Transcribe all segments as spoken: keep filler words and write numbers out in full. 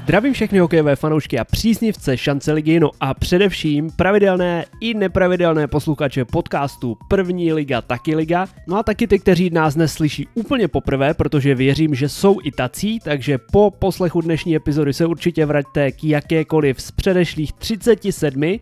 Zdravím všechny hokejové fanoušky a příznivce šance ligy, no a především pravidelné i nepravidelné posluchače podcastu První liga taky liga, no a taky ty, kteří nás neslyší úplně poprvé, protože věřím, že jsou i tací, takže po poslechu dnešní epizody se určitě vraťte k jakékoliv z předešlých třiceti sedmi.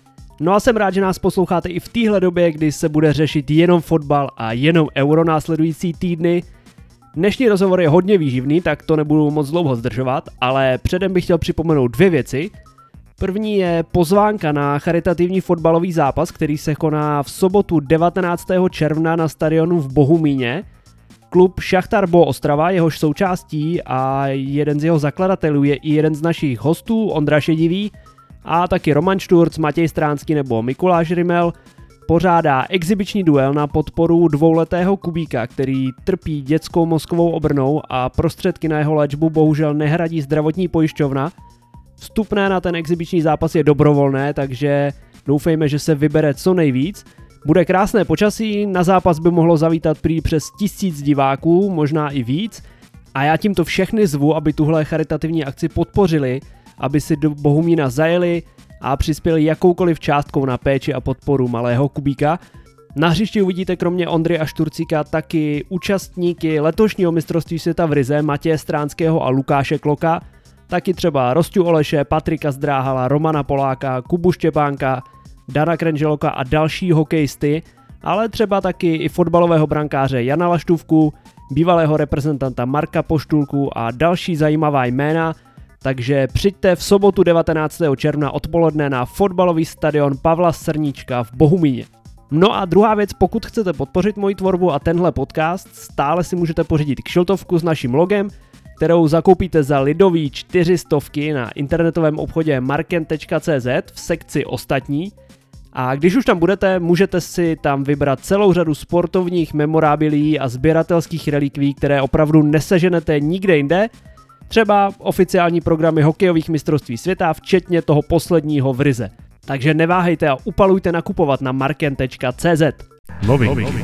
No a jsem rád, že nás posloucháte i v téhle době, kdy se bude řešit jenom fotbal a jenom euro následující týdny. Dnešní rozhovor je hodně výživný, tak to nebudu moc dlouho zdržovat, ale předem bych chtěl připomenout dvě věci. První je pozvánka na charitativní fotbalový zápas, který se koná v sobotu devatenáctého června na stadionu v Bohumíně. Klub Šachtar Bo Ostrava, jehož součástí a jeden z jeho zakladatelů je i jeden z našich hostů, Ondra Šedivý, a taky Roman Šturc, Matěj Stránský nebo Mikuláš Rimel, pořádá exibiční duel na podporu dvouletého Kubíka, který trpí dětskou mozkovou obrnou a prostředky na jeho léčbu bohužel nehradí zdravotní pojišťovna. Vstupné na ten exibiční zápas je dobrovolné, takže doufejme, že se vybere co nejvíc. Bude krásné počasí, na zápas by mohlo zavítat prý přes tisíc diváků, možná i víc. A já tímto všechny zvu, aby tuhle charitativní akci podpořili, aby si do Bohumína zajeli a přispěli jakoukoliv částkou na péči a podporu malého Kubíka. Na hřišti uvidíte kromě Ondry a Šturcíka taky účastníky letošního mistrovství světa v Rize Matěje Stránského a Lukáše Kloka, taky třeba Rosťu Oleše, Patrika Zdráhala, Romana Poláka, Kubu Štěpánka, Dana Krenželoka a další hokejisty, ale třeba taky i fotbalového brankáře Jana Laštůvku, bývalého reprezentanta Marka Poštulku a další zajímavá jména. Takže přijďte v sobotu devatenáctého června odpoledne na fotbalový stadion Pavla Srníčka v Bohumíně. No a druhá věc, pokud chcete podpořit moji tvorbu a tenhle podcast, stále si můžete pořídit kšiltovku s naším logem, kterou zakoupíte za lidový čtyři stovky na internetovém obchodě marken tečka cé zet v sekci ostatní. A když už tam budete, můžete si tam vybrat celou řadu sportovních memorábilí a sběratelských relikví, které opravdu neseženete nikde jinde, třeba oficiální programy hokejových mistrovství světa, včetně toho posledního v Rize. Takže neváhejte a upalujte nakupovat na marken tečka cé zet. Loving. Loving.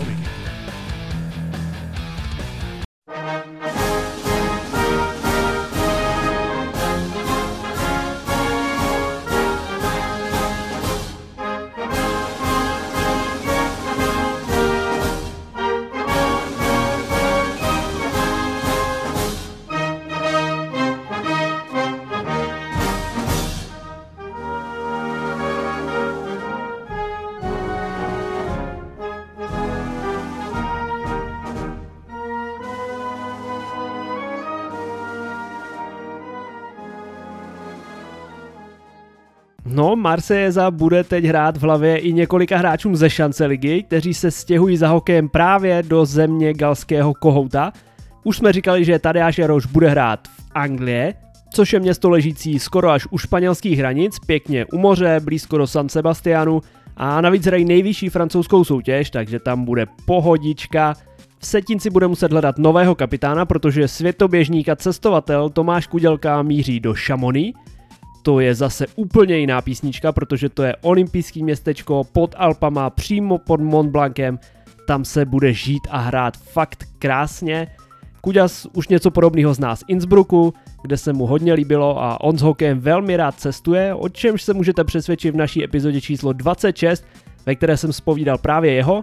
No, Marsejeza bude teď hrát v hlavě i několika hráčům ze šance ligy, kteří se stěhují za hokejem právě do země galského kohouta. Už jsme říkali, že Tadeáš Jaroš bude hrát v Anglii, což je město ležící skoro až u španělských hranic, pěkně u moře, blízko do San Sebastianu a navíc hrají nejvyšší francouzskou soutěž, takže tam bude pohodička. V Setinci bude muset hledat nového kapitána, protože světoběžník a cestovatel Tomáš Kudělka míří do Chamonix. To je zase úplně jiná písnička, protože to je olympijské městečko pod Alpama, přímo pod Mont Blancem. Tam se bude žít a hrát fakt krásně. Kuďas už něco podobného zná z Innsbrucku, kde se mu hodně líbilo a on s hokejem velmi rád cestuje, o čemž se můžete přesvědčit v naší epizodě číslo dvacet šest, ve které jsem zpovídal právě jeho.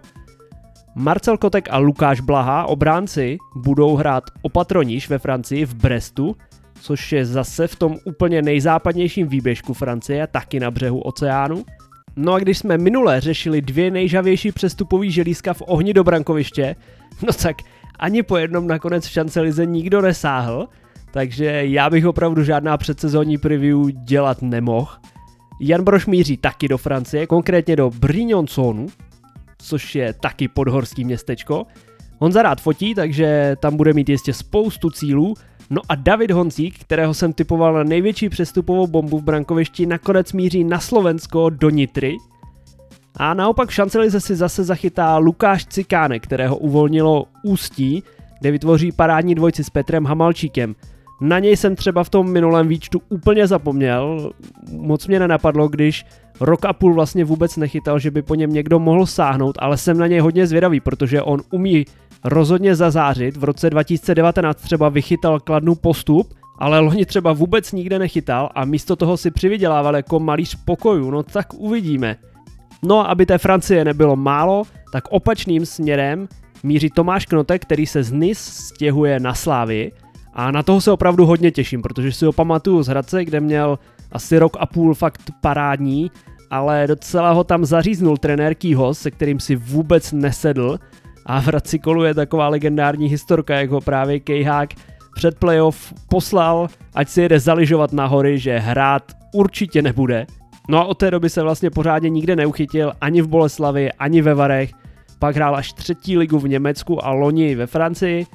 Marcel Kotek a Lukáš Blaha, obránci, budou hrát Opatroníž ve Francii v Brestu, což je zase v tom úplně nejzápadnějším výběžku Francie, taky na břehu oceánu. No a když jsme minule řešili dvě nejžavější přestupový želízka v ohni do brankoviště, no tak ani po jednom nakonec v šance lize nikdo nesáhl, takže já bych opravdu žádná předsezónní preview dělat nemohl. Jan Brož míří taky do Francie, konkrétně do Brignonsonu, což je taky podhorský městečko. Honza rád fotí, takže tam bude mít jistě spoustu cílů. No a David Honcík, kterého jsem typoval na největší přestupovou bombu v brankovišti, nakonec míří na Slovensko do Nitry. A naopak v šancelize si zase zachytá Lukáš Cikánek, kterého uvolnilo Ústí, kde vytvoří parádní dvojci s Petrem Hamalčíkem. Na něj jsem třeba v tom minulém výčtu úplně zapomněl, moc mě nenapadlo, když rok a půl vlastně vůbec nechytal, že by po něm někdo mohl sáhnout, ale jsem na něj hodně zvědavý, protože on umí rozhodně zazářit. V roce dva tisíce devatenáct třeba vychytal Kladnu Postup ale loni třeba vůbec nikde nechytal a místo toho si přivydělával jako malíř pokojů, no tak uvidíme. No a aby té Francie nebylo málo, tak opačným směrem míří Tomáš Knotek, který se z Nice stěhuje na Slavii a na toho se opravdu hodně těším, protože si ho pamatuju z Hradce, kde měl asi rok a půl fakt parádní, ale docela ho tam zaříznul trenér Kýhos, se kterým si vůbec nesedl a v Hradci koluje taková legendární historka, jak ho právě Kejhák před playoff poslal, ať si jede zaližovat na hory, že hrát určitě nebude. No a od té doby se vlastně pořádně nikde neuchytil, ani v Boleslavi, ani ve Varech, pak hrál až třetí ligu v Německu a loni ve Francii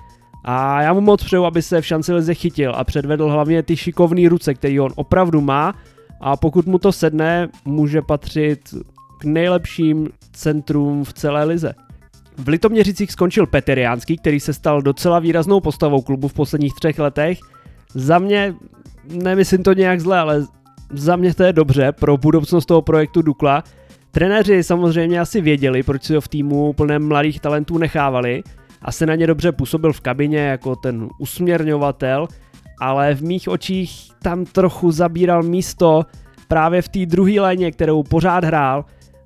a já mu moc přeju, aby se v šancelize chytil a předvedl hlavně ty šikovný ruce, který on opravdu má a pokud mu to sedne, může patřit k nejlepším centrům v celé lize. V Litoměřicích skončil Petr Jánský, který se stal docela výraznou postavou klubu v posledních třech letech. Za mě, nemyslím to nějak zle, ale za mě to je dobře pro budoucnost toho projektu Dukla. Trenéři samozřejmě asi věděli, proč si ho v týmu plném mladých talentů nechávali. Asi na ně dobře působil v kabině jako ten usměrňovatel, ale v mých očích tam trochu zabíral místo právě v té druhé léně, kterou pořád hrál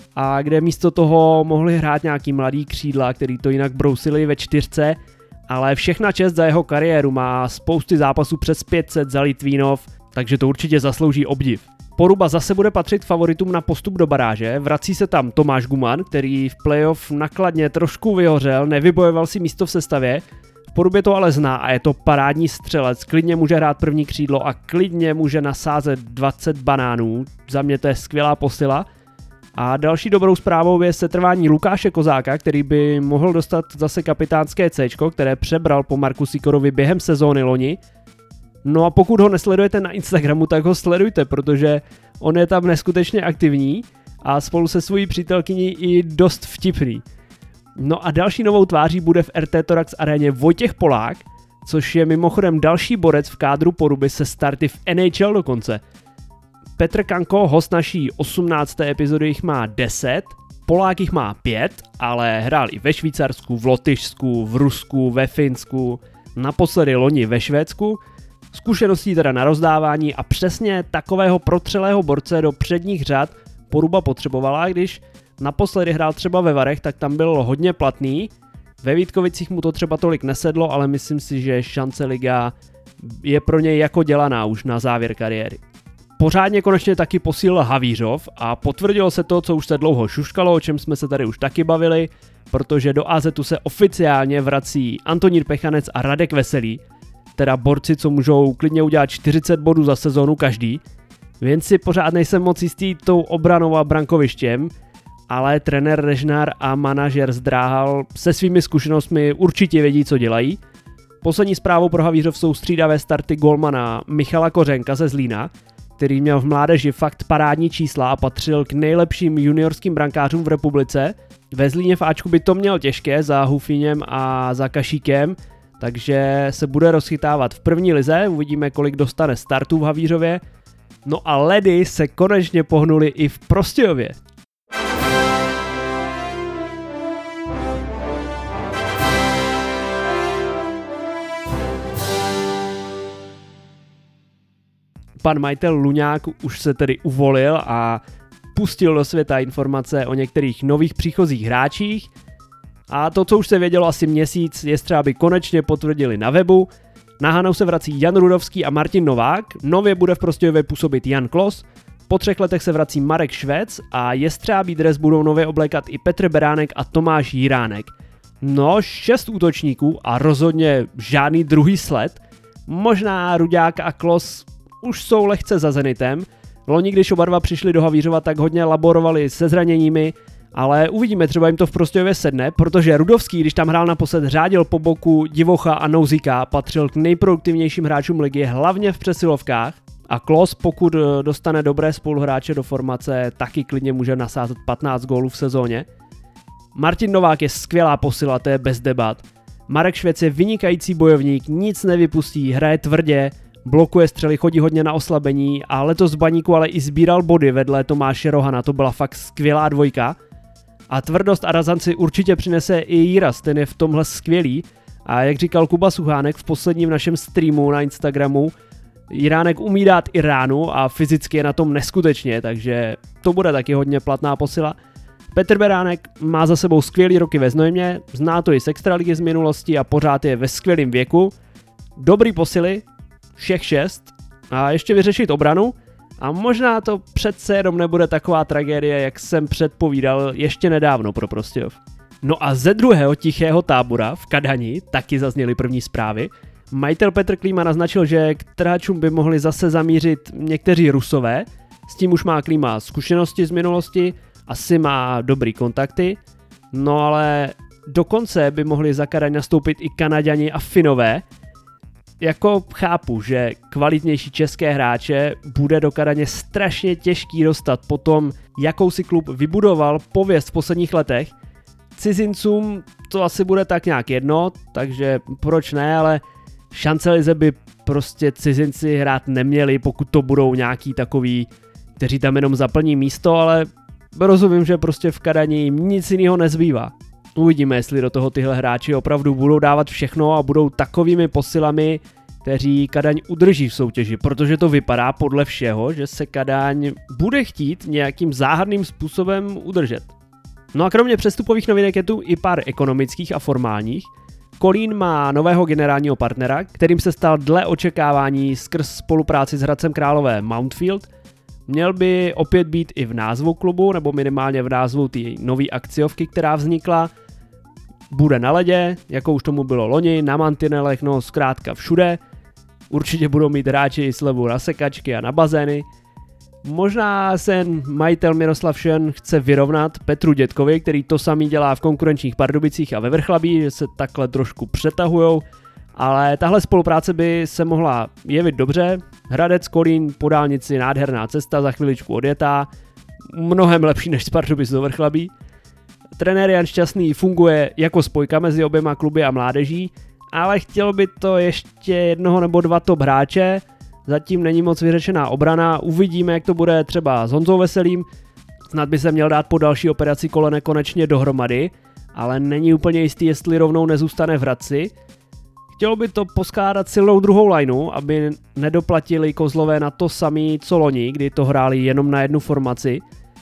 a kde místo toho mohli hrát nějaký mladý křídla, který to jinak brousili ve čtyřce, ale všechna čest za jeho kariéru, má spousty zápasů přes pět set za Litvínov, takže to určitě zaslouží obdiv. Poruba zase bude patřit favoritům na postup do baráže, vrací se tam Tomáš Guman, který v playoff nakladně trošku vyhořel, nevybojoval si místo v sestavě, v Porubě to ale zná a je to parádní střelec, klidně může hrát první křídlo a klidně může nasázet dvacet banánů, za mě to je skvělá posila. A další dobrou zprávou je setrvání Lukáše Kozáka, který by mohl dostat zase kapitánské Cčko, které přebral po Marku Sikorovi během sezóny loni. No a pokud ho nesledujete na Instagramu, tak ho sledujte, protože on je tam neskutečně aktivní a spolu se svojí přítelkyní i dost vtipný. No a další novou tváří bude v R T Torax aréně Vojtěch Polák, což je mimochodem další borec v kádru Poruby se starty v N H L dokonce. Petr Kanko, host naší osmnácté epizody, jich má deset, Polák jich má pět, ale hrál i ve Švýcarsku, v Lotyšsku, v Rusku, ve Finsku, naposledy loni ve Švédsku. Zkušeností teda na rozdávání a přesně takového protřelého borce do předních řad Poruba potřebovala, když naposledy hrál třeba ve Varech, tak tam byl hodně platný. Ve Vítkovicích mu to třeba tolik nesedlo, ale myslím si, že šance liga je pro něj jako dělaná už na závěr kariéry. Pořádně konečně taky posílil Havířov a potvrdilo se to, co už se dlouho šuškalo, o čem jsme se tady už taky bavili, protože do A Z se oficiálně vrací Antonín Pechanec a Radek Veselý, teda borci, co můžou klidně udělat čtyřicet bodů za sezónu každý. Jen si pořád nejsem moc jistý tou obranou a brankovištěm, ale trenér Režnár a manažer Zdráhal se svými zkušenostmi určitě vědí, co dělají. Poslední zprávou pro Havířov jsou střídavé starty golmana Michala Kořenka ze Zlína, který měl v mládeži fakt parádní čísla a patřil k nejlepším juniorským brankářům v republice. Ve Zlíně v Ačku by to měl těžké za Hufíněm a za Kašíkem, takže se bude rozchytávat v první lize, uvidíme, kolik dostane startů v Havířově. No a ledy se konečně pohnuli i v Prostějově. Pan majitel Luňák už se tedy uvolil a pustil do světa informace o některých nových příchozích hráčích. A to, co už se vědělo asi měsíc, je třeba, aby konečně potvrdili na webu. Na Hanou se vrací Jan Rudovský a Martin Novák, nově bude v Prostějově působit Jan Klos, po třech letech se vrací Marek Švec a jestřábí dres budou nově oblékat i Petr Beránek a Tomáš Jiránek. No, šest útočníků a rozhodně žádný druhý sled. Možná Ruďák a Klos už jsou lehce za Zenitem. Loni, když oba dva přišli do Havířova, tak hodně laborovali se zraněními, ale uvidíme, třeba jim to v Prostějově sedne, protože Rudovský, když tam hrál naposled, řádil po boku Divocha a Nouzika, patřil k nejproduktivnějším hráčům ligy, hlavně v přesilovkách. A Klos, pokud dostane dobré spoluhráče do formace, taky klidně může nasázet patnáct gólů v sezóně. Martin Novák je skvělá posila, to je bez debat. Marek Švec je vynikající bojovník, nic nevypustí, hraje tvrdě, blokuje střely, chodí hodně na oslabení a letos v Baníku ale i sbíral body vedle Tomáše Rohana, to byla fakt skvělá dvojka. A tvrdost a razanci určitě přinese i Jiras, ten je v tomhle skvělý. A jak říkal Kuba Suchánek v posledním našem streamu na Instagramu, Jiránek umí dát i ránu a fyzicky je na tom neskutečně, takže to bude taky hodně platná posila. Petr Beránek má za sebou skvělý roky ve Znojmě, zná to i z extraligy z minulosti a pořád je ve skvělém věku. Dobrý posily, všech šest a ještě vyřešit obranu a možná to přece jenom nebude taková tragédie, jak jsem předpovídal ještě nedávno pro Prostějov. No a ze druhého tichého tábora v Kadani taky zazněly první zprávy. Majitel Petr Klíma naznačil, že k trhačům by mohli zase zamířit někteří Rusové, s tím už má Klíma zkušenosti z minulosti, asi má dobrý kontakty, no ale dokonce by mohli za Kadaň nastoupit i Kanaďani a Finové. Jako chápu, že kvalitnější české hráče bude do Kadaně strašně těžký dostat po tom, jakou si klub vybudoval pověst v posledních letech. Cizincům to asi bude tak nějak jedno, takže proč ne, ale šancelize by prostě cizinci hrát neměli, pokud to budou nějaký takový, kteří tam jenom zaplní místo, ale rozumím, že prostě v Kadani jim nic jiného nezbývá. Uvidíme, jestli do toho tyhle hráči opravdu budou dávat všechno a budou takovými posilami, kteří Kadaň udrží v soutěži, protože to vypadá podle všeho, že se Kadaň bude chtít nějakým záhadným způsobem udržet. No a kromě přestupových novinek je tu i pár ekonomických a formálních. Kolín má nového generálního partnera, kterým se stal dle očekávání skrz spolupráci s Hradcem Králové Mountfield. Měl by opět být i v názvu klubu, nebo minimálně v názvu té nové akciovky, která vznikla. Bude na ledě, jako už tomu bylo loni, na mantinelech, no zkrátka všude. Určitě budou mít hráči i slevu na sekačky a na bazény. Možná se majitel Miroslav Šen chce vyrovnat Petru Dětkovi, který to samý dělá v konkurenčních Pardubicích a ve Vrchlabí, že se takhle trošku přetahujou, ale tahle spolupráce by se mohla jevit dobře. Hradec Kolín po dálnici, nádherná cesta, za chviličku odjetá, mnohem lepší než z Pardubic do Vrchlabí. Trenér Jan Šťastný funguje jako spojka mezi oběma kluby a mládeží, ale chtělo by to ještě jednoho nebo dva top hráče. Zatím není moc vyřešená obrana, uvidíme, jak to bude třeba s Honzou Veselým. Snad by se měl dát po další operaci kolene konečně dohromady, ale není úplně jistý, jestli rovnou nezůstane v Hradci. Chtělo by to poskládat silnou druhou lineu, aby nedoplatili Kozlové na to samý co loni, kdy to hráli jenom na jednu formaci.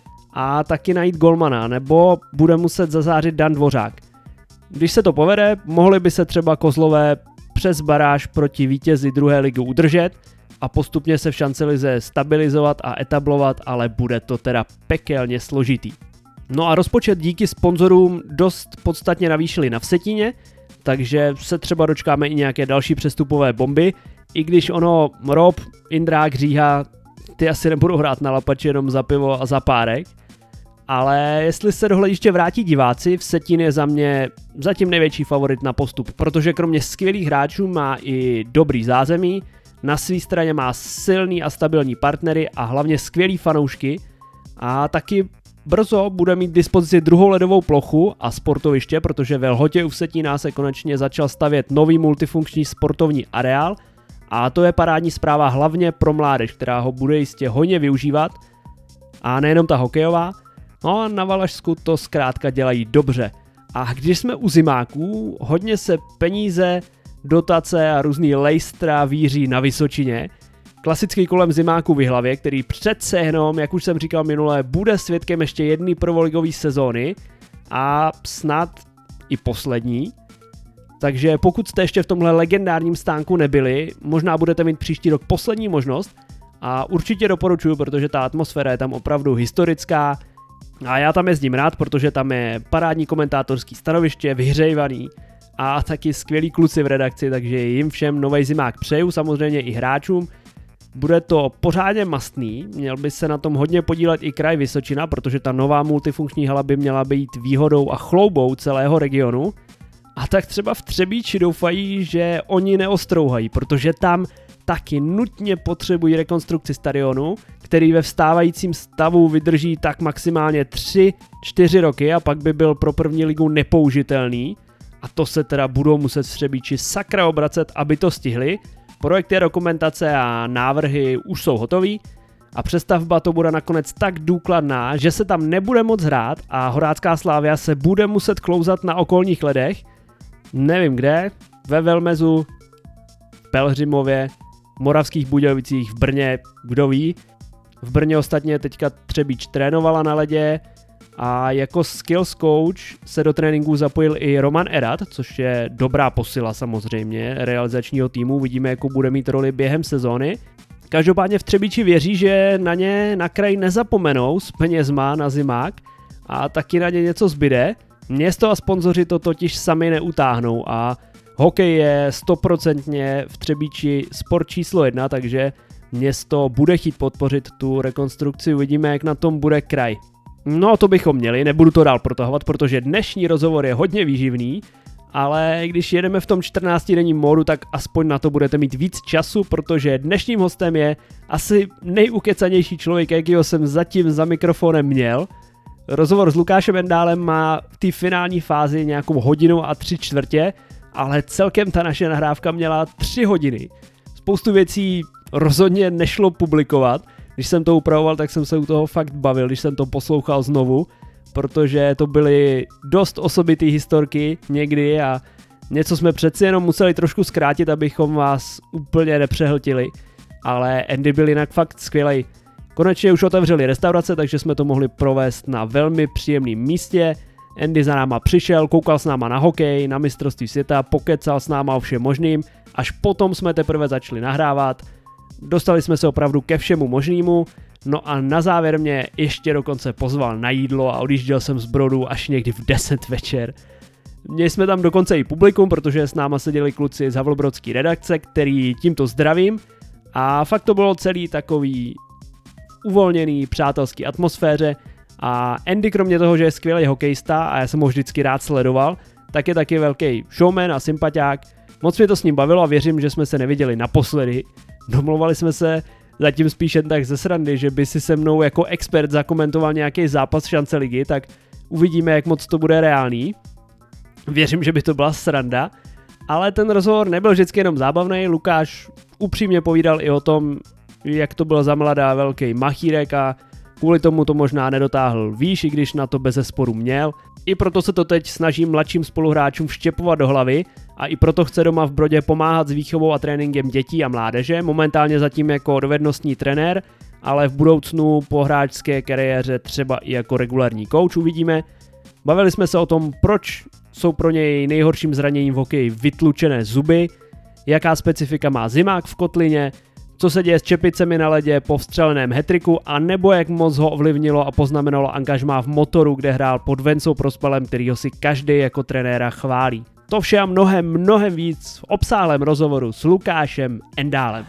A taky najít golmana, nebo bude muset zazářit Dan Dvořák. Když se to povede, mohli by se třeba Kozlové přes baráž proti vítězi druhé ligy udržet a postupně se v šancelize stabilizovat a etablovat, ale bude to teda pekelně složitý. No a rozpočet díky sponzorům dost podstatně navýšili na Vsetíně, takže se třeba dočkáme i nějaké další přestupové bomby, i když ono Rob, Indrák, Říha, ty asi nebudou hrát na lapači jenom za pivo a za párek, ale jestli se do hlediště vrátí diváci, Vsetín je za mě zatím největší favorit na postup, protože kromě skvělých hráčů má i dobrý zázemí, na své straně má silný a stabilní partnery a hlavně skvělý fanoušky a taky brzo bude mít k dispozici druhou ledovou plochu a sportoviště, protože ve Lhotě u Vsetína se konečně začal stavět nový multifunkční sportovní areál a to je parádní zpráva hlavně pro mládež, která ho bude jistě hojně využívat a nejenom ta hokejová. No a na Valašsku to zkrátka dělají dobře. A když jsme u zimáků, hodně se peníze, dotace a různý lejstra víří na Vysočině. Klasický kolem zimáků v Jihlavě, který přece jenom, jak už jsem říkal minule, bude svědkem ještě jedné prvoligové sezóny a snad i poslední. Takže pokud jste ještě v tomhle legendárním stánku nebyli, možná budete mít příští rok poslední možnost a určitě doporučuji, protože ta atmosféra je tam opravdu historická a já tam jezdím rád, protože tam je parádní komentátorský stanoviště, vyhřejvaný a taky skvělí kluci v redakci, takže jim všem novej zimák přeju, samozřejmě i hráčům. Bude to pořádně mastný, měl by se na tom hodně podílet i kraj Vysočina, protože ta nová multifunkční hala by měla být výhodou a chloubou celého regionu. A tak třeba v Třebíči doufají, že oni neostrouhají, protože tam taky nutně potřebují rekonstrukci stadionu, který ve vstávajícím stavu vydrží tak maximálně tři čtyři roky a pak by byl pro první ligu nepoužitelný. A to se teda budou muset v Třebíči sakra obracet, aby to stihli. Projekty, dokumentace a návrhy už jsou hotový a přestavba to bude nakonec tak důkladná, že se tam nebude moc hrát a Horácká Slávia se bude muset klouzat na okolních ledech. Nevím kde, ve Velmezu, v Pelhřimově Moravských Budějovicích, v Brně, kdo ví. V Brně ostatně teďka Třebíč trénovala na ledě a jako skills coach se do tréninku zapojil i Roman Erat, což je dobrá posila samozřejmě realizačního týmu, uvidíme, jakou bude mít roli během sezóny. Každopádně v Třebíči věří, že na ně na kraj nezapomenou s penězma na zimák a taky na ně něco zbyde. Město a sponzoři to totiž sami neutáhnou a hokej je stoprocentně v Třebíči sport číslo jedna, takže město bude chtít podpořit tu rekonstrukci, uvidíme, jak na tom bude kraj. No to bychom měli, nebudu to dál protahovat, protože dnešní rozhovor je hodně výživný, ale když jedeme v tom čtrnáctidenním módu, tak aspoň na to budete mít víc času, protože dnešním hostem je asi nejukecanější člověk, jakýho jsem zatím za mikrofonem měl. Rozhovor s Lukášem Endálem má v té finální fázi nějakou hodinu a tři čtvrtě, ale celkem ta naše nahrávka měla tři hodiny. Spoustu věcí rozhodně nešlo publikovat. Když jsem to upravoval, tak jsem se u toho fakt bavil, když jsem to poslouchal znovu, protože to byly dost osobitý historky někdy a něco jsme přeci jenom museli trošku zkrátit, abychom vás úplně nepřehltili, ale Andy byl jinak fakt skvělej. Konečně už otevřeli restaurace, takže jsme to mohli provést na velmi příjemném místě. Andy za náma přišel, koukal s náma na hokej, na mistrovství světa, pokecal s náma o všem možným, až potom jsme teprve začali nahrávat. Dostali jsme se opravdu ke všemu možnému, no a na závěr mě ještě dokonce pozval na jídlo a odjížděl jsem z Brodu až někdy v deset večer. Měli jsme tam dokonce i publikum, protože s náma seděli kluci z Havlobrodské redakce, který tímto zdravím a fakt to bylo celý takový uvolněný, přátelský atmosféře a Andy kromě toho, že je skvělý hokejista a já jsem ho vždycky rád sledoval, tak je taky velký showman a sympatiák. Moc mě to s ním bavilo a věřím, že jsme se neviděli naposledy. Domlouvali jsme se zatím spíš jen tak ze srandy, že by si se mnou jako expert zakomentoval nějaký zápas šance ligy, tak uvidíme, jak moc to bude reálný. Věřím, že by to byla sranda, ale ten rozhovor nebyl vždycky jenom zábavný. Lukáš upřímně povídal i o tom, jak to byl za mladá velký machírek a kvůli tomu to možná nedotáhl výš, i když na to bezesporu měl. I proto se to teď snaží mladším spoluhráčům vštěpovat do hlavy a i proto chce doma v Brodě pomáhat s výchovou a tréninkem dětí a mládeže, momentálně zatím jako dovednostní trenér, ale v budoucnu po hráčské kariéře třeba i jako regulární coach, uvidíme. Bavili jsme se o tom, proč jsou pro něj nejhorším zraněním v hokeji vytlučené zuby, jaká specifika má zimák v kotlině, co se děje s čepicemi na ledě po vstřeleném hetriku a nebo jak moc ho ovlivnilo a poznamenalo angažmá v Motoru, kde hrál pod Vencou Prospalem, kterýho si každý jako trenéra chválí. To vše a mnohem, mnohem víc v obsáhlém rozhovoru s Lukášem Endálem.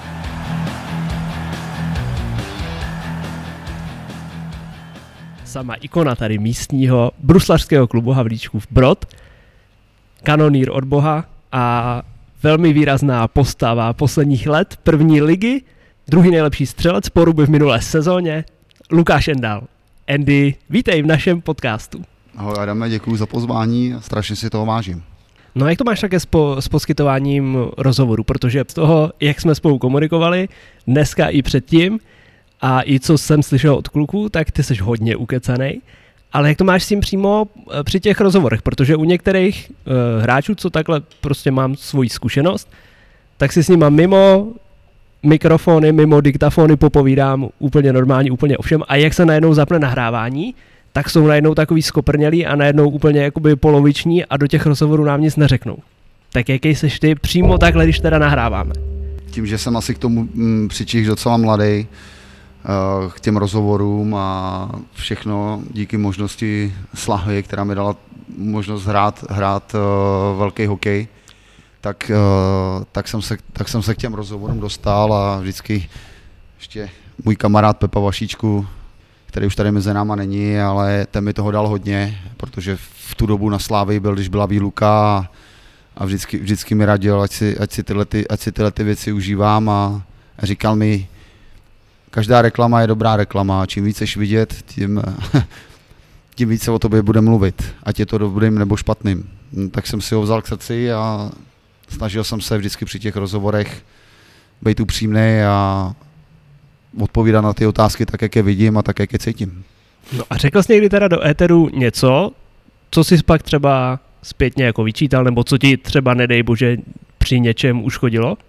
Sama ikona tady místního bruslařského klubu Havlíčkův Brod, kanonýr od boha a velmi výrazná postava posledních let první ligy, druhý nejlepší střelec Poruby v minulé sezóně, Lukáš Endál. Andy, vítej v našem podcastu. Ahoj Adame, děkuji za pozvání a strašně si toho vážím. No jak to máš také s, po, s poskytováním rozhovoru, protože z toho, jak jsme spolu komunikovali, dneska i předtím, a i co jsem slyšel od kluků, tak ty jsi hodně ukecanej. Ale jak to máš s tím přímo při těch rozhovorech, protože u některých uh, hráčů, co takhle prostě mám svoji zkušenost, tak si s nima mimo mikrofony, mimo diktafony popovídám úplně normálně, úplně o všem. A jak se najednou zapne nahrávání, tak jsou najednou takový skoprnělí a najednou úplně jakoby poloviční a do těch rozhovorů nám nic neřeknou. Tak jaký seš ty přímo takhle, když teda nahráváme? Tím, že jsem asi k tomu mm, přičích docela mladý, k těm rozhovorům a všechno díky možnosti Slávy, která mi dala možnost hrát, hrát uh, velký hokej, tak, uh, tak, jsem se, tak jsem se k těm rozhovorům dostal a vždycky ještě můj kamarád Pepa Vašíčku, který už tady mezi náma není, ale ten mi toho dal hodně, protože v tu dobu na Slávii byl, když byla výluka a, a vždycky, vždycky mi radil, ať si, ať si, tyhle, ty, ať si tyhle ty věci užívám a, a říkal mi, každá reklama je dobrá reklama, čím víc chceš vidět, tím, tím více o tobě bude mluvit, ať je to dobrým nebo špatným. Tak jsem si ho vzal k srdci a snažil jsem se vždycky při těch rozhovorech být upřímnej a odpovídat na ty otázky tak, jak je vidím a tak, jak je cítím. No a řekl jsi někdy teda do éteru něco, co jsi pak třeba zpětně jako vyčítal, nebo co ti třeba, nedej bože, při něčem uškodilo?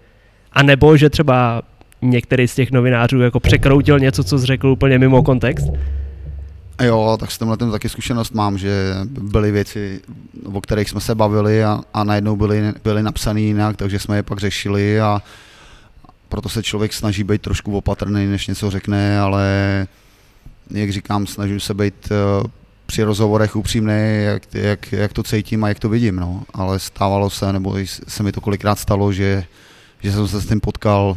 A nebo že třeba některý z těch novinářů jako překroutil něco, co jsi řekl úplně mimo kontext? Jo, tak s tímhle tím taky zkušenost mám, že byly věci, o kterých jsme se bavili a, a najednou byly, byly napsané jinak, takže jsme je pak řešili a proto se člověk snaží být trošku opatrný, než něco řekne, ale jak říkám, snažím se být při rozhovorech upřímný, jak, jak, jak to cítím a jak to vidím, no. Ale stávalo se, nebo se mi to kolikrát stalo, že, že jsem se s tím potkal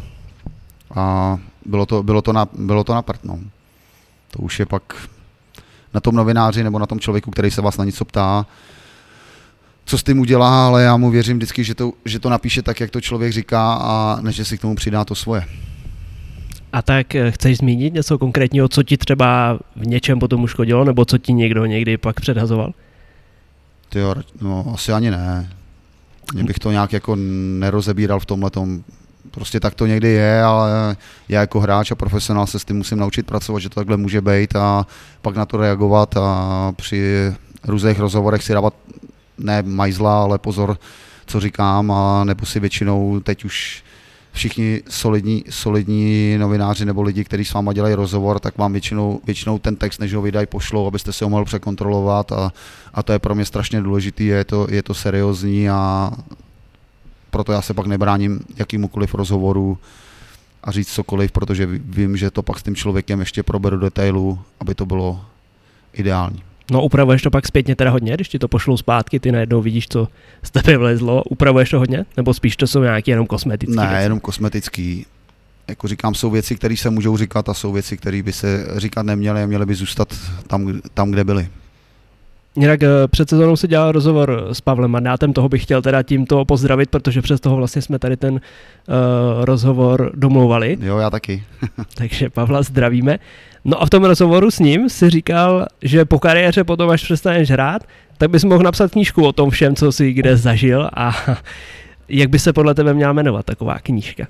a bylo to, bylo to, na, bylo to na prd, no. To už je pak na tom novináři nebo na tom člověku, který se vás na něco ptá, co s tím udělá, ale já mu věřím vždycky, že to, že to napíše tak, jak to člověk říká a než si k tomu přidá to svoje. A tak chceš zmínit něco konkrétního, co ti třeba v něčem potom uškodilo, nebo co ti někdo někdy pak předhazoval? Tyjo, no asi ani ne. Mě bych to nějak jako nerozebíral v tomhletom. Prostě tak to někdy je, ale já jako hráč a profesionál se s tím musím naučit pracovat, že to takhle může být a pak na to reagovat a při různých rozhovorech si dávat ne majzla, ale pozor, co říkám, a nebo si většinou teď už všichni solidní, solidní novináři nebo lidi, kteří s váma dělají rozhovor, tak vám většinou, většinou ten text, než ho vydají, pošlou, abyste si ho mohl překontrolovat a, a to je pro mě strašně důležité, je to, je to seriózní a proto já se pak nebráním jakýmukoliv rozhovoru a říct cokoliv, protože vím, že to pak s tím člověkem ještě proberu do detailu, aby to bylo ideální. No upravuješ to pak zpětně teda hodně, když ti to pošlou zpátky, ty najednou vidíš, co z tebe vlezlo, upravuješ to hodně? Nebo spíš to jsou nějaké jenom kosmetické Ne, věci? jenom kosmetický. Jako říkám, jsou věci, které se můžou říkat a jsou věci, které by se říkat neměly a měly by zůstat tam, tam kde byly. Jinak před sezónou se dělal rozhovor s Pavlem Mandátem, toho bych chtěl teda tímto pozdravit, protože přes toho vlastně jsme tady ten uh, rozhovor domlouvali. Jo, já taky. Takže Pavla zdravíme. No a v tom rozhovoru s ním si říkal, že po kariéře potom, až přestaneš hrát, tak bys mohl napsat knížku o tom všem, co jsi kde zažil a jak by se podle tebe měla jmenovat taková knížka?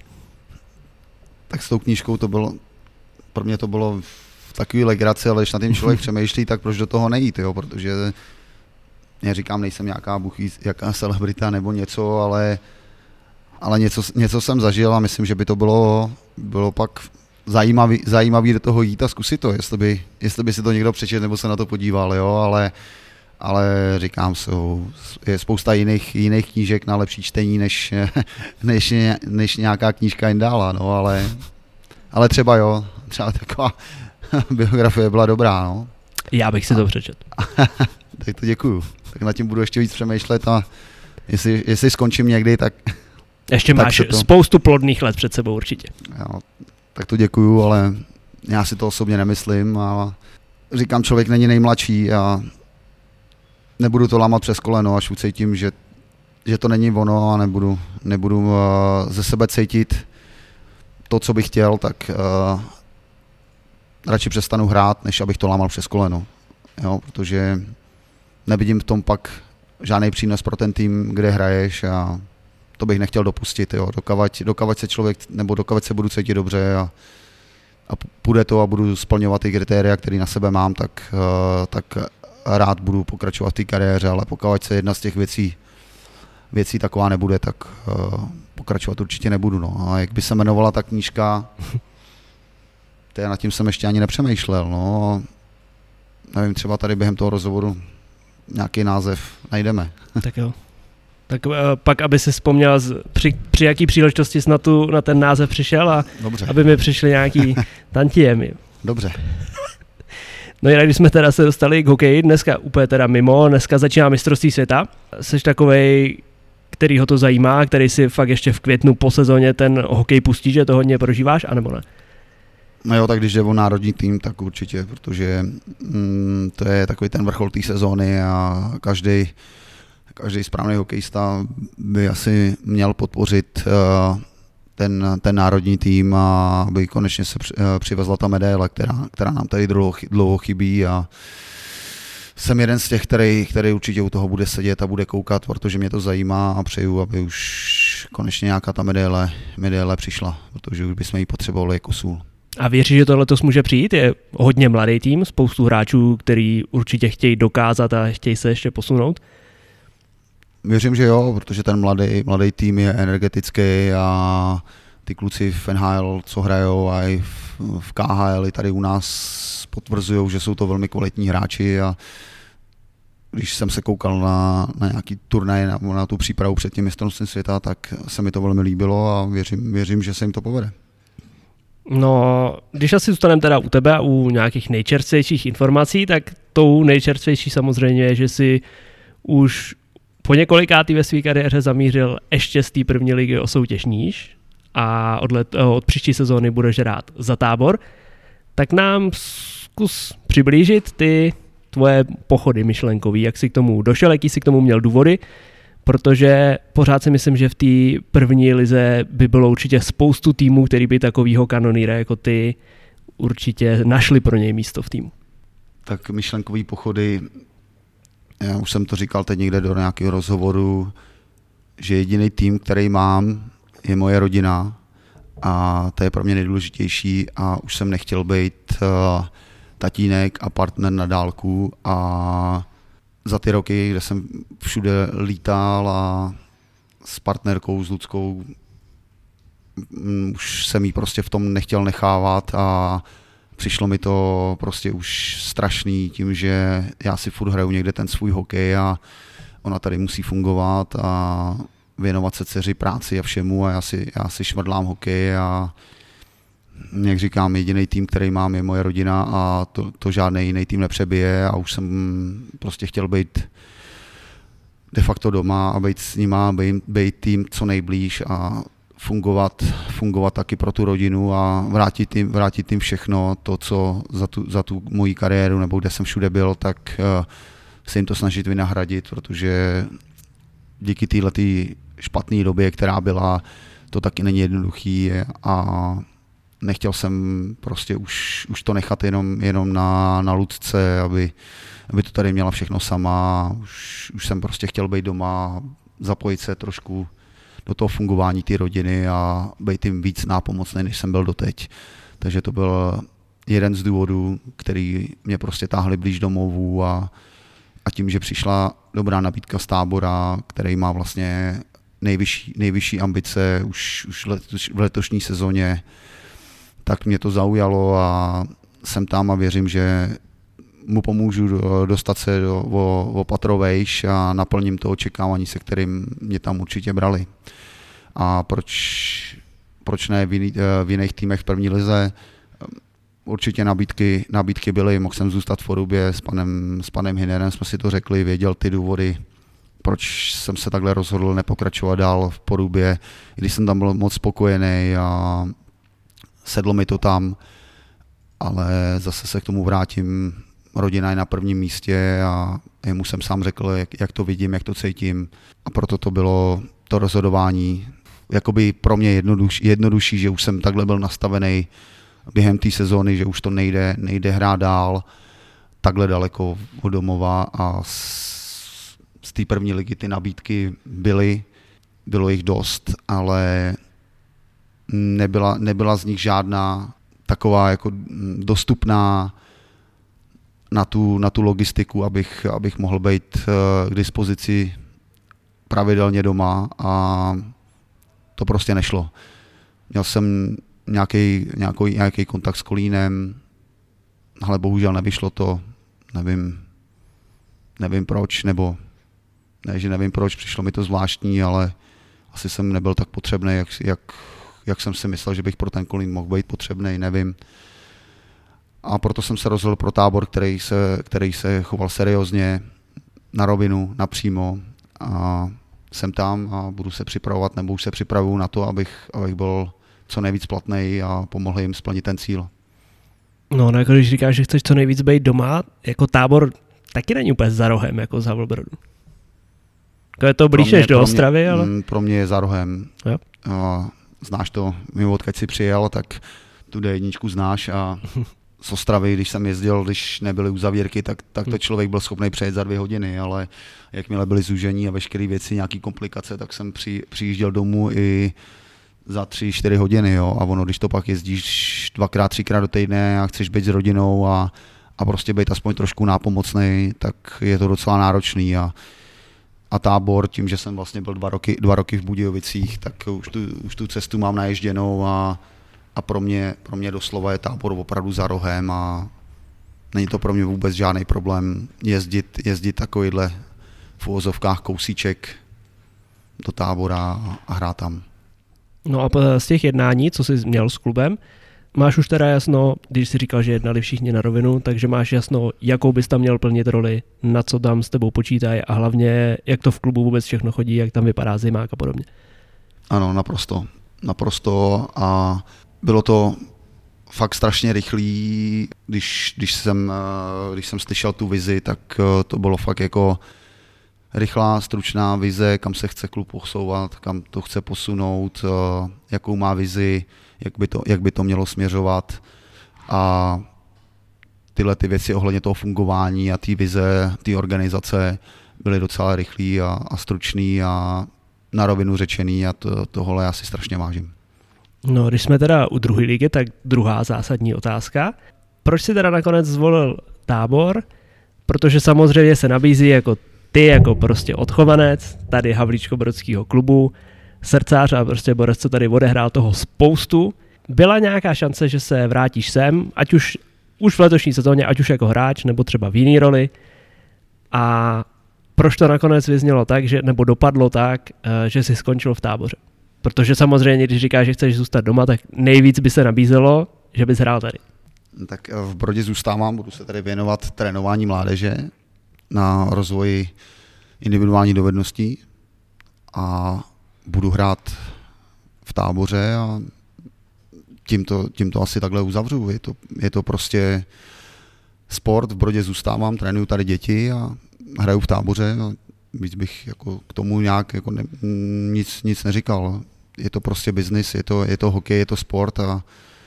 Tak s tou knížkou to bylo, pro mě to bylo takový legrace, ale když na tím člověk přemýšlí, tak proč do toho nejít, jo? Protože já říkám, nejsem nějaká buchý, jaká celebrita nebo něco, ale, ale něco, něco jsem zažil a myslím, že by to bylo, bylo pak zajímavý, zajímavý do toho jít a zkusit to, jestli by, jestli by si to někdo přečetl nebo se na to podíval, jo? Ale, ale říkám, jsou, je spousta jiných, jiných knížek na lepší čtení, než, než, než nějaká knížka Indála, no, ale, ale třeba jo, třeba taková biografie byla dobrá, no. Já bych si a, to přečetl. Tak to děkuju. Tak nad tím budu ještě víc přemýšlet a jestli, jestli skončím někdy, tak... Ještě tak máš to, spoustu plodných let před sebou určitě. Jo, tak to děkuju, ale já si to osobně nemyslím a říkám, člověk není nejmladší a nebudu to lámat přes koleno, až ucítím, že, že to není ono a nebudu, nebudu uh, ze sebe cítit to, co bych chtěl, tak uh, radši přestanu hrát, než abych to lámal přes koleno. Jo, protože nevidím v tom pak žádný přínos pro ten tým, kde hraješ a to bych nechtěl dopustit. Jo. Dokavať, dokavať se člověk, nebo dokavať se budu cítit dobře a, a půjde to a budu splňovat ty kritéria, které na sebe mám, tak, uh, tak rád budu pokračovat v té kariéře, ale pokud se jedna z těch věcí, věcí taková nebude, tak uh, pokračovat určitě nebudu. No. A jak by se jmenovala ta knížka, to nad tím jsem ještě ani nepřemýšlel. No. Nevím, třeba tady během toho rozhovoru nějaký název najdeme. Tak jo. Tak uh, pak, aby si vzpomněl, z, při, při jaký příležitosti jsi na, tu, na ten název přišel a Dobře. Aby mi přišly nějaký tantiemy. Dobře. No jinak, když jsme teda se dostali k hokeji, dneska úplně teda mimo, dneska začíná mistrovství světa. Jsi takovej, který ho to zajímá, který si fakt ještě v květnu po sezóně ten hokej pustí, že to hodně prožíváš, anebo ne? No jo, tak když jde o národní tým, tak určitě, protože mm, to je takový ten vrchol té sezóny a každý každý správný hokejista by asi měl podpořit uh, ten, ten národní tým a aby konečně se při, uh, přivezla ta medaile, která, která nám tady dlouho, dlouho chybí a jsem jeden z těch, který, který určitě u toho bude sedět a bude koukat, protože mě to zajímá a přeju, aby už konečně nějaká ta medaile, medaile přišla, protože už bychom ji potřebovali jako sůl. A věříš, že to letos může přijít? Je hodně mladý tým, spoustu hráčů, který určitě chtějí dokázat a chtějí se ještě posunout? Věřím, že jo, protože ten mladý, mladý tým je energetický a ty kluci v N H L, co hrajou, a i v, v K H L, i tady u nás potvrzují, že jsou to velmi kvalitní hráči a když jsem se koukal na, na nějaký turnaj, na, na tu přípravu před tím mistrovstvím světa, tak se mi to velmi líbilo a věřím, věřím, že se jim to povede. No, když asi zůstaneme teda u tebe a u nějakých nejčerstvějších informací, tak tou nejčerstvější samozřejmě je, že si už po několikátý ve své kariéře zamířil ještě z té první ligy o soutěž níž a od, let, od příští sezóny budeš hrát za Tábor. Tak nám zkus přiblížit ty tvoje pochody myšlenkový, jak jsi k tomu došel, jaký jsi k tomu měl důvody, protože pořád si myslím, že v té první lize by bylo určitě spoustu týmů, který by takovýho kanonýra jako ty určitě našli pro něj místo v týmu. Tak myšlenkový pochody, já už jsem to říkal teď někde do nějakého rozhovoru, že jediný tým, který mám, je moje rodina a to je pro mě nejdůležitější a už jsem nechtěl být uh, tatínek a partner na dálku a za ty roky, kde jsem všude lítal a s partnerkou, s Luckou, už jsem jí prostě v tom nechtěl nechávat a přišlo mi to prostě už strašný tím, že já si furt hraju někde ten svůj hokej a ona tady musí fungovat a věnovat se dceři, práci a všemu a já si, já si šmrdlám hokej a jak říkám, jediný tým, který mám, je moje rodina a to, to žádný jiný tým nepřebije a už jsem prostě chtěl být de facto doma a být s nima, být, být tým co nejblíž a fungovat, fungovat taky pro tu rodinu a vrátit jim, vrátit jim všechno to, co za tu, za tu moji kariéru nebo kde jsem všude byl, tak uh, se jim to snažit vynahradit, protože díky této špatné době, která byla, to taky není jednoduchý a nechtěl jsem prostě už, už to nechat jenom, jenom na, na Lucce, aby, aby to tady měla všechno sama. Už, už jsem prostě chtěl být doma, zapojit se trošku do toho fungování té rodiny a být jim víc nápomocný, než jsem byl doteď. Takže to byl jeden z důvodů, který mě prostě táhli blíž domovu a, a tím, že přišla dobrá nabídka z Tábora, který má vlastně nejvyšší, nejvyšší ambice už, už letoš, v letošní sezóně, tak mě to zaujalo a jsem tam a věřím, že mu pomůžu dostat se do, o, o patro vejš a naplním to očekávání, se kterým mě tam určitě brali. A proč, proč ne v, jiný, v jiných týmech v první lize? Určitě nabídky, nabídky byly, mohl jsem zůstat v Porubě s panem, s panem Hinerem, jsme si to řekli, věděl ty důvody, proč jsem se takhle rozhodl nepokračovat dál v Porubě, když jsem tam byl moc spokojený a sedlo mi to tam, ale zase se k tomu vrátím, rodina je na prvním místě a jemu jsem sám řekl, jak, jak to vidím, jak to cítím a proto to bylo to rozhodování jakoby pro mě jednoduš, jednodušší, že už jsem takhle byl nastavený během té sezóny, že už to nejde, nejde hrát dál takhle daleko od domova a z, z té první ligy ty nabídky byly, bylo jich dost, ale nebyla, nebyla z nich žádná taková jako dostupná na tu, na tu logistiku, abych, abych mohl být k dispozici pravidelně doma a to prostě nešlo. Měl jsem nějaký, nějaký, nějaký kontakt s Kolínem, ale bohužel nevyšlo to, nevím, nevím proč, nebo ne, že nevím proč, přišlo mi to zvláštní, ale asi jsem nebyl tak potřebný, jak, jak, jak jsem si myslel, že bych pro ten Kolín mohl být potřebný, nevím. A proto jsem se rozhodl pro Tábor, který se, který se choval seriózně, na rovinu, napřímo a jsem tam a budu se připravovat, nebo už se připravuju na to, abych, abych byl co nejvíc platnej a pomohl jim splnit ten cíl. No, no jako když říkáš, že chceš co nejvíc být doma, jako Tábor taky není úplně za rohem, jako z Havlbrodu. Jako je to blíž než do Ostravy, mě, ale... Pro mě je za rohem. Jo. A znáš to, mimo odkud jsi přijel, tak tu D jedna znáš a z Ostravy, když jsem jezdil, když nebyly uzavírky, tak, tak to člověk byl schopný přejet za dvě hodiny, ale jakmile byly zúžení a veškeré věci, nějaký komplikace, tak jsem při, přijížděl domů i za tři, čtyři hodiny, jo, a ono, když to pak jezdíš dvakrát, třikrát do týdne a chceš být s rodinou a, a prostě být aspoň trošku nápomocnej, tak je to docela náročný a a Tábor, tím, že jsem vlastně byl dva roky, dva roky v Budějovicích, tak už tu, už tu cestu mám naježděnou a, a pro mě, pro mě doslova je Tábor opravdu za rohem a není to pro mě vůbec žádný problém jezdit, jezdit takovýhle v uvozovkách kousíček do Tábora a hrát tam. No a z těch jednání, co jsi měl s klubem, máš už teda jasno, když jsi říkal, že jednali všichni na rovinu, takže máš jasno, jakou bys tam měl plnit roli, na co tam s tebou počítají a hlavně, jak to v klubu vůbec všechno chodí, jak tam vypadá zimák a podobně. Ano, naprosto. Naprosto a bylo to fakt strašně rychlý, když, když, jsem, když jsem slyšel tu vizi, tak to bylo fakt jako rychlá, stručná vize, kam se chce klub posouvat, kam to chce posunout, jakou má vizi, jak by to, jak by to mělo směřovat a tyhle ty věci ohledně toho fungování a té vize, té organizace byly docela rychlý a, a stručný a na rovinu řečený a to, tohle já si strašně vážím. No, když jsme teda u druhé ligy, tak druhá zásadní otázka. Proč jsi teda nakonec zvolil Tábor? Protože samozřejmě se nabízí jako ty, jako prostě odchovanec, tady Havlíčkobrodského klubu, srdcář a prostě borec, co tady odehrál toho spoustu. Byla nějaká šance, že se vrátíš sem, ať už, už v letošní sezóně, ať už jako hráč, nebo třeba v jiný roli. A proč to nakonec vyznělo tak, že, nebo dopadlo tak, že jsi skončil v Táboře? Protože samozřejmě, když říkáš, že chceš zůstat doma, tak nejvíc by se nabízelo, že bys hrál tady. Tak v Brodě zůstávám, budu se tady věnovat trénování mládeže na rozvoji individuální dovedností a budu hrát v Táboře a tím to, tím to asi takhle uzavřu. Je to, je to prostě sport, v Brodě zůstávám, trénuju tady děti a hraju v Táboře a víc bych jako k tomu nějak jako ne, nic, nic neříkal. Je to prostě biznis, je to, je to hokej, je to sport a,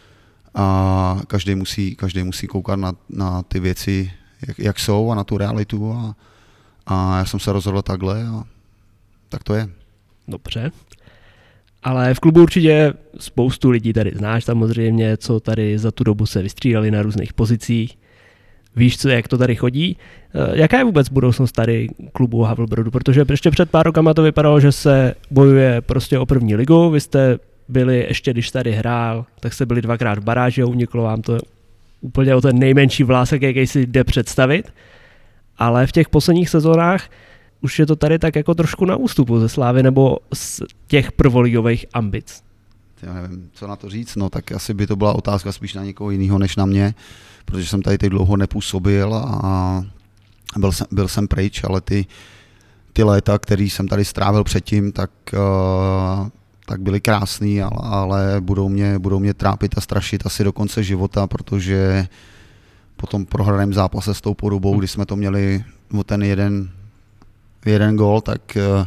a každý musí, každý musí koukat na, na ty věci, jak, jak jsou a na tu realitu a, a já jsem se rozhodl takhle a tak to je. Dobře. Ale v klubu určitě spoustu lidí tady znáš samozřejmě, co tady za tu dobu se vystřídali na různých pozicích. Víš, co, jak to tady chodí. Jaká je vůbec budoucnost tady klubu Havlbrodu? Protože ještě před pár rokama to vypadalo, že se bojuje prostě o první ligu. Vy jste byli, ještě když tady hrál, tak jste byli dvakrát v baráži a uniklo vám to úplně o ten nejmenší vlásek, jaký si jde představit. Ale v těch posledních sezónách už je to tady tak jako trošku na ústupu ze Slávy nebo z těch prvoligových ambic. Já nevím, co na to říct, no tak asi by to byla otázka spíš na někoho jiného než na mě, protože jsem tady teď dlouho nepůsobil a byl jsem, byl jsem pryč, ale ty, ty léta, který jsem tady strávil předtím, tak, uh, tak byly krásný, ale, ale budou, mě, budou mě trápit a strašit asi do konce života, protože po tom prohraném zápase s tou Porubou, kdy jsme to měli o ten jeden, jeden gól, tak uh,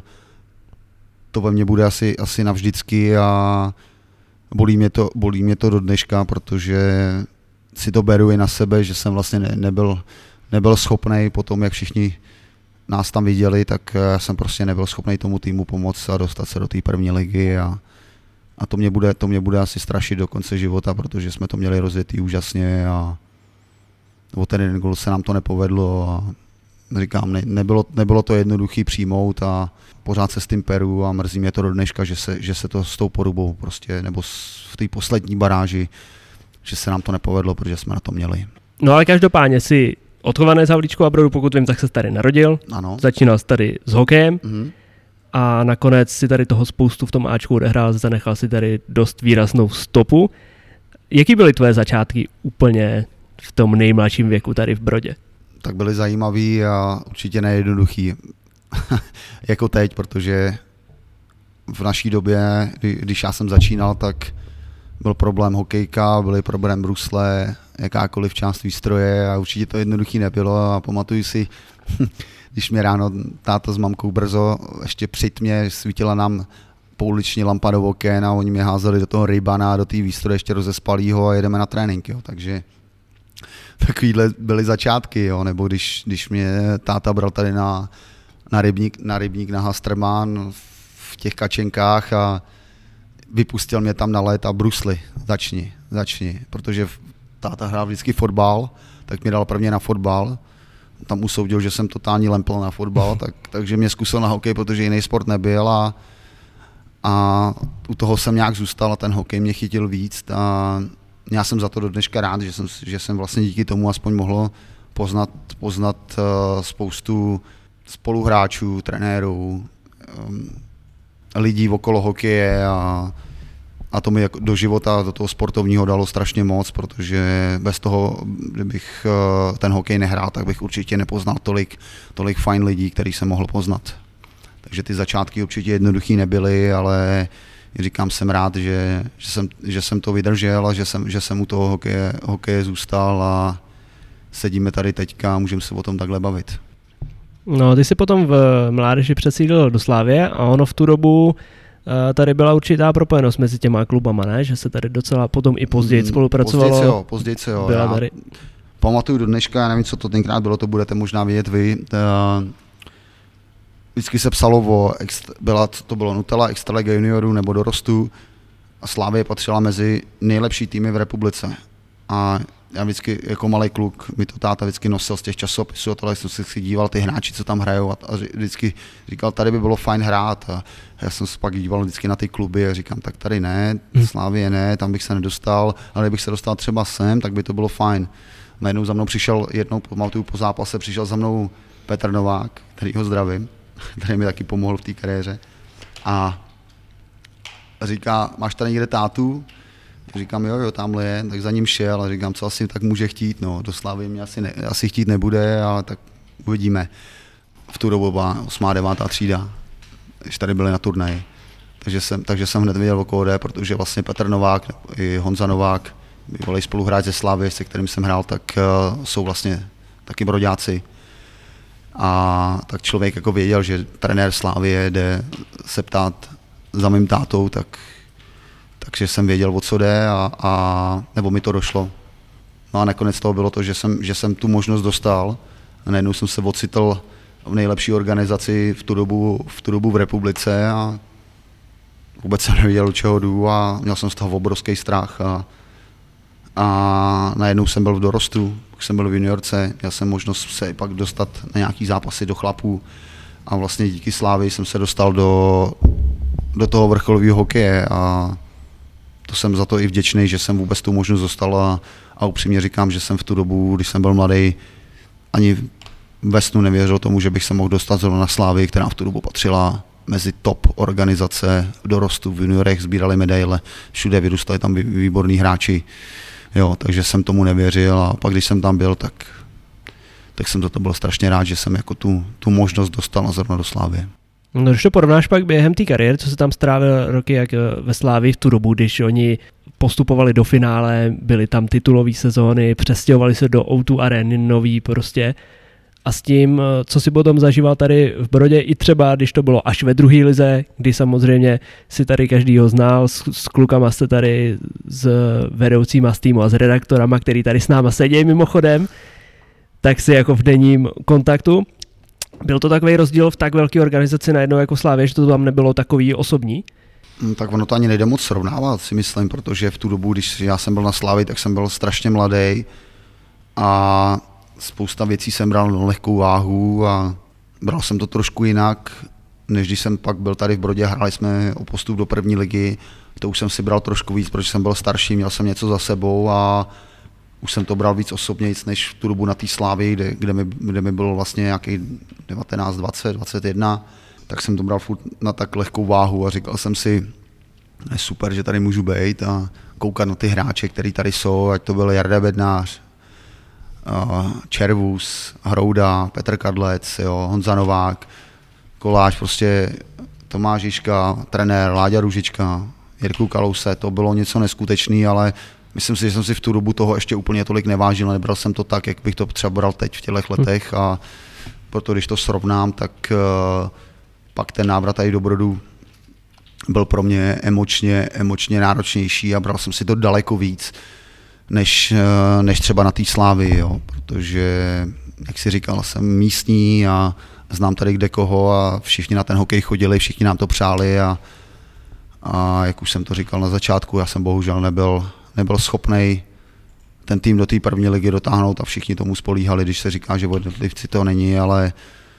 to ve mně bude asi, asi navždycky a bolí mě to, bolí mě to do dneška, protože si to beru i na sebe, že jsem vlastně ne, nebyl, nebyl schopný po tom, jak všichni nás tam viděli, tak já jsem prostě nebyl schopný tomu týmu pomoct a dostat se do té první ligy a, a to, mě bude, to mě bude asi strašit do konce života, protože jsme to měli rozjetý úžasně a o ten jeden gol se nám to nepovedlo a říkám, ne, nebylo, nebylo to jednoduchý přijmout a pořád se s tím peru a mrzí mě to do dneška, že se, že se to s tou Porubou prostě, nebo v té poslední baráži, že se nám to nepovedlo, protože jsme na to měli. No ale každopádně si odchovaný z Havlíčkova Brodu, pokud vím, tak se tady narodil. Ano. Začínal jsi tady s hokejem Mhm. a nakonec si tady toho spoustu v tom Ačku odehrál, zanechal si tady dost výraznou stopu. Jaký byly tvoje začátky úplně v tom nejmladším věku tady v Brodě? Tak byly zajímavý a určitě nejednoduchý. Jako teď, protože v naší době, kdy, když já jsem začínal, tak byl problém hokejka, byly problém brusle, jakákoliv část výstroje a určitě to jednoduchý nebylo a pamatuju si, když mě ráno táta s mamkou brzo, ještě při tmě svítila nám pouliční lampa do oken a oni mě házeli do toho rybana, do té výstroje ještě rozespalýho a jedeme na trénink, jo. Takže takovýhle byly začátky, jo. Nebo když, když mě táta bral tady na, na, rybník, na rybník na Hastrman v těch kačenkách a vypustil mě tam na led a brusli, začni, začni, protože táta hrál vždycky fotbal, tak mě dal prvně na fotbal, tam usoudil, že jsem totální lempl na fotbal, tak, takže mě zkusil na hokej, protože jiný sport nebyl a, a u toho jsem nějak zůstal a ten hokej mě chytil víc a já jsem za to do dneška rád, že jsem, že jsem vlastně díky tomu aspoň mohl poznat, poznat uh, spoustu spoluhráčů, trenérů, um, lidí okolo hokeje a, a to mi do života, do toho sportovního dalo strašně moc, protože bez toho, kdybych uh, ten hokej nehrál, tak bych určitě nepoznal tolik, tolik fajn lidí, který jsem mohl poznat. Takže ty začátky určitě jednoduchý nebyly, ale říkám, jsem rád, že, že, jsem, že jsem to vydržel a že jsem, že jsem u toho hokeje, hokeje zůstal a sedíme tady teďka a můžeme se o tom takhle bavit. No, ty jsi potom v mládeži přesídlil do Slavie a ono v tu dobu tady byla určitá propojenost mezi těma klubama, ne? Že se tady docela potom i později spolupracovalo. Později jo, později jo. Byla tady... Pamatuju do dneška, já nevím, co to tenkrát bylo, to budete možná vědět vy. Vždycky se psalo o, byla, to bylo Nutella, Extraliga juniorů nebo dorostu a Slavie patřila mezi nejlepší týmy v republice. A já vždycky jako malý kluk, mi to táta vždycky nosil z těch časopisů a tohle jsem si díval ty hráči, co tam hrajou a, a vždycky říkal, tady by bylo fajn hrát a já jsem se pak díval vždycky na ty kluby a říkám, tak tady ne, Slavie ne, tam bych se nedostal, ale kdybych se dostal třeba sem, tak by to bylo fajn. Najednou za mnou přišel, jednou pamatuju po zápase, přišel za mnou Petr Novák, který ho zdravím, který mi taky pomohl v té kariéře a říká, máš tady někde tátu? Říkám, jo, jo, tamhle je, tak za ním šel a říkám, co asi tak může chtít, no, do Slavie mě asi, ne, asi chtít nebude, ale tak uvidíme. V tu dobu byla osmá, devátá třída, když tady byli na turnaji. Takže jsem, takže jsem hned věděl, o koho jde, protože vlastně Petr Novák i Honza Novák, bývalý spoluhráč ze Slavie, se kterým jsem hrál, tak uh, jsou vlastně taky broďáci. A tak člověk jako věděl, že trenér Slavie jde se ptát za mým tátou, tak takže jsem věděl, o co jde a, a nebo mi to došlo. No a nakonec toho bylo to, že jsem, že jsem tu možnost dostal a najednou jsem se ocitl v nejlepší organizaci v tu dobu v, tu dobu v republice a vůbec jsem nevěděl, do čeho jdu a měl jsem z toho obrovský strach a, a najednou jsem byl v dorostu, pak jsem byl v juniorce, měl jsem možnost se pak dostat na nějaký zápasy do chlapů a vlastně díky Slávii jsem se dostal do, do toho vrcholového hokeje a to jsem za to i vděčný, že jsem vůbec tu možnost dostal a, a upřímně říkám, že jsem v tu dobu, když jsem byl mladý, ani ve snu nevěřil tomu, že bych se mohl dostat zrovna na Slávii, která v tu dobu patřila mezi top organizace dorostu, v juniorech sbírali medaile, všude vyrůstali tam výborní hráči, jo, takže jsem tomu nevěřil a pak když jsem tam byl, tak, tak jsem za to byl strašně rád, že jsem jako tu, tu možnost dostal a zrovna do Slávie. No, když to porovnáš pak během té kariéry, co se tam strávil roky jak ve Slávii v tu dobu, když oni postupovali do finále, byly tam titulové sezóny, přestěhovali se do ó dva Areny nový prostě a s tím, co si potom zažíval tady v Brodě, i třeba, když to bylo až ve druhé lize, kdy samozřejmě si tady každýho znal, s, s klukama jste tady s vedoucíma z týmu a s redaktorama, který tady s náma sedí mimochodem, tak si jako v denním kontaktu. Byl to takový rozdíl v tak velké organizaci najednou jako Slavie, že to tam nebylo takový osobní? Tak ono to ani nejde moc srovnávat, si myslím, protože v tu dobu, když já jsem byl na Slavii, tak jsem byl strašně mladý a spousta věcí jsem bral na lehkou váhu a bral jsem to trošku jinak, než když jsem pak byl tady v Brodě, hráli jsme o postup do první ligy, to už jsem si bral trošku víc, protože jsem byl starší, měl jsem něco za sebou a už jsem to bral víc osobně, než v tu dobu na té Slávii, kde, kde, mi, kde mi bylo vlastně nějaký devatenáct, dvacet, dvacet jedna, tak jsem to bral furt na tak lehkou váhu a říkal jsem si, je super, že tady můžu být a koukat na ty hráče, který tady jsou, ať to byl Jarda Bednář, Červus, Hrouda, Petr Kadlec, jo, Honza Novák, Koláč, prostě Tomáš Žižka, trenér Láďa Růžička, Jirku Kalouse, to bylo něco neskutečný, ale myslím si, že jsem si v tu dobu toho ještě úplně tolik nevážil, nebral jsem to tak, jak bych to třeba bral teď v těch letech a proto když to srovnám, tak uh, pak ten návrat tady do Brodu byl pro mě emočně, emočně náročnější a bral jsem si to daleko víc, než, uh, než třeba na té Slávii, jo, protože, jak si říkal, jsem místní a znám tady kde koho a všichni na ten hokej chodili, všichni nám to přáli a, a jak už jsem to říkal na začátku, já jsem bohužel nebyl nebyl schopnej ten tým do té první ligy dotáhnout a všichni tomu spolíhali, když se říká, že o jednotlivci to není, ale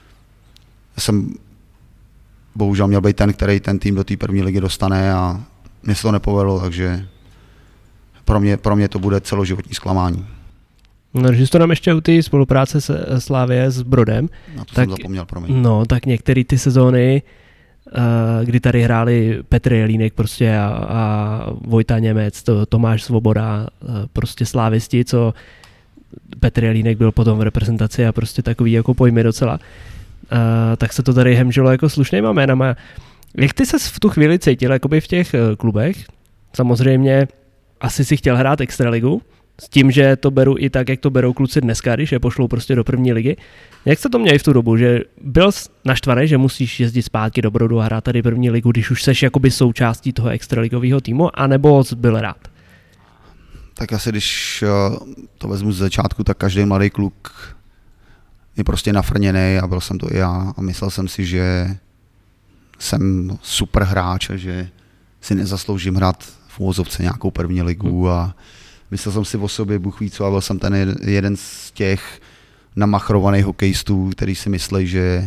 jsem bohužel měl být ten, který ten tým do té první ligy dostane a mně se to nepovedlo, takže pro mě, pro mě to bude celoživotní zklamání. No, když to nám ještě u té spolupráce s Slavie s Brodem. Na to tak, jsem zapomněl, promiň. No, tak některé ty sezóny, uh, kdy tady hráli Petr Jelínek prostě a, a Vojta Němec, to, Tomáš Svoboda, uh, prostě slávisti, co Petr Jelínek byl potom v reprezentaci a prostě takový jako pojmy docela. Uh, tak se to tady hemžilo jako slušnýma jménama. Jak ty ses v tu chvíli cítil jakoby v těch uh, klubech? Samozřejmě asi si chtěl hrát extraligu, s tím, že to beru i tak, jak to berou kluci dneska, když je pošlou prostě do první ligy. Jak se to měli v tu dobu, že byl naštvaný, že musíš jezdit zpátky do Brodu a hrát tady první ligu, když už seš jakoby součástí toho extraligového týmu, anebo jsi byl rád? Tak asi když to vezmu z začátku, tak každý mladý kluk je prostě nafrněný a byl jsem to i já a myslel jsem si, že jsem super hráč a že si nezasloužím hrát v uvozovce nějakou první ligu a myslel jsem si o sobě, Bůh ví co, a byl jsem ten jeden z těch namachrovaných hokejistů, který si myslí, že,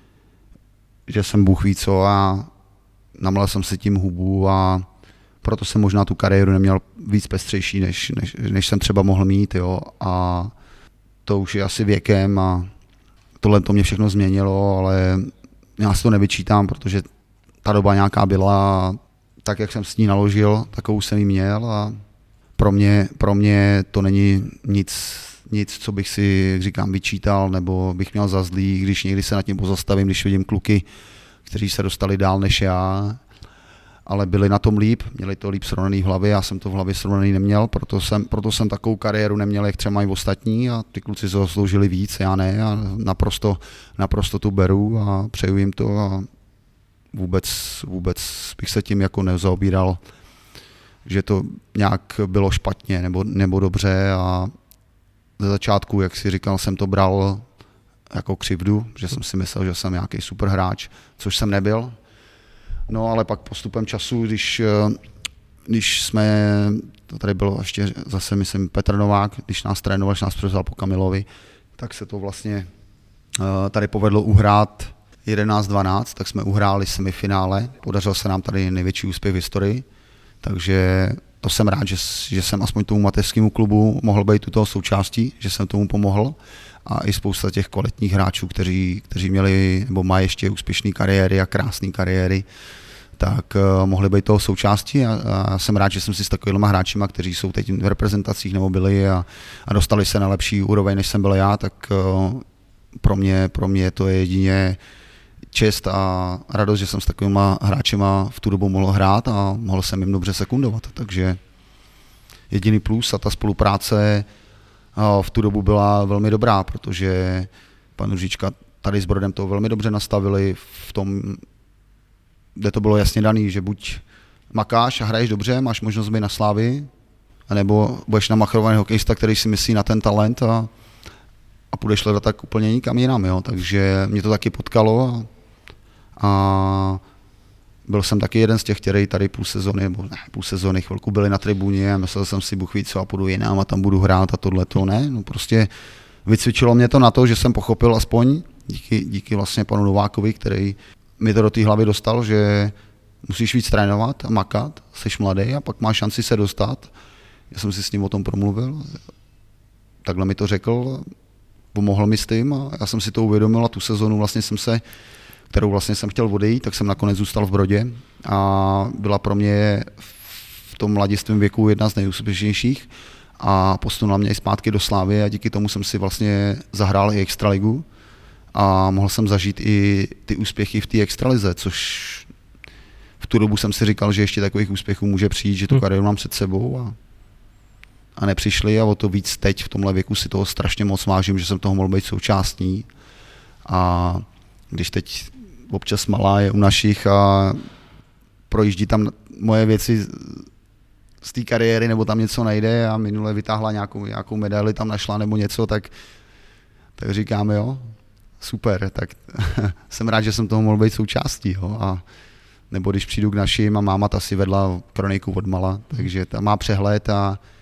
že jsem Bůh ví co a namlel jsem si tím hubu a proto jsem možná tu kariéru neměl víc pestřejší, než, než, než jsem třeba mohl mít. Jo. A to už je asi věkem a tohle to mě všechno změnilo, ale já si to nevyčítám, protože ta doba nějaká byla, tak jak jsem s ní naložil, takovou jsem ji měl a pro mě, pro mě to není nic, nic, co bych si, jak říkám, vyčítal nebo bych měl za zlý, když někdy se nad tím pozastavím, když vidím kluky, kteří se dostali dál než já, ale byli na tom líp, měli to líp srovnaný v hlavě, já jsem to v hlavě srovnaný neměl, proto jsem, proto jsem takovou kariéru neměl, jak třeba mají ostatní a ty kluci se zasloužili víc, já ne a naprosto, naprosto tu beru a přeju jim to a vůbec, vůbec bych se tím jako nezaobíral, že to nějak bylo špatně nebo, nebo dobře a ze začátku, jak si říkal, jsem to bral jako křivdu, že jsem si myslel, že jsem nějaký super hráč, což jsem nebyl. No ale pak postupem času, když, když jsme, to tady bylo ještě zase, myslím, Petr Novák, když nás trénoval, když nás převzal po Kamilovi, tak se to vlastně tady povedlo uhrát jedenáct dvanáct, tak jsme uhráli semifinále, podařil se nám tady největší úspěch v historii, takže to jsem rád, že, že jsem aspoň tomu mateřskému klubu mohl být u toho součástí, že jsem tomu pomohl a i spousta těch kvalitních hráčů, kteří, kteří měli nebo mají ještě úspěšné kariéry a krásné kariéry, tak uh, mohli být toho součástí a, a jsem rád, že jsem si s takovými hráči, kteří jsou teď v reprezentacích nebo byli a, a dostali se na lepší úroveň, než jsem byl já, tak uh, pro mě, pro mě to je jedině čest a radost, že jsem s takovými hráčema v tu dobu mohl hrát a mohl jsem jim dobře sekundovat. Takže jediný plus a ta spolupráce v tu dobu byla velmi dobrá, protože pan Růžička tady s Brodem to velmi dobře nastavili v tom, kde to bylo jasně daný, že buď makáš a hraješ dobře, máš možnost být na Slávii, anebo budeš namachrovaný hokejista, který si myslí na ten talent a, a půjdeš hledat tak úplně nikam jinam. Jo. Takže mě to taky potkalo a, a byl jsem taky jeden z těch, který tady půl sezony, nebo ne, půl sezony chvilku byli na tribuně a myslel jsem si, Bůh ví co, a půjdu jinam a tam budu hrát a tohle to ne. No prostě vycvičilo mě to na to, že jsem pochopil aspoň díky, díky vlastně panu Novákovi, který mi to do té hlavy dostal, že musíš víc trénovat a makat, jsi mladý a pak máš šanci se dostat. Já jsem si s ním o tom promluvil, takhle mi to řekl, pomohl mi s tím a já jsem si to uvědomil a tu sezonu vlastně jsem se, kterou vlastně jsem chtěl odejít, tak jsem nakonec zůstal v Brodě a byla pro mě v tom mladistvém věku jedna z nejúspěšnějších a posunula mě i zpátky do Slávy a díky tomu jsem si vlastně zahrál i extraligu a mohl jsem zažít i ty úspěchy v té extralize, což v tu dobu jsem si říkal, že ještě takových úspěchů může přijít, že tu kariéru mám před sebou a, a nepřišli a o to víc teď v tomhle věku si toho strašně moc vážím, že jsem toho mohl být součástí a když teď občas malá je u našich a projíždí tam moje věci z té kariéry nebo tam něco najde a minule vytáhla nějakou, nějakou medaili, tam našla nebo něco, tak, tak říkáme jo, super, tak jsem rád, že jsem toho mohl být součástí. Jo, a nebo když přijdu k našim a máma ta si vedla kroniku od mala, takže ta má přehled a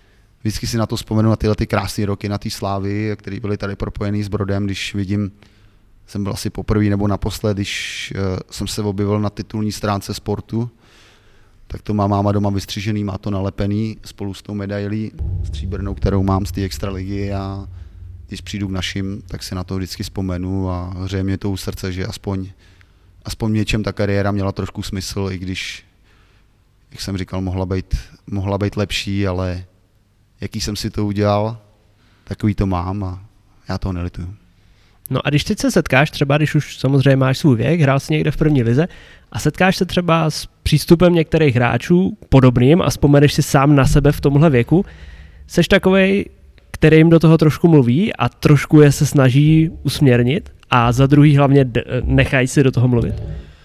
vždycky si na to vzpomenu, na tyhle ty krásné roky, na té Slávy, které byly tady propojený s Brodem, když vidím, jsem byl asi poprvé nebo naposled, když uh, jsem se objevil na titulní stránce Sportu, tak to má máma doma vystřižený, má to nalepený spolu s tou medailí stříbrnou, kterou mám z té extraligy a když přijdu k našim, tak si na to vždycky vzpomenu a hřeje mě to u srdce, že aspoň, aspoň něčem ta kariéra měla trošku smysl, i když, jak jsem říkal, mohla být, mohla být lepší, ale jaký jsem si to udělal, takový to mám a já toho nelituju. No a když teď se setkáš, třeba když už samozřejmě máš svůj věk, hrál jsi někde v první lize a setkáš se třeba s přístupem některých hráčů podobným a vzpomeneš si sám na sebe v tomhle věku, seš takovej, který jim do toho trošku mluví a trošku je se snaží usměrnit a za druhý hlavně nechají si do toho mluvit?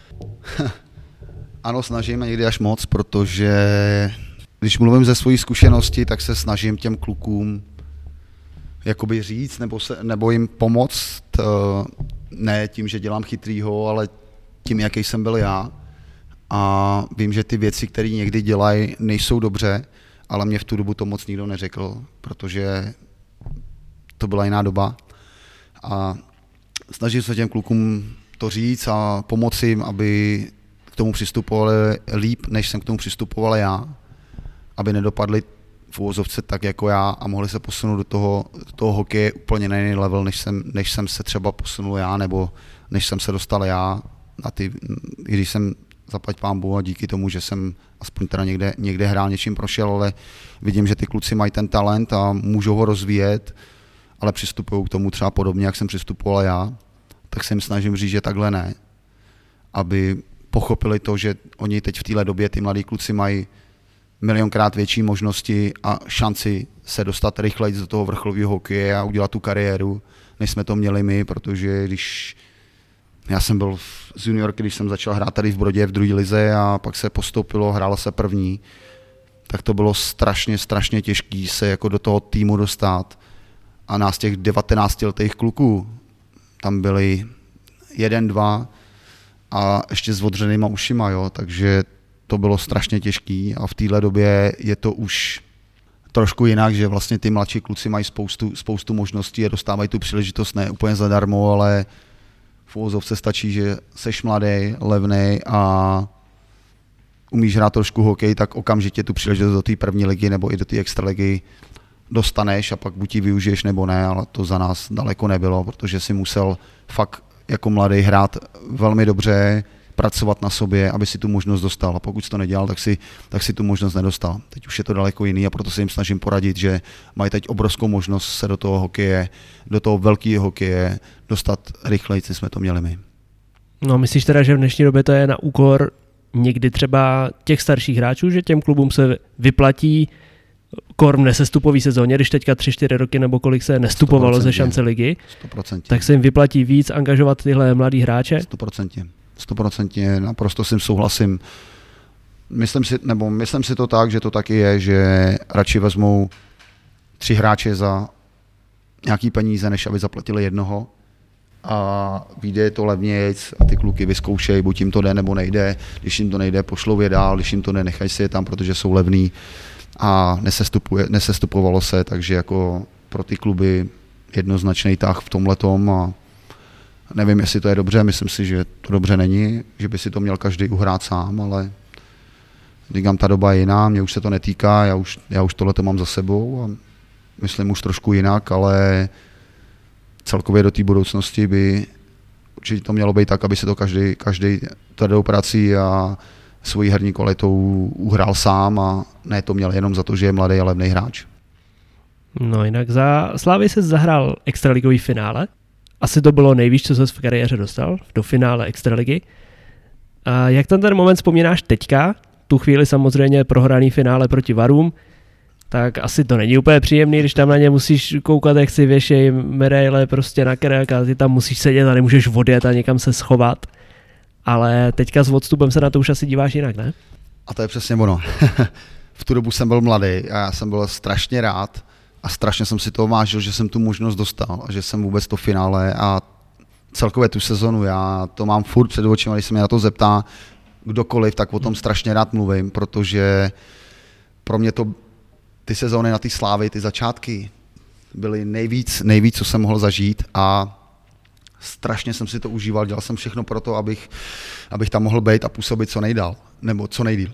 Ano, snažíme někdy až moc, protože když mluvím ze své zkušenosti, tak se snažím těm klukům jakoby říct nebo, se, nebo jim pomoct, ne tím, že dělám chytrýho, ale tím, jaký jsem byl já. A vím, že ty věci, které někdy dělají, nejsou dobře, ale mě v tu dobu to moc nikdo neřekl, protože to byla jiná doba. A snažím se těm klukům to říct a pomoci jim, aby k tomu přistupovali líp, než jsem k tomu přistupoval já, aby nedopadli v uvozovce tak jako já a mohli se posunout do toho, do toho hokeje úplně na jiný level, než jsem, než jsem se třeba posunul já, nebo než jsem se dostal já. A ty, když jsem zaplať pánbu a díky tomu, že jsem aspoň teda někde, někde hrál, něčím prošel, ale vidím, že ty kluci mají ten talent a můžou ho rozvíjet, ale přistupují k tomu třeba podobně, jak jsem přistupoval já, tak se jim snažím říct, že takhle ne. Aby pochopili to, že oni teď v téhle době, ty mladí kluci mají milionkrát větší možnosti a šanci se dostat rychleji do toho vrcholového hokeje a udělat tu kariéru, než jsme to měli my, protože když já jsem byl z juniorky, když jsem začal hrát tady v Brodě v druhé lize a pak se postoupilo, hrálo se první, tak to bylo strašně, strašně těžké se jako do toho týmu dostat. A nás těch devatenáctiletých kluků, tam byli jeden, dva a ještě s odřenýma ušima, jo, takže to bylo strašně těžký a v téhle době je to už trošku jinak, že vlastně ty mladší kluci mají spoustu, spoustu možností a dostávají tu příležitost ne úplně zadarmo, ale v uvozovce stačí, že seš mladý, levnej a umíš hrát trošku hokej, tak okamžitě tu příležitost do té první ligy nebo i do té extraligy dostaneš a pak buď ji využiješ nebo ne, ale to za nás daleko nebylo, protože si musel fakt jako mladý hrát velmi dobře, pracovat na sobě, aby si tu možnost dostal. A pokud jsi to nedělal, tak si, tak si tu možnost nedostal. Teď už je to daleko jiný a proto se jim snažím poradit, že mají teď obrovskou možnost se do toho hokeje, do toho velkého hokeje dostat rychleji, než jsme to měli my. No, myslíš teda, že v dnešní době to je na úkor někdy třeba těch starších hráčů, že těm klubům se vyplatí korm nesestupový sezóně, když teďka tři čtyři roky nebo kolik se nestupovalo ze šance ligy, sto procent. Tak se jim vyplatí víc angažovat tyhle mladý hráče? sto procent. Stoprocentně, naprosto s tím souhlasím. Myslím si, nebo myslím si to tak, že to taky je, že radši vezmou tři hráče za nějaký peníze, než aby zaplatili jednoho a vyjde to levnějc a ty kluky vyzkoušejí, buď jim to jde nebo nejde, když jim to nejde, pošlou je dál, když jim to jde, nechají si je tam, protože jsou levný a nesestupuje, nesestupovalo se, takže jako pro ty kluby jednoznačný tah v tomhletom a nevím, jestli to je dobře, myslím si, že to dobře není, že by si to měl každý uhrát sám, ale říkám, ta doba je jiná, mě už se to netýká, já už, já už tohleto mám za sebou a myslím už trošku jinak, ale celkově do té budoucnosti by určitě to mělo být tak, aby si to každý, každý tvrdou prací a svojí herní kvalitou uhrál sám a ne to měl jenom za to, že je mladý a levný hráč. No jinak za Slávy se zahrál extraligový finále. Asi to bylo nejvíc, co ses v kariéře dostal, do finále extraligy. A jak ten ten moment vzpomínáš teďka, tu chvíli samozřejmě prohraný finále proti Varům, tak asi to není úplně příjemný, když tam na ně musíš koukat, jak si věšej medaile prostě na krk a ty tam musíš sedět a nemůžeš odjet a někam se schovat. Ale teďka s odstupem se na to už asi díváš jinak, ne? A to je přesně ono. V tu dobu jsem byl mladý a já jsem byl strašně rád a strašně jsem si toho vážil, že jsem tu možnost dostal a že jsem vůbec to finále a celkově tu sezonu, já to mám furt před očima, když se mě na to zeptá kdokoliv, tak o tom strašně rád mluvím, protože pro mě to ty sezóny na ty Slávy, ty začátky byly nejvíc, nejvíc, co jsem mohl zažít a strašně jsem si to užíval, dělal jsem všechno pro to, abych, abych tam mohl být a působit co nejdál, nebo co nejdýl.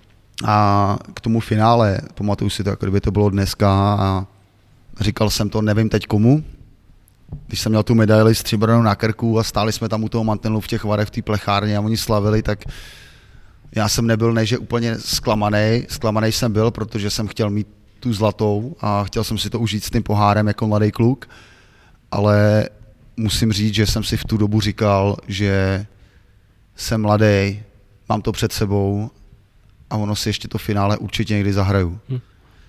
A k tomu finále, pamatuju si to, jako kdyby to bylo dneska a říkal jsem to, nevím teď komu, když jsem měl tu medaili stříbrnou na krku a stáli jsme tam u toho mantelu v těch varech v té plechárně a oni slavili, tak já jsem nebyl než úplně zklamaný, zklamaný jsem byl, protože jsem chtěl mít tu zlatou a chtěl jsem si to užít s tím pohárem jako mladý kluk, ale musím říct, že jsem si v tu dobu říkal, že jsem mladý, mám to před sebou a ono si ještě to finále určitě někdy zahraju. Hm.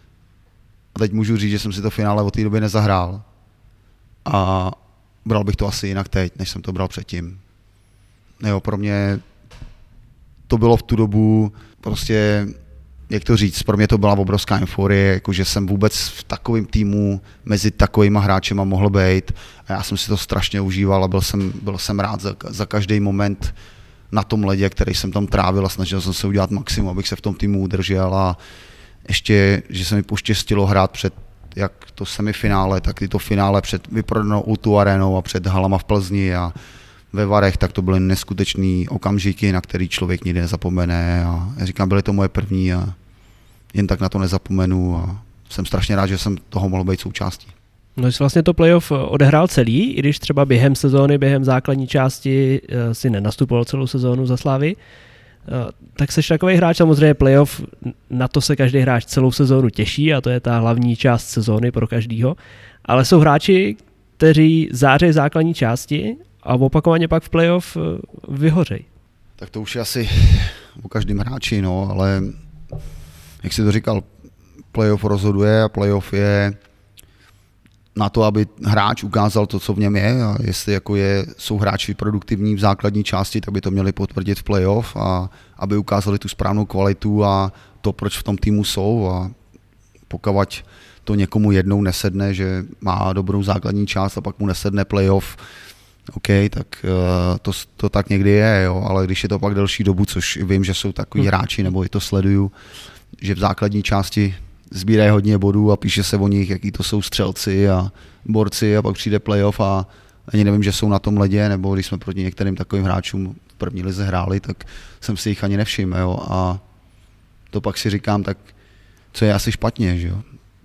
A teď můžu říct, že jsem si to finále od té doby nezahrál a bral bych to asi jinak teď, než jsem to bral předtím. Jo, pro mě to bylo v tu dobu prostě, jak to říct, pro mě to byla obrovská euforie, jakože jsem vůbec v takovém týmu mezi takovýma hráčema mohl být a já jsem si to strašně užíval a byl jsem, byl jsem rád za, za každý moment na tom ledě, který jsem tam trávil a snažil jsem se udělat maximum, abych se v tom týmu udržel a ještě, že se mi poštěstilo hrát před jak to semifinále, tak i to finále před vyprodanou O dva arénou a před halama v Plzni a ve Varech, tak to byly neskutečný okamžiky, na který člověk nikdy nezapomene a já říkám, byly to moje první a jen tak na to nezapomenu a jsem strašně rád, že jsem toho mohl být součástí. No jsi vlastně to playoff odehrál celý, i když třeba během sezóny, během základní části si nenastupoval celou sezónu za Slávy, tak seš takový hráč, samozřejmě playoff, na to se každý hráč celou sezónu těší a to je ta hlavní část sezóny pro každýho, ale jsou hráči, kteří zářejí základní části a opakovaně pak v playoff vyhořej. Tak to už je asi o každém hráči, no, ale jak jsi to říkal, playoff rozhoduje a playoff je na to, aby hráč ukázal to, co v něm je a jestli jako je, jsou hráči produktivní v základní části, tak by to měli potvrdit v playoff a aby ukázali tu správnou kvalitu a to, proč v tom týmu jsou a pokud to někomu jednou nesedne, že má dobrou základní část a pak mu nesedne playoff, OK, tak uh, to, to tak někdy je, jo, ale když je to pak delší dobu, což vím, že jsou takový hmm. hráči, nebo i to sleduju, že v základní části sbírají hodně bodů a píše se o nich, jaký to jsou střelci a borci a pak přijde playoff a ani nevím, že jsou na tom ledě, nebo když jsme proti některým takovým hráčům v první lize hráli, tak jsem si jich ani nevšiml, jo, a to pak si říkám, tak co je asi špatně, že jo.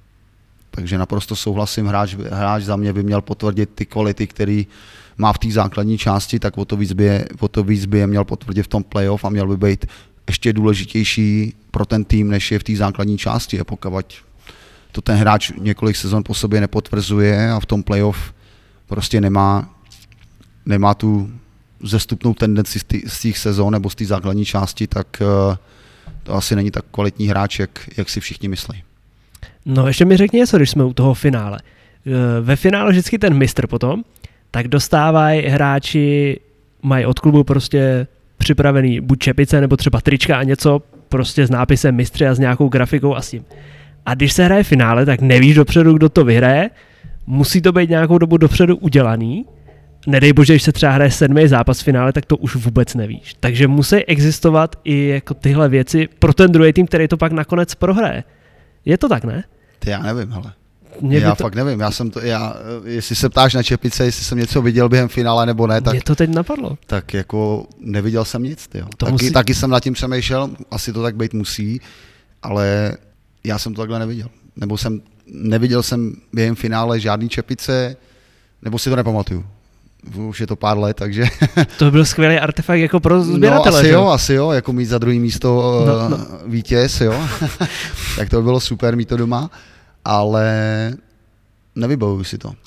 Takže naprosto souhlasím, hráč, hráč za mě by měl potvrdit ty kvality, který má v té základní části, tak o to víc by je, o to víc by je měl potvrdit v tom playoff a měl by být ještě důležitější pro ten tým, než je v té základní části. A pokud to ten hráč několik sezon po sobě nepotvrzuje a v tom playoff prostě nemá, nemá tu zestupnou tendenci z těch sezon nebo z té základní části, tak to asi není tak kvalitní hráč, jak, jak si všichni myslí. No ještě mi řekni něco, když jsme u toho finále. Ve finále vždycky ten mistr potom, tak dostávají hráči, mají od klubu prostě připravený buď čepice, nebo třeba trička a něco prostě s nápisem mistři a s nějakou grafikou a s tím. A když se hraje finále, tak nevíš dopředu, kdo to vyhraje, musí to být nějakou dobu dopředu udělaný, nedej bože, když se třeba hraje sedmý zápas v finále, tak to už vůbec nevíš. Takže musí existovat i jako tyhle věci pro ten druhý tým, který to pak nakonec prohraje. Je to tak, ne? Ty já nevím, hele. Já to... fakt nevím, já jsem to, já, jestli se ptáš na čepice, jestli jsem něco viděl během finále nebo ne, tak... Mě to teď napadlo. Tak jako neviděl jsem nic, tyjo. Taky, musí... taky jsem nad tím přemýšlel, asi to tak být musí, ale já jsem to takhle neviděl. Nebo jsem, neviděl jsem během finále žádný čepice, nebo si to nepamatuju. Už je to pár let, takže... To byl skvělý artefakt jako pro sběratele, no, asi že? jo, asi jo, jako mít za druhý místo no, no. vítěz, jo. Tak to by bylo super mít to doma, ale nevybavuju si to.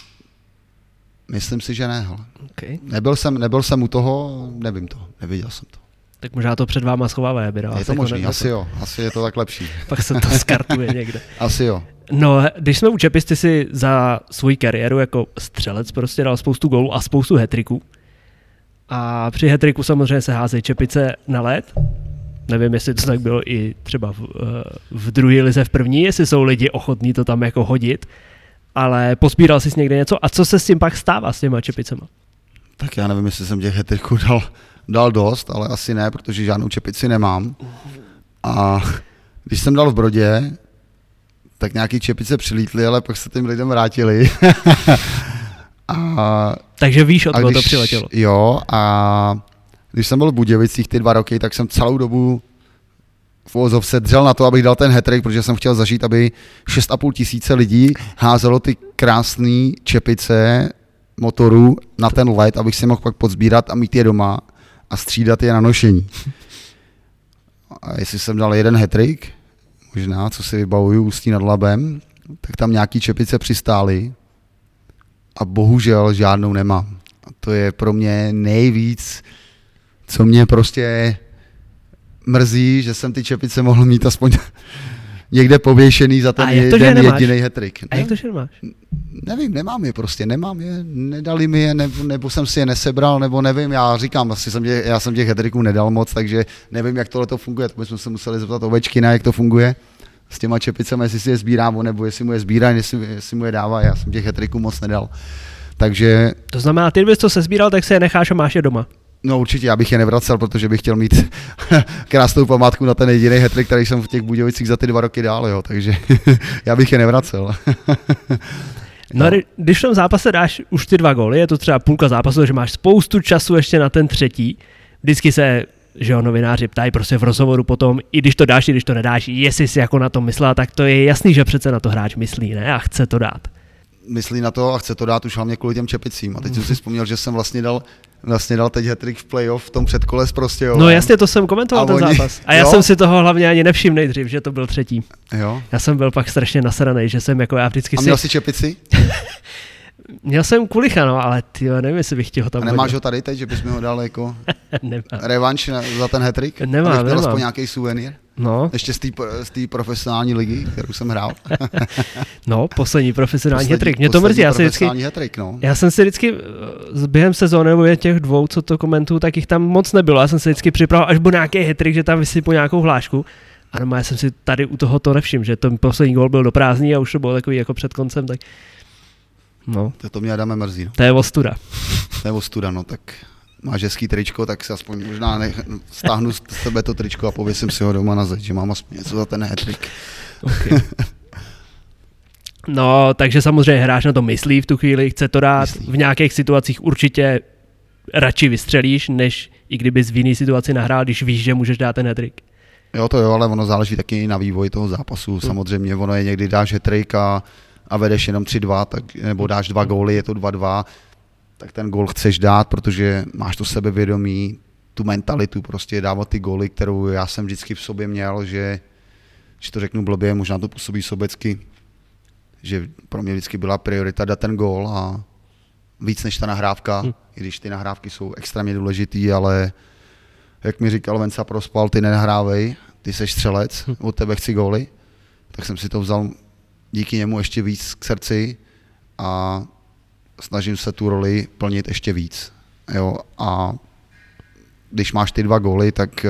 Myslím si, že ne, hele. Okay. Nebyl jsem, nebyl jsem u toho, nevím to, neviděl jsem to. Tak možná to před váma schovávají. Je to možný, asi jo, asi je to tak lepší. Pak se to skartuje někde. Asi jo. No, když jsme u čepis, ty si za svou kariéru jako střelec prostě dal spoustu gólů a spoustu hat-tricků. A při hat-tricku samozřejmě se házejí čepice na led. Nevím, jestli to tak bylo i třeba v, v druhé lize v první, jestli jsou lidi ochotní to tam jako hodit. Ale pospíral jsi někde něco a co se s tím pak stává s těma čepicema? Tak já nevím, jestli jsem těch hat-tricků dal, dal dost, ale asi ne, protože žádnou čepici nemám. A když jsem dal v Brodě, tak nějaký čepice přilítly, ale pak se těm lidem vrátili. a, Takže víš, od koho to přiletělo. Jo, a když jsem byl v Budějovicích ty dva roky, tak jsem celou dobu v uvozovce dřel na to, abych dal ten hat-trick, protože jsem chtěl zažít, aby šest a půl tisíce lidí házelo ty krásné čepice motorů na ten led, abych si mohl pak podsbírat a mít je doma a střídat je na nošení. A jestli jsem dal jeden hat-trick, možná, co si vybavuju Ústí nad Labem, tak tam nějaký čepice přistály a bohužel žádnou nemám. A to je pro mě nejvíc, co mě prostě mrzí, že jsem ty čepice mohl mít aspoň někde pověšený za ten jeden jediný hat-trick. A jak to, že nemáš? Nevím, nemám je prostě, nemám je, nedali mi je, nebo, nebo jsem si je nesebral, nebo nevím, já říkám, asi jsem tě, já jsem těch hat-tricků nedal moc, takže nevím, jak tohle to funguje, to bychom se museli zeptat Ovečkina, jak to funguje s těma čepicemi, jestli si je sbírá, nebo jestli mu je sbírá, jestli, jestli mu je dává, já jsem těch hat-tricků moc nedal. Takže... To znamená, ty bys to sezbíral, tak se je necháš a máš je doma. No určitě, já bych je nevracel, protože bych chtěl mít krásnou památku na ten jediný hat-trick, který jsem v těch Budějovicích za ty dva roky dál, jo, takže já bych je nevracel. No, no, když v tom zápase dáš už ty dva góly, je to třeba půlka zápasu, že máš spoustu času ještě na ten třetí, vždycky se, že jo, novináři ptají prostě v rozhovoru potom, i když to dáš, i když to nedáš, jestli si jako na to myslel, tak to je jasný, že přece na to hráč myslí, ne, a chce to dát. Myslí na to a chce to dát už hlavně kvůli těm čepicím. A teď jsem si vzpomněl, že jsem vlastně dal vlastně dal teď hat-trick v playoff v tom předkole s Prostějovem. No jasně, to jsem komentoval a ten oni, zápas. A já jo? jsem si toho hlavně ani nevšiml nejdřív, že to byl třetí. Jo. Já jsem byl pak strašně nasranej, že jsem jako já vždycky a si... měl jsi čepici? Měl jsem kulicha, no, ale tyjo, nevím, jestli bych ti ho tam... A nemáš hodil. Ho tady teď, že bys mi ho dal jako revanš za ten hat-trick? Nemám, abych nemám. aspoň nějaký suvenýr? No. Ještě z té profesionální ligy, kterou jsem hrál. No, poslední profesionální hat-trick. Mě to mrzí, já, si vždycky, hat-trick, no. já jsem si vždycky během sezóny nebo těch dvou, co to komentuju, tak jich tam moc nebylo. Já jsem si vždycky připravil, až bude nějaký hat-trick, že tam vysypu nějakou hlášku. A normálně jsem si tady u toho to nevšiml, že ten poslední gól byl do prázdný a už to bylo takový jako před koncem, tak no. To, to mě Adame mrzí. No. To je ostuda. To je ostuda, no, tak máš hezký tričko, tak si aspoň možná nech, stáhnu z tebe to tričko a pověsím si ho doma na zeď, že mám aspoň něco za ten hat-trick. Okay. No, takže samozřejmě hráč na to myslí v tu chvíli, chce to dát. Myslí. V nějakých situacích určitě radši vystřelíš, než i kdybys v jiné situaci nahrál, když víš, že můžeš dát ten hat-trick. Jo, to jo, ale ono záleží taky na vývoji toho zápasu. Hmm. Samozřejmě ono je někdy dáš hat-trick a, a vedeš jenom tři dva, tak, nebo dáš dva góly, je to dva dva, tak ten gól chceš dát, protože máš to sebevědomí, tu mentalitu prostě dávat ty góly, kterou já jsem vždycky v sobě měl, že, že to řeknu blbě, možná to působí sobecky, že pro mě vždycky byla priorita dát ten gól a víc než ta nahrávka, hmm. i když ty nahrávky jsou extrémně důležitý, ale jak mi říkal Venca Prospal, ty nenahrávej, ty seš střelec, hmm. od tebe chci góly, tak jsem si to vzal díky němu ještě víc k srdci a snažím se tu roli plnit ještě víc. Jo? A když máš ty dva góly, tak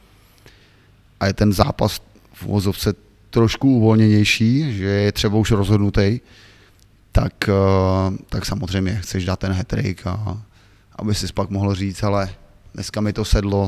a je ten zápas v uvozovce trošku uvolněnější, že je třeba už rozhodnutý, tak, tak samozřejmě chceš dát ten hat-trick a aby si pak mohl říct, ale dneska mi to sedlo,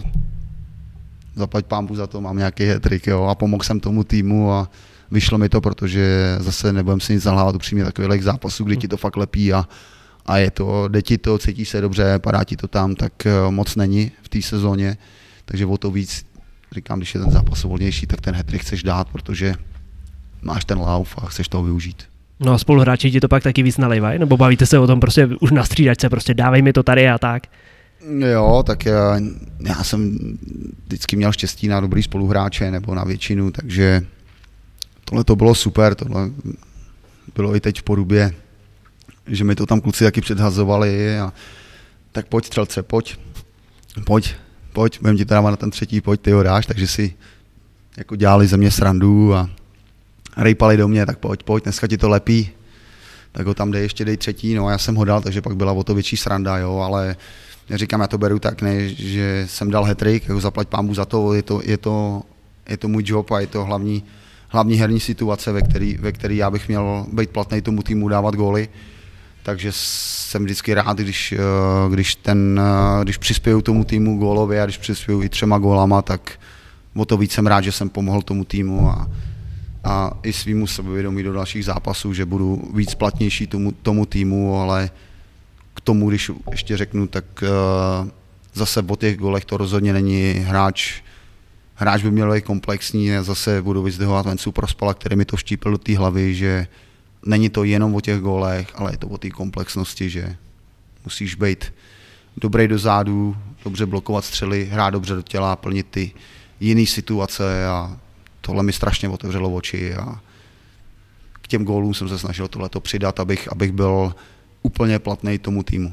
zaplať pánbu za to, mám nějaký hat-trick, jo? A pomohl jsem tomu týmu a vyšlo mi to, protože zase nebudem si nic zahlávat upřímně takových zápasů, kdy ti to fakt lepí a, a je to, jde ti to, cítíš se dobře, padá ti to tam, tak moc není v té sezóně, takže o to víc, říkám, když je ten zápas volnější, tak ten hat-trick chceš dát, protože máš ten lauf a chceš toho využít. No a spoluhráči ti to pak taky víc nalejvají, nebo bavíte se o tom prostě už na střídačce, prostě dávej mi to tady a tak? Jo, tak já, já jsem vždycky měl štěstí na dobrý spoluhráče nebo na většinu, takže tohle to bylo super, tohle bylo i teď v Porubě, že mi to tam kluci taky předhazovali a tak pojď střelce, pojď, pojď, pojď, budem ti to dávat na ten třetí, pojď, ty ho dáš, takže si jako dělali ze mě srandu a rejpali do mě, tak pojď, pojď, dneska ti to lepí, tak ho tam dej, ještě dej třetí, no a já jsem ho dal, takže pak byla o to větší sranda, jo, ale já říkám, já to beru tak, ne, že jsem dal hat-trick, jako zaplať pánbu za to, je to, je to, je to můj job a je to hlavní, hlavní herní situace, ve který, ve který já bych měl být platnej tomu týmu, dávat góly, takže jsem vždycky rád, když, když, ten, když přispěju tomu týmu gólově a když přispěju i třema gólama, tak o to víc jsem rád, že jsem pomohl tomu týmu a, a i svýmu sebevědomí do dalších zápasů, že budu víc platnější tomu, tomu týmu, ale k tomu, když ještě řeknu, tak uh, zase o těch golech to rozhodně není hráč, hráč by měl být komplexní a zase budu vyzdvihovat Vencu Prospala, který mi to vštípil do té hlavy, že není to jenom o těch golech, ale je to o té komplexnosti, že musíš být dobrý do zádu, dobře blokovat střely, hrát dobře do těla, plnit ty jiné situace a tohle mi strašně otevřelo oči a k těm gólům jsem se snažil tohleto přidat, abych, abych byl úplně platný tomu týmu.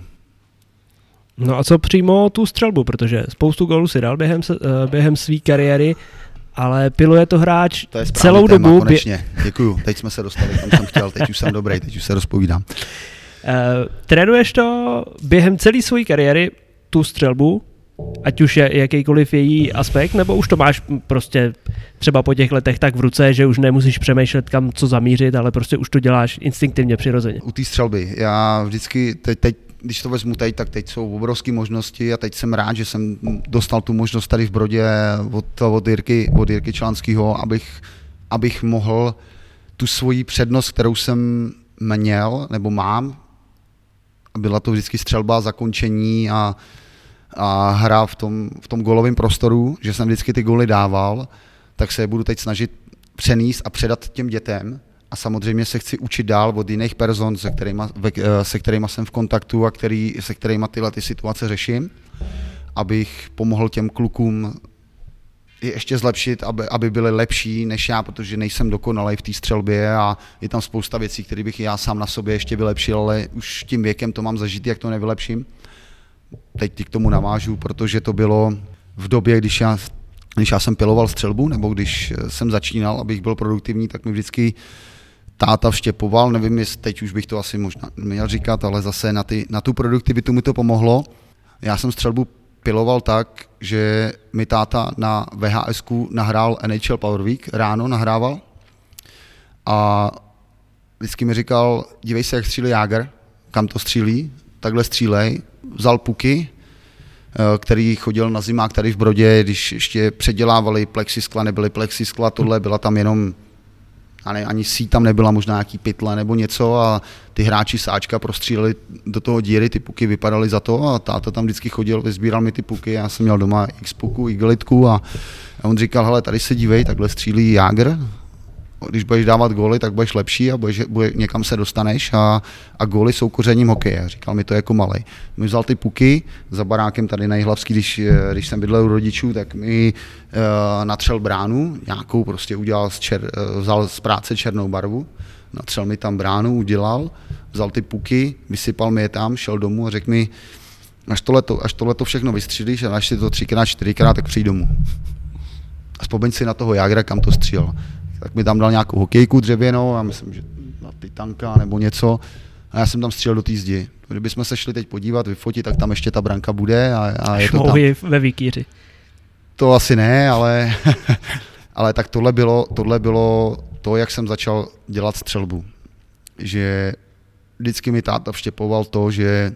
No a co přímo tu střelbu, protože spoustu gólů si dal během, během své kariéry, ale piluje to hráč to je celou téma, dobu. Konečně, děkuju, teď jsme se dostali, tam jsem chtěl, teď už jsem dobrý, teď už se rozpovídám. Uh, trénuješ to během celé své kariéry, tu střelbu, ať už je jakýkoliv její aspekt, nebo už to máš prostě třeba po těch letech tak v ruce, že už nemusíš přemýšlet, kam co zamířit, ale prostě už to děláš instinktivně, přirozeně. U té střelby, já vždycky, teď, teď, když to vezmu teď, tak teď jsou obrovské možnosti a teď jsem rád, že jsem dostal tu možnost tady v Brodě od, od Jirky, od Jirky Čelanskýho, abych, abych mohl tu svoji přednost, kterou jsem měl, nebo mám, byla to vždycky střelba, zakončení a a hra v tom, v tom gólovém prostoru, že jsem vždycky ty góly dával, tak se budu teď snažit přenést a předat těm dětem a samozřejmě se chci učit dál od jiných person, se kterýma, se kterýma jsem v kontaktu a který, se kterýma tyhle ty situace řeším, abych pomohl těm klukům je ještě zlepšit, aby, aby byli lepší než já, protože nejsem dokonalý v té střelbě a je tam spousta věcí, které bych já sám na sobě ještě vylepšil, ale už tím věkem to mám zažít, jak to nevylepším. Teď k tomu navážu, protože to bylo v době, když já, když já jsem piloval střelbu, nebo když jsem začínal, abych byl produktivní, tak mi vždycky táta vštěpoval, nevím, jestli teď už bych to asi možná měl říkat, ale zase na, ty, na tu produktivitu mi to pomohlo. Já jsem střelbu piloval tak, že mi táta na V H S ku nahrál N H L Power Week, ráno nahrával a vždycky mi říkal, dívej se, jak střílí Jágr, kam to střílí, takhle střílej. Vzal puky, který chodil na zimák tady v Brodě, když ještě předělávali plexiskla, nebyly plexiskla, tohle byla tam jenom, ani síť tam nebyla, možná nějaký pytle nebo něco a ty hráči sáčka prostříleli do toho díry, ty puky vypadaly za to a táta tam vždycky chodil, vyzbíral mi ty puky, já jsem měl doma x puků, igelitku a on říkal, hele, tady se dívej, takhle střílí Jágr, když budeš dávat góly, tak budeš lepší a budeš, bude, někam se dostaneš a, a góly jsou kořením hokeje. Říkal mi to jako malej. Mi vzal ty puky za barákem tady na Jihlavský, když, když jsem bydlel u rodičů, tak mi uh, natřel bránu, nějakou prostě udělal z čer, uh, vzal z práce černou barvu, natřel mi tam bránu, udělal, vzal ty puky, vysypal mi je tam, šel domů a řekl mi, až tohleto, až tohleto všechno vystřílíš a až si to třikrát, čtyřikrát, tak přijď domů. A vzpomeň si na toho Jágra, kam to střílel. Tak mi tam dal nějakou hokejku dřevěnou, já myslím, že na Titanka nebo něco, a já jsem tam střílel do té zdi. Kdybychom se šli teď podívat, vyfotit, tak tam ještě ta branka bude a, a je to tam. Ve vikíři. To asi ne, ale, ale tak tohle bylo, tohle bylo to, jak jsem začal dělat střelbu. Že vždycky mi táta vštěpoval to, že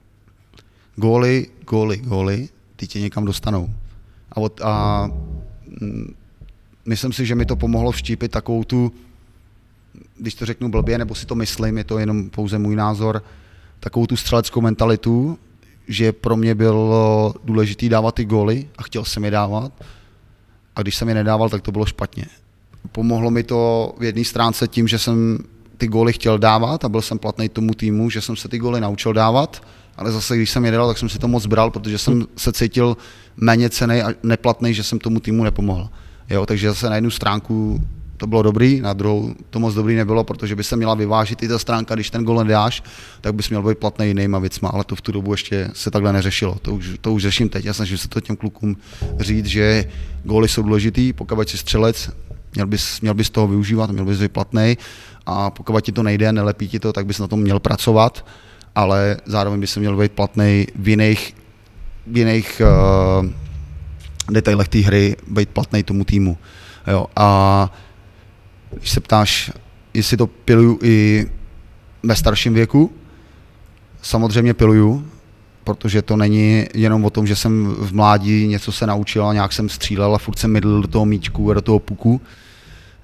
góly, góly, góly, ty tě někam dostanou. A, od, a myslím si, že mi to pomohlo vštípit takovou tu, když to řeknu blbě, nebo si to myslím, je to jenom pouze můj názor, takovou tu střeleckou mentalitu, že pro mě bylo důležité dávat ty góly a chtěl jsem je dávat. A když jsem je nedával, tak to bylo špatně. Pomohlo mi to v jedné stránce tím, že jsem ty góly chtěl dávat a byl jsem platný tomu týmu, že jsem se ty góly naučil dávat, ale zase, když jsem je nedal, tak jsem si to moc bral, protože jsem se cítil méně cenný a neplatný, že jsem tomu týmu nepomohl. Jo, takže zase na jednu stránku to bylo dobrý, na druhou to moc dobrý nebylo, protože by se měla vyvážit i ta stránka, když ten gól nedáš, tak bys měl být platný jinýma věcma, ale to v tu dobu ještě se takhle neřešilo. To už, to už řeším teď, já snažím se to těm klukům říct, že góly jsou důležitý, pokud jsi střelec, měl bys, měl bys toho využívat, měl bys být platný a pokud ti to nejde, nelepí ti to, tak bys na tom měl pracovat, ale zároveň bys měl být platný v jiných, v jiných uh, detailech té hry, být platný tomu týmu. Jo, a když se ptáš, jestli to piluju i ve starším věku, samozřejmě piluju, protože to není jenom o tom, že jsem v mládí něco se naučil a nějak jsem střílel a furt jsem mydl do toho míčku a do toho puku.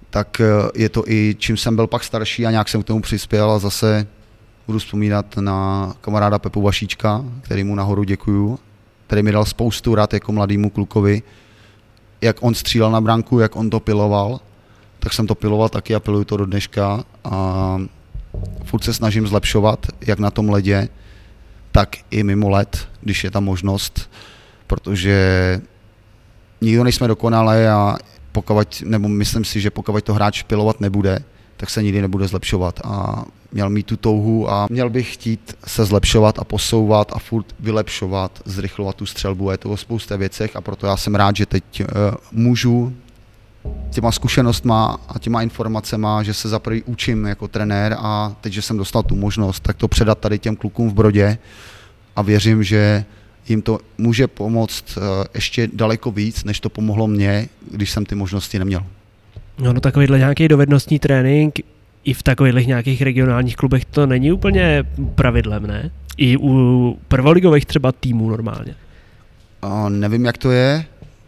tak je to i čím jsem byl pak starší a nějak jsem k tomu přispěl a zase budu vzpomínat na kamaráda Pepu Vašíčka, který mu nahoru děkuju, který mi dal spoustu rad jako mladýmu klukovi, jak on střílel na branku, jak on to piloval, tak jsem to piloval taky a piluju to do dneška a furt se snažím zlepšovat, jak na tom ledě, tak i mimo led, když je tam možnost, protože nikdo nejsme dokonalé a pokud, nebo myslím si, že pokud to hráč pilovat nebude, tak se nikdy nebude zlepšovat a měl mít tu touhu a měl bych chtít se zlepšovat a posouvat a furt vylepšovat, zrychlovat tu střelbu. Je to o spoustě věcech a proto já jsem rád, že teď uh, můžu těma zkušenostma a těma informacema, že se za prvý učím jako trenér a teď, že jsem dostal tu možnost, tak to předat tady těm klukům v Brodě a věřím, že jim to může pomoct uh, ještě daleko víc, než to pomohlo mně, když jsem ty možnosti neměl. No, no takovýhle nějaký dovednostní trénink i v takových nějakých regionálních klubech to není úplně pravidlem, ne? I u prvoligových třeba týmů normálně. Uh, nevím, jak to je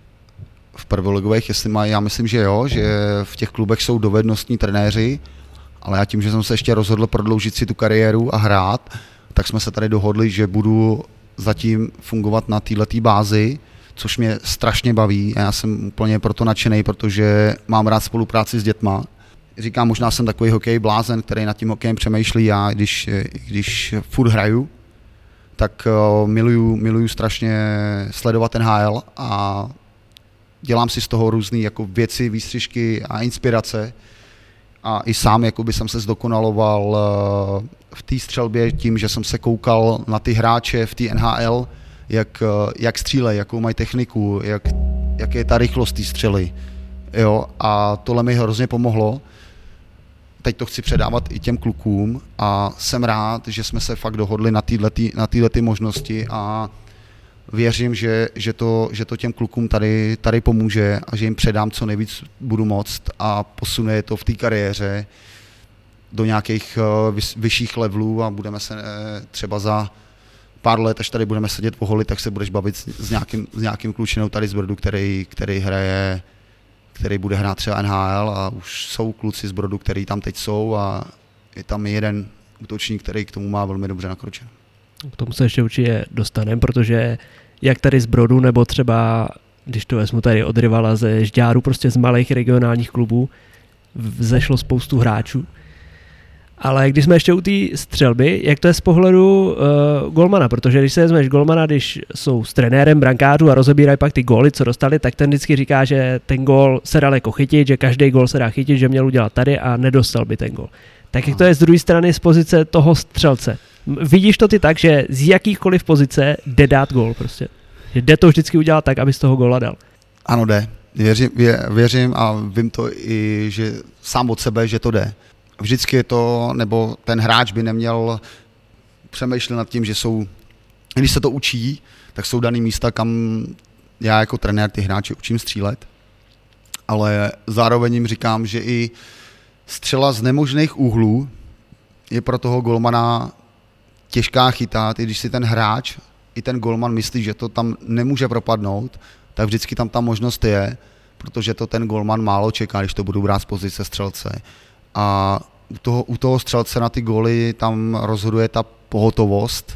v prvoligových, jestli mají, já myslím, že jo, že v těch klubech jsou dovednostní trenéři, ale já tím, že jsem se ještě rozhodl prodloužit si tu kariéru a hrát, tak jsme se tady dohodli, že budu zatím fungovat na této bázi, což mě strašně baví a já jsem úplně proto nadšený, protože mám rád spolupráci s dětma. Říkám, možná jsem takový hokej blázen, který nad tím hokejem přemýšlí a když, když furt hraju, tak miluju, miluju strašně sledovat N H L a dělám si z toho různé jako věci, výstřižky a inspirace a i sám jakoby jsem se zdokonaloval v té střelbě tím, že jsem se koukal na ty hráče v té N H L, jak, jak střílejí, jakou mají techniku, jak, jak je ta rychlost té střely. Jo, a tohle mi hrozně pomohlo. Teď to chci předávat i těm klukům a jsem rád, že jsme se fakt dohodli na této na této možnosti a věřím, že, že, to, že to těm klukům tady, tady pomůže a že jim předám co nejvíc budu moct a posune to v té kariéře do nějakých vyšších levelů a budeme se třeba za pár let, až tady budeme sedět po holi, tak se budeš bavit s nějakým, s nějakým klučinou tady z Brodu, který, který hraje, který bude hrát třeba N H L a už jsou kluci z Brodu, který tam teď jsou a je tam jeden útočník, který k tomu má velmi dobře nakročen. K tomu se ještě určitě dostaneme, protože jak tady z Brodu, nebo třeba, když to vezmu tady od Rivala ze Žďáru, prostě z malých regionálních klubů, vzešlo spoustu hráčů. Ale když jsme ještě u té střelby, jak to je z pohledu uh, golmana, protože když se vezmeš golmana, když jsou s trenérem brankářů a rozebírají pak ty góly, co dostali, tak ten vždycky říká, že ten gól se dal jako chytit, že každý gól se dá chytit, že měl udělat tady a nedostal by ten gól. Tak jak to je z druhé strany z pozice toho střelce? Vidíš to ty tak, že z jakýchkoliv pozice jde dát gól prostě? Že jde to vždycky udělat tak, aby z toho góla dal? Ano, jde. Věřím, vě, věřím a vím to i, že sám od sebe, že to jde. Vždycky je to, nebo ten hráč by neměl přemýšlet nad tím, že jsou, když se to učí, tak jsou daný místa, kam já jako trenér ty hráče učím střílet, ale zároveň jim říkám, že i střela z nemožných úhlů je pro toho golmana těžká chytat, i když si ten hráč, i ten golman myslí, že to tam nemůže propadnout, tak vždycky tam ta možnost je, protože to ten golman málo čeká, když to budu brát z pozice střelce. A u toho, u toho střelce na ty góly tam rozhoduje ta pohotovost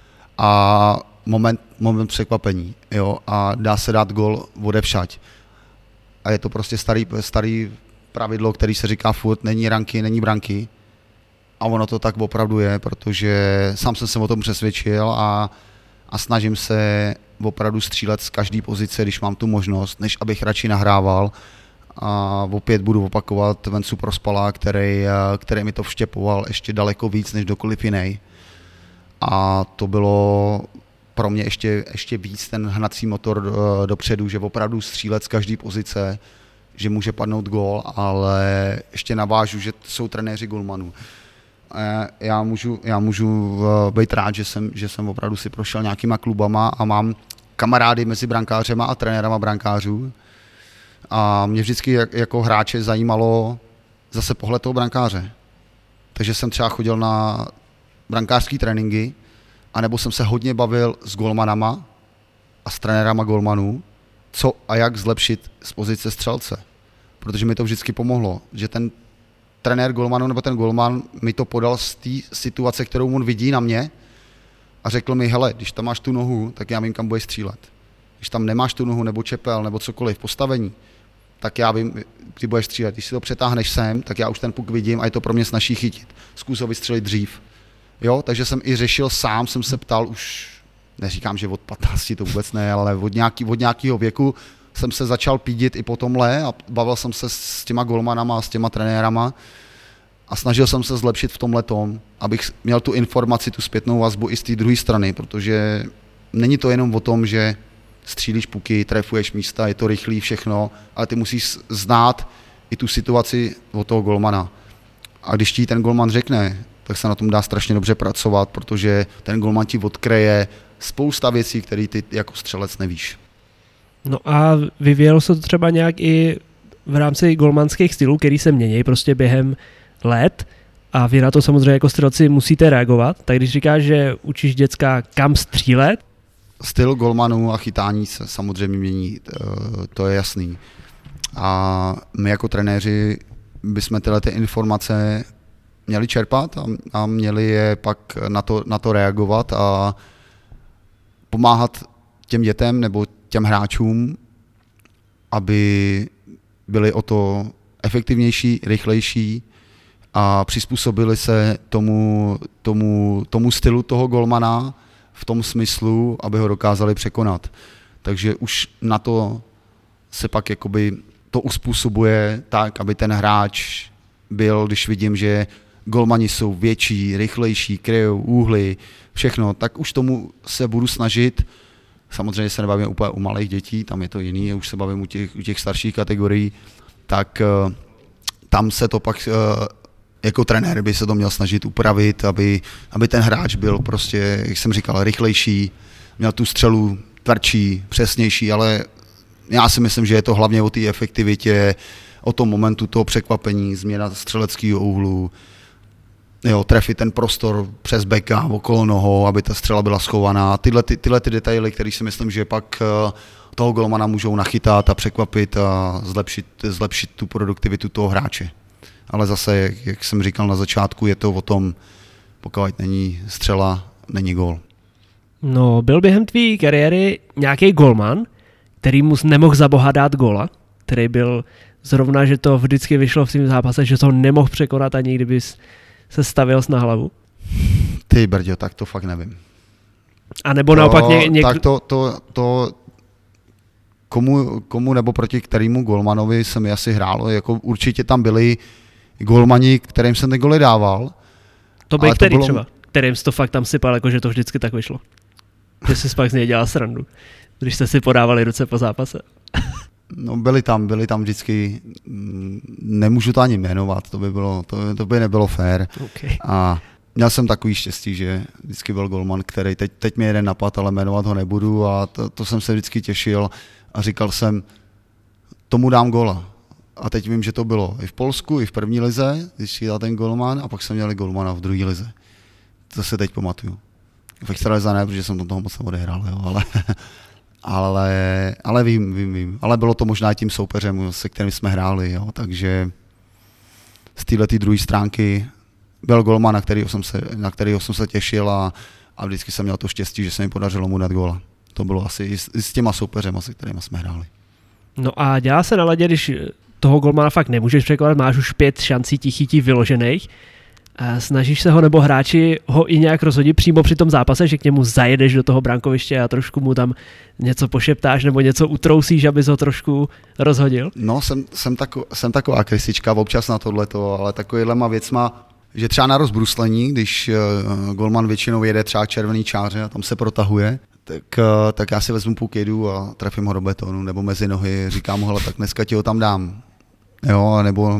a moment, moment překvapení. Jo? A dá se dát gól odevšať. A je to prostě starý, starý pravidlo, který se říká furt, není ranky, není branky. A ono to tak opravdu je, protože sám jsem se o tom přesvědčil a, a snažím se opravdu střílet z každé pozice, když mám tu možnost, než abych radši nahrával. A opět budu opakovat Vencu Prospala, který, který mi to vštěpoval ještě daleko víc než kdokoliv jiný. A to bylo pro mě ještě, ještě víc ten hnací motor dopředu, že opravdu střílet z každé pozice, že může padnout gól, ale ještě navážu, že jsou trenéři golmanů. Já můžu, já můžu být rád, že jsem, že jsem opravdu si prošel nějakýma klubama a mám kamarády mezi brankářema a trenérama brankářů. A mě vždycky jako hráče zajímalo zase pohled toho brankáře. Takže jsem třeba chodil na brankářský tréninky, anebo jsem se hodně bavil s golmanama a s trenérama golmanů, co a jak zlepšit z pozice střelce. protože mi to vždycky pomohlo, že ten trenér golmanu nebo ten golman mi to podal z té situace, kterou on vidí na mě a řekl mi, hele, když tam máš tu nohu, tak já vím, kam budeš střílet. Když tam nemáš tu nohu nebo čepel nebo cokoliv, postavení, tak já vím, kdy budeš střílet. Když si to přetáhneš sem, tak já už ten puk vidím a je to pro mě snaží chytit. Zkus ho vystřelit dřív. Jo, takže jsem i řešil sám, jsem se ptal už, neříkám, že od patnácti to vůbec ne, ale od, nějaký, od nějakého věku jsem se začal pídit i po tomhle a bavil jsem se s těma golmanama a s těma trenérama a snažil jsem se zlepšit v tomhle tom, abych měl tu informaci, tu zpětnou vazbu i z té druhé strany, protože není to jenom o tom, že střílíš puky, trefuješ místa, je to rychlý všechno, ale ty musíš znát i tu situaci od toho golmana. A když ti ten golman řekne, tak se na tom dá strašně dobře pracovat, protože ten golman ti odkryje spousta věcí, které ty jako střelec nevíš. No a vyvíjelo se to třeba nějak i v rámci golmanských stylů, který se mění prostě během let a vy na to samozřejmě jako střelci musíte reagovat. Tak když říkáš, že učíš děcka kam střílet? Styl golmanů a chytání se samozřejmě mění, to je jasný. A my jako trenéři bychom tyhle ty informace měli čerpat a, a měli je pak na to, na to reagovat a pomáhat těm dětem nebo těm hráčům, aby byli o to efektivnější, rychlejší a přizpůsobili se tomu, tomu, tomu stylu toho golmana v tom smyslu, aby ho dokázali překonat. Takže už na to se pak jakoby to uspůsobuje tak, aby ten hráč byl, když vidím, že golmani jsou větší, rychlejší, kryjou úhly, všechno, tak už tomu se budu snažit. Samozřejmě se nebavím úplně u malých dětí, tam je to jiný, už se bavím u těch, u těch starších kategorií, tak uh, tam se to pak, uh, jako trenér by se to měl snažit upravit, aby, aby ten hráč byl prostě, jak jsem říkal, rychlejší, měl tu střelu tvrdší, přesnější, ale já si myslím, že je to hlavně o té efektivitě, o tom momentu toho překvapení, změna střeleckého úhlu, jo, trefit ten prostor přes beka, okolo nohou, aby ta střela byla schovaná. Tyhle, ty, tyhle ty detaily, které si myslím, že pak toho golmana můžou nachytat a překvapit a zlepšit, zlepšit tu produktivitu toho hráče. Ale zase, jak, jak jsem říkal na začátku, je to o tom, pokud není střela, není gól. No, byl během tvý kariéry nějaký golman, který mu nemohl za boha dát góla, který byl zrovna, že to vždycky vyšlo v tom zápase, že to nemohl překonat ani kdybys se stavil na hlavu? Ty brďo, tak to fakt nevím. A nebo naopak ně, někdo... Tak to, to, to komu, komu nebo proti kterému golmanovi se mi asi hrálo, jako určitě tam byli golmani, kterým jsem ty goly dával. To byl který to bylo... třeba? Kterým jsi to fakt tam sypal, jako že to vždycky tak vyšlo. Že jsi pak z něj dělal srandu, když jste si podávali ruce po zápase. No byli tam, byli tam vždycky, nemůžu to ani jmenovat, to by, bylo, to, to by nebylo fér. Okay. A měl jsem takový štěstí, že vždycky byl golman, který teď, teď mi jeden napad, ale jmenovat ho nebudu a to, to jsem se vždycky těšil a říkal jsem, tomu dám góla. A teď vím, že to bylo i v Polsku, i v první lize, když dal ten golman a pak jsme měli golmana v druhé lize. To se teď pamatuju. V extralize ne, protože jsem to toho moc odehrál, jo, ale... Ale, ale vím, vím, vím. Ale bylo to možná tím soupeřem, se kterým jsme hráli, jo. Takže z této druhé stránky byl golman, na kterého jsem se, na kterého jsem se těšil a, a vždycky jsem měl to štěstí, že se mi podařilo mu dát góla. To bylo asi i s, i s těma soupeřema, se kterými jsme hráli. No a dělá se na ledě, když toho golmana fakt nemůžeš překonat, máš už pět šancí ti chytí vyložených. Snažíš se ho nebo hráči ho i nějak rozhodit přímo při tom zápase, že k němu zajedeš do toho brankoviště a trošku mu tam něco pošeptáš nebo něco utrousíš, abys ho trošku rozhodil? No, jsem, jsem, tako, jsem taková krysička občas na tohleto, ale takovýhlema věcma, že třeba na rozbruslení, když uh, golman většinou jede třeba červený čáře a tam se protahuje, tak, uh, tak já si vezmu puk, jedu a trefím ho do betonu nebo mezi nohy, říkám mu, hele, tak dneska ti ho tam dám. Jo, nebo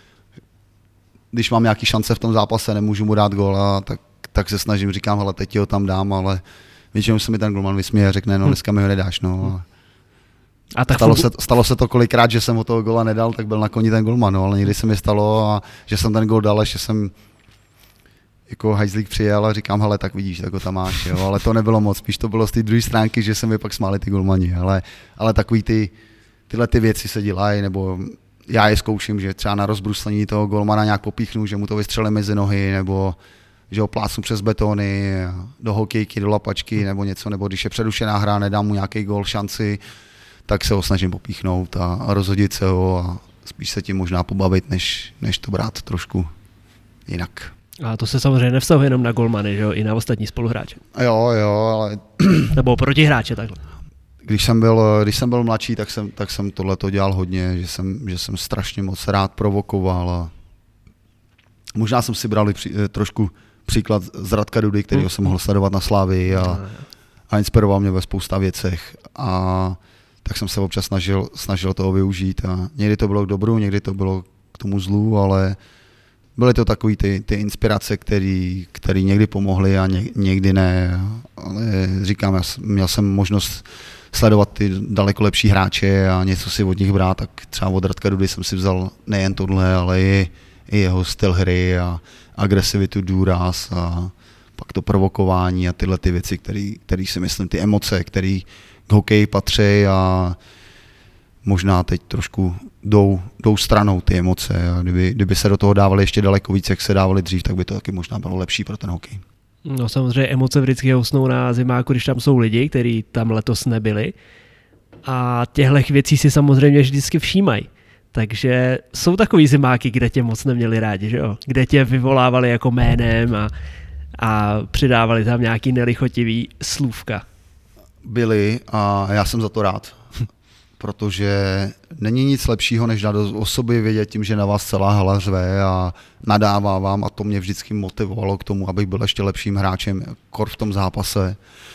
když mám nějaký šance v tom zápase, nemůžu mu dát góla, tak, tak se snažím, říkám, hele, teď ho tam dám, ale většinou se mi ten golman vysměje a řekne, no dneska mi ho nedáš, no. A tak stalo, se, stalo se to kolikrát, že jsem ho toho góla nedal, tak byl na koni ten golman, no, ale někdy se mi stalo, a že jsem ten gól dal, že jsem jako hajzlík přijel a říkám, hele, tak vidíš, tak ho tam máš, jo, ale to nebylo moc, spíš to bylo z té druhé stránky, že se mi pak smáli ty golmani, ale, ale takový ty, tyhle ty věci se dělají, nebo já je zkouším, že třeba na rozbruslení toho golmana nějak popíchnu, že mu to vystřelím mezi nohy, nebo že ho plácnu přes betony, do hokejky, do lapačky, nebo něco, nebo když je přerušená hra, nedám mu nějaký gól, šanci, tak se ho snažím popíchnout a rozhodit se ho a spíš se tím možná pobavit, než, než to brát trošku jinak. A to se samozřejmě nevztahuje jenom na golmany, že jo, i na ostatní spoluhráče. Jo, jo, ale... Nebo protihráče takhle. Když jsem byl, když jsem byl mladší, tak jsem, tak jsem tohleto dělal hodně, že jsem, že jsem strašně moc rád provokoval a možná jsem si bral při, trošku příklad z Radka Dudy, kterýho hmm. jsem mohl sledovat na Slávii a, a inspiroval mě ve spousta věcech a tak jsem se občas snažil, snažil toho využít a někdy to bylo k dobru, někdy to bylo k tomu zlu, ale byly to takové ty, ty inspirace, které někdy pomohly a ně, někdy ne, ale říkám, já měl jsem možnost sledovat ty daleko lepší hráče a něco si od nich brát, tak třeba od Radka Dudy jsem si vzal nejen tohle, ale i, i jeho styl hry a agresivitu, důraz a pak to provokování a tyhle ty věci, které si myslím, ty emoce, které k hokeji patří a možná teď trošku jdou, jdou stranou ty emoce a kdyby, kdyby se do toho dávali ještě daleko víc, jak se dávali dřív, tak by to taky možná bylo lepší pro ten hokej. No samozřejmě emoce vždycky housnou na zimáku, když tam jsou lidi, kteří tam letos nebyli a těchto věcí si samozřejmě vždycky všímají. Takže jsou takový zimáky, kde tě moc neměli rádi, že jo? Kde tě vyvolávali jako jménem a, a přidávali tam nějaký nelichotivý slůvka. Byli a já jsem za to rád, protože není nic lepšího, než dát o sobě vědět tím, že na vás celá hala řve a nadává vám a to mě vždycky motivovalo k tomu, abych byl ještě lepším hráčem kor v tom zápase.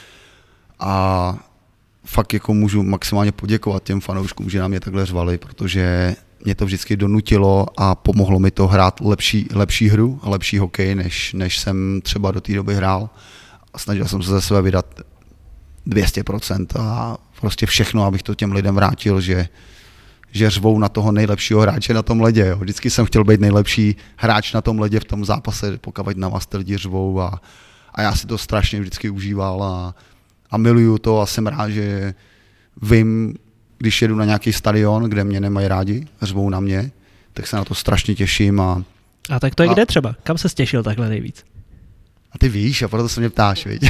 A fakt jako můžu maximálně poděkovat těm fanouškům, že na mě takhle řvali, protože mě to vždycky donutilo a pomohlo mi to hrát lepší, lepší hru a lepší hokej, než, než jsem třeba do té doby hrál. A snažil jsem se ze sebe vydat dvě stě procent a prostě všechno, abych to těm lidem vrátil, že, že řvou na toho nejlepšího hráče na tom ledě. Jo. Vždycky jsem chtěl být nejlepší hráč na tom ledě v tom zápase, pokud na vás ty lidi řvou a, a já si to strašně vždycky užíval a, a miluju to a jsem rád, že vím, když jedu na nějaký stadion, kde mě nemají rádi, řvou na mě, tak se na to strašně těším. A, a tak to je a, kde třeba? Kam se těšil takhle nejvíc? A ty víš, a proto se mě ptáš, viď?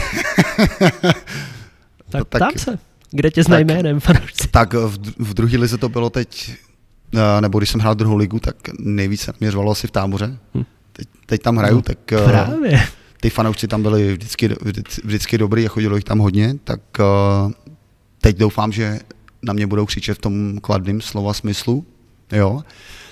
Tak ptám se, kde tě znají jménem fanoušci? Tak v, v druhé lize to bylo teď, nebo když jsem hrál druhou ligu, tak nejvíc se mě řvalo asi v Táboře. Hm. Teď, teď tam hraju, no, tak právě. Ty fanoušci tam byli vždycky, vždycky dobrý a chodilo jich tam hodně, tak teď doufám, že na mě budou křičet v tom kladným slova smyslu. Jo.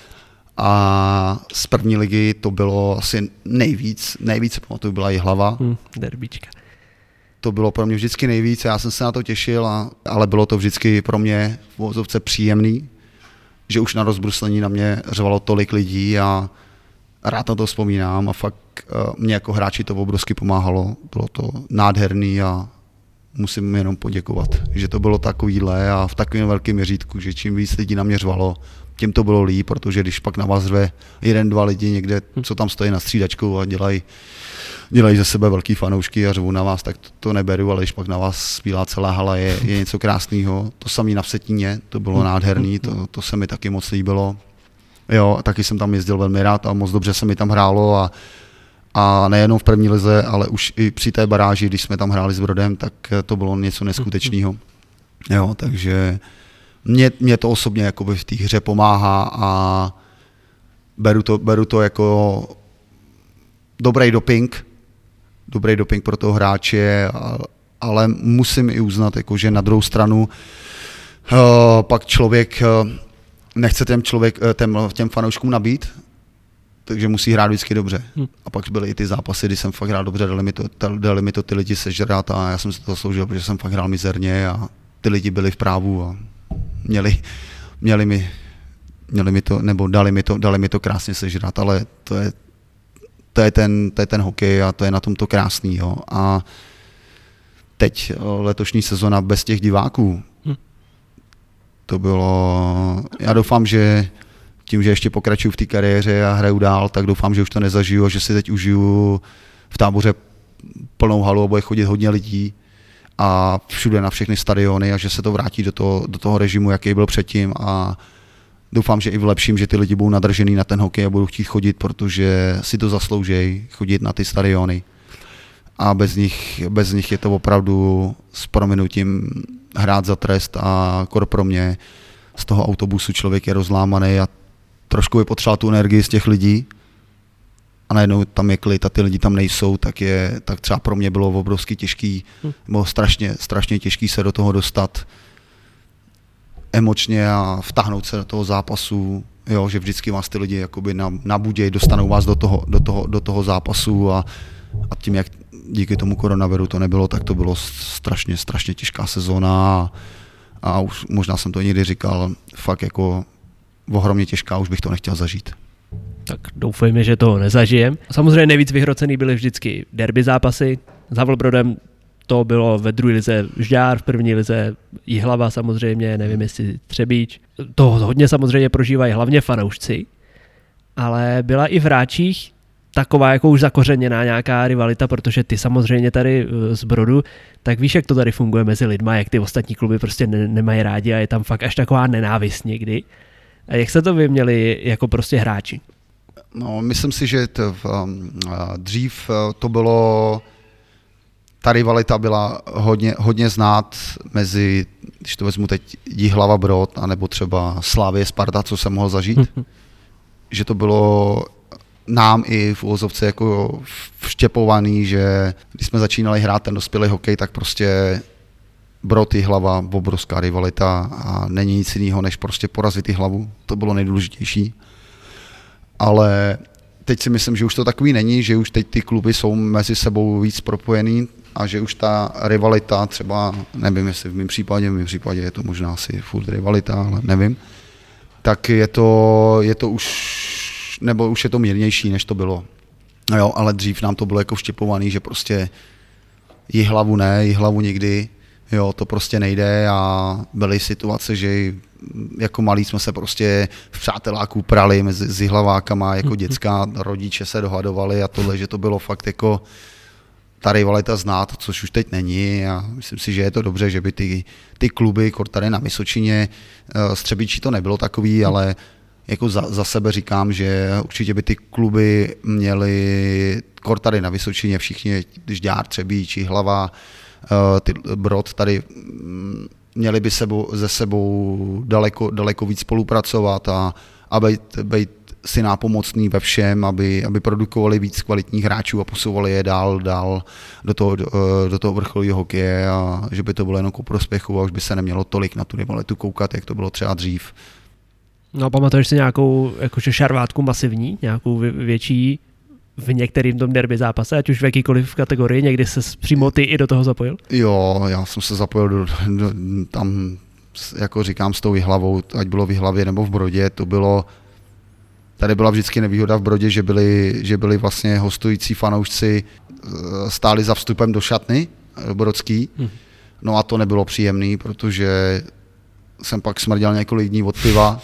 A z první ligy to bylo asi nejvíc, nejvíc pamatuju, byla Jihlava. Hm, derbička. To bylo pro mě vždycky nejvíc, já jsem se na to těšil, a, ale bylo to vždycky pro mě v uvozovce příjemný, že už na rozbruslení na mě řvalo tolik lidí a rád na to vzpomínám a fakt uh, mě jako hráči to obrovsky pomáhalo, bylo to nádherný a musím jenom poděkovat, že to bylo takovýhle a v takovém velkém měřítku, že čím víc lidí na mě řvalo, tím to bylo líp, protože když pak na vás řve jeden, dva lidi někde, co tam stojí na střídačku a dělají dělají ze sebe velký fanoušky a řvou na vás, tak to, to neberu, ale když pak na vás zpívá celá hala, je, je něco krásného. To samé na Vsetíně, to bylo nádherný, to, to se mi taky moc líbilo. Jo, a taky jsem tam jezdil velmi rád a moc dobře se mi tam hrálo a, a nejenom v první lize, ale už i při té baráži, když jsme tam hráli s Brodem, tak to bylo něco neskutečného. Jo, takže mě, mě to osobně jakoby v té hře pomáhá a beru to, beru to jako dobrý doping, dobrý doping pro toho hráče, ale musím i uznat, jako, že na druhou stranu uh, pak člověk uh, nechce těm, člověk, těm, těm fanouškům nabít, takže musí hrát vždycky dobře. Hmm. A pak byly i ty zápasy, kdy jsem fakt hrál dobře, dali mi to, dali mi to ty lidi sežrat a já jsem si to zasloužil, protože jsem fakt hrál mizerně a ty lidi byli v právu a měli, měli, mi, měli mi to, nebo dali mi to, dali mi to krásně sežrat, ale to je To je, ten, to je ten hokej a to je na tom to krásný. Jo. A teď letošní sezona bez těch diváků, hm. to bylo, já doufám, že tím, že ještě pokračuju v té kariéře a hraju dál, tak doufám, že už to nezažiju a že si teď užiju v Táboře plnou halu a bude chodit hodně lidí a všude na všechny stadiony a že se to vrátí do toho, do toho režimu, jaký byl předtím a doufám, že i v lepším, že ty lidi budou nadržený na ten hokej a budou chtít chodit, protože si to zaslouží, chodit na ty stadiony. A bez nich, bez nich je to opravdu s prominutím hrát za trest a kor pro mě z toho autobusu člověk je rozlámaný a trošku je potřeba tu energii z těch lidí a najednou tam je klid a ty lidi tam nejsou, tak, je, tak třeba pro mě bylo obrovsky těžký, bylo strašně, strašně těžký se do toho dostat emočně a vtáhnout se do toho zápasu, jo, že vždycky vás ty lidi jakoby nabudějí, dostanou vás do toho, do toho, do toho zápasu a, a tím, jak díky tomu koronaviru to nebylo, tak to bylo strašně, strašně těžká sezóna a, a už možná jsem to někdy říkal, fakt jako ohromně těžká, už bych to nechtěl zažít. Tak doufejme, že to nezažijem. Samozřejmě nejvíc vyhrocený byly vždycky derby zápasy. Za Vlbrodem to bylo ve druhé lize Žďár, v první lize Jihlava samozřejmě, nevím jestli Třebíč. To hodně samozřejmě prožívají hlavně fanoušci, ale byla i v hráčích taková jako už zakořeněná nějaká rivalita, protože ty samozřejmě tady z Brodu, tak víš, jak to tady funguje mezi lidma, jak ty ostatní kluby prostě ne- nemají rádi a je tam fakt až taková nenávist někdy. A jak se to vy měli jako prostě hráči? No, myslím si, že to, um, dřív to bylo, ta rivalita byla hodně, hodně znát mezi, když to vezmu teď Jihlava Brod, anebo třeba Slavie Sparta, co jsem mohl zažít, že to bylo nám i v uvozovce jako vštěpovaný, že když jsme začínali hrát ten dospělý hokej, tak prostě Brod Jihlava, obrovská rivalita a není nic jiného, než prostě porazit Jihlavu, to bylo nejdůležitější. Ale teď si myslím, že už to takový není, že už teď ty kluby jsou mezi sebou víc propojený a že už ta rivalita třeba, nevím jestli v mém případě, v mém případě je to možná asi furt rivalita, ale nevím, tak je to, je to už, nebo už je to mírnější, než to bylo. No jo, ale dřív nám to bylo jako vštěpovaný, že prostě Jihlavu ne, Jihlavu nikdy, jo, to prostě nejde a byly situace, že jako malí jsme se prostě v přáteláku prali mezi s Jihlavákama, jako dětská, rodiče se dohadovali a tohle, že to bylo fakt jako ta rivalita znát, což už teď není a myslím si, že je to dobře, že by ty, ty kluby, kor tady na Vysočině, z Třebíčí to nebylo takový, ale jako za, za sebe říkám, že určitě by ty kluby měly, kor tady na Vysočině, všichni, Žďár, Třebíč, Jihlava, ty Brod tady měli by sebou, ze sebou daleko, daleko víc spolupracovat a, a být, být si nápomocný ve všem, aby, aby produkovali víc kvalitních hráčů a posouvali je dál, dál do toho, do, do toho vrcholového hokeje a že by to bylo jenom ku prospěchu a už by se nemělo tolik na tu rivalitu koukat, jak to bylo třeba dřív. No a pamatuješ si nějakou jakože šarvátku masivní, nějakou větší v některým tom derby zápase, ať už v jakýkoliv kategorii, někdy se přímo ty i do toho zapojil? Jo, já jsem se zapojil do, do, tam, jako říkám, s tou Jihlavou, ať bylo v Jihlavě nebo v Brodě, to bylo, tady byla vždycky nevýhoda v Brodě, že byli, že byli vlastně hostující fanoušci, stáli za vstupem do šatny, brodský, hmm. No a to nebylo příjemný, protože jsem pak smrděl několik dní od piva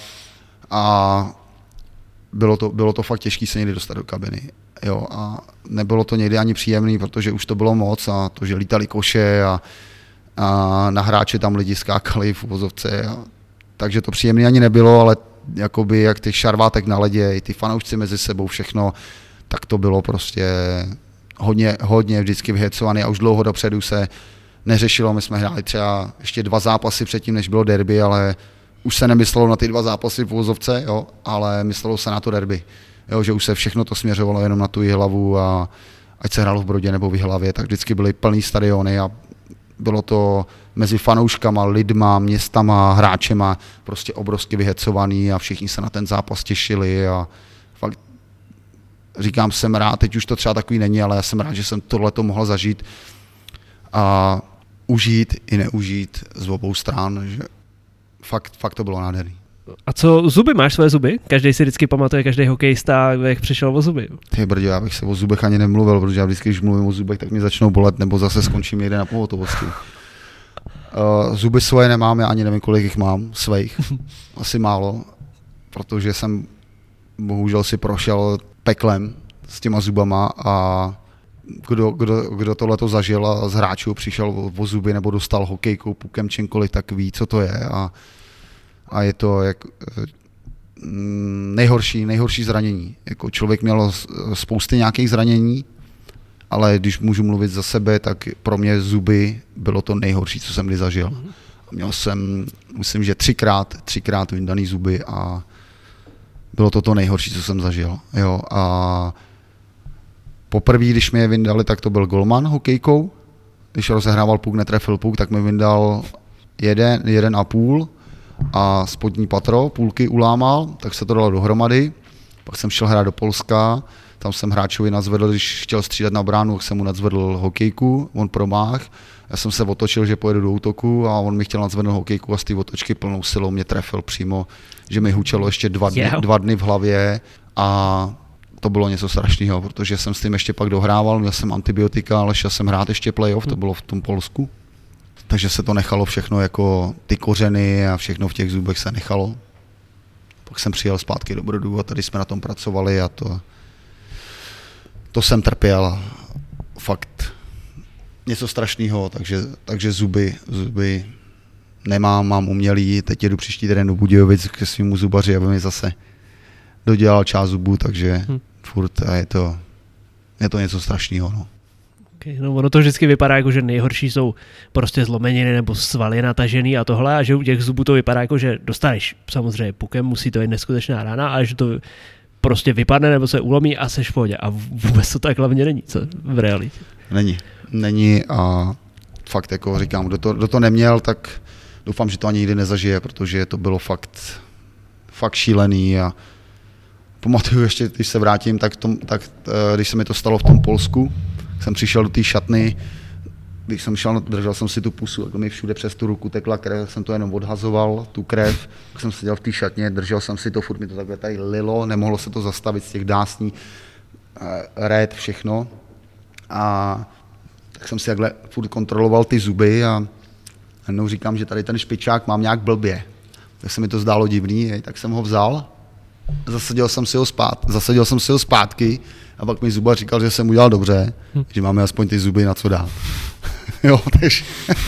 a bylo to, bylo to fakt těžké se někdy dostat do kabiny. Jo, a nebylo to někdy ani příjemný, protože už to bylo moc a to, že lítali koše a, a na hráče tam lidi skákali v uvozovce. A, takže to příjemný ani nebylo, ale jakoby jak těch šarvátek na ledě, i ty fanoušci mezi sebou, všechno, tak to bylo prostě hodně, hodně vždycky vyhecovaný a už dlouho dopředu se neřešilo. My jsme hráli třeba ještě dva zápasy předtím, než bylo derby, ale už se nemyslelo na ty dva zápasy v uvozovce, jo, ale myslelo se na to derby. Jo, že už se všechno to směřovalo jenom na tu Jihlavu a ať se hrálo v Brodě nebo v Jihlavě, tak vždycky byly plný stadiony a bylo to mezi fanouškama, lidma, městama, hráčema prostě obrovsky vyhecovaný a všichni se na ten zápas těšili a fakt říkám, jsem rád, teď už to třeba takový není, ale já jsem rád, že jsem tohleto mohl zažít a užít i neužít z obou stran, že fakt, fakt to bylo nádherný. A co zuby? Máš své zuby? Každý si vždycky pamatuje, každý hokejista, jak přišel o zuby. Ty brdě, já bych se o zubech ani nemluvil, protože já vždycky, když mluvím o zubech, tak mi začnou bolet, nebo zase skončím někde na pohotovosti. Uh, zuby svoje nemám, já ani nevím, kolik jich mám, svých. Asi málo, protože jsem bohužel si prošel peklem s těma zubama a kdo, kdo, kdo tohleto zažil a z hráčů přišel o, o zuby nebo dostal hokejkou, pukem, čímkoliv, tak ví, co to je. A A je to, jak, nejhorší, nejhorší zranění. Jako člověk měl spousty nějakých zranění, ale když můžu mluvit za sebe, tak pro mě zuby bylo to nejhorší, co jsem kdy zažil. Měl jsem, myslím, že třikrát, třikrát vyndaný zuby a bylo to to nejhorší, co jsem zažil. Jo, a poprvé, když mi je vyndali, tak to byl golman hokejkou. Když rozehrával puk, netrefil puk, tak mi vyndal jeden, jeden a půl a spodní patro, půlky ulámal, tak se to dalo dohromady. Pak jsem šel hrát do Polska, tam jsem hráčovi nadzvedl, když chtěl střílet na bránu, tak jsem mu nadzvedl hokejku, on promáh. Já jsem se otočil, že pojedu do útoku a on mi chtěl nadzvednout hokejku a z té otočky plnou silou mě trefil přímo, že mi hučelo ještě dva dny, yeah. dva dny v hlavě a to bylo něco strašného, protože jsem s tím ještě pak dohrával, měl jsem antibiotika, ale šel jsem hrát ještě playoff, to bylo v tom Polsku. Takže se to nechalo všechno, jako ty kořeny a všechno v těch zubech se nechalo. Pak jsem přijel zpátky do Brodu a tady jsme na tom pracovali a to, to jsem trpěl. Fakt něco strašného, takže, takže zuby, zuby nemám, mám umělý, teď jedu příští týden do Budějovic ke svýmu zubaři, aby mi zase dodělal část zubů, takže hmm. furt a je to, je to něco strašného. No. Okay, no ono to vždycky vypadá jako, že nejhorší jsou prostě zlomeniny nebo svaly natažený a tohle a že u těch zubů to vypadá jako, že dostaneš samozřejmě pukem, musí to být neskutečná rána, ale že to prostě vypadne nebo se ulomí a seš v pohodě. A vůbec to tak hlavně není, co v realitě. Není, není a fakt jako říkám, kdo to, kdo to neměl, tak doufám, že to ani nikdy nezažije, protože to bylo fakt, fakt šílený a pamatuju ještě, když se vrátím, tak, tom, tak když se mi to stalo v tom Polsku, jsem přišel do té šatny, když jsem šel, držel jsem si tu pusu, jako mi všude přes tu ruku tekla krev, jsem to jenom odhazoval, tu krev, tak jsem seděl v té šatně, držel jsem si to, furt mi to takhle tady lilo, nemohlo se to zastavit z těch dásní, rét, všechno. A tak jsem si takhle furt kontroloval ty zuby a jednou říkám, že tady ten špičák mám nějak blbě. Tak se mi to zdálo divný, tak jsem ho vzal, zasadil jsem si ho spát, zasadil jsem si ho zpátky a pak mi zubař říkal, že jsem udělal dobře, hm. že máme aspoň ty zuby na co dát. jo, takže,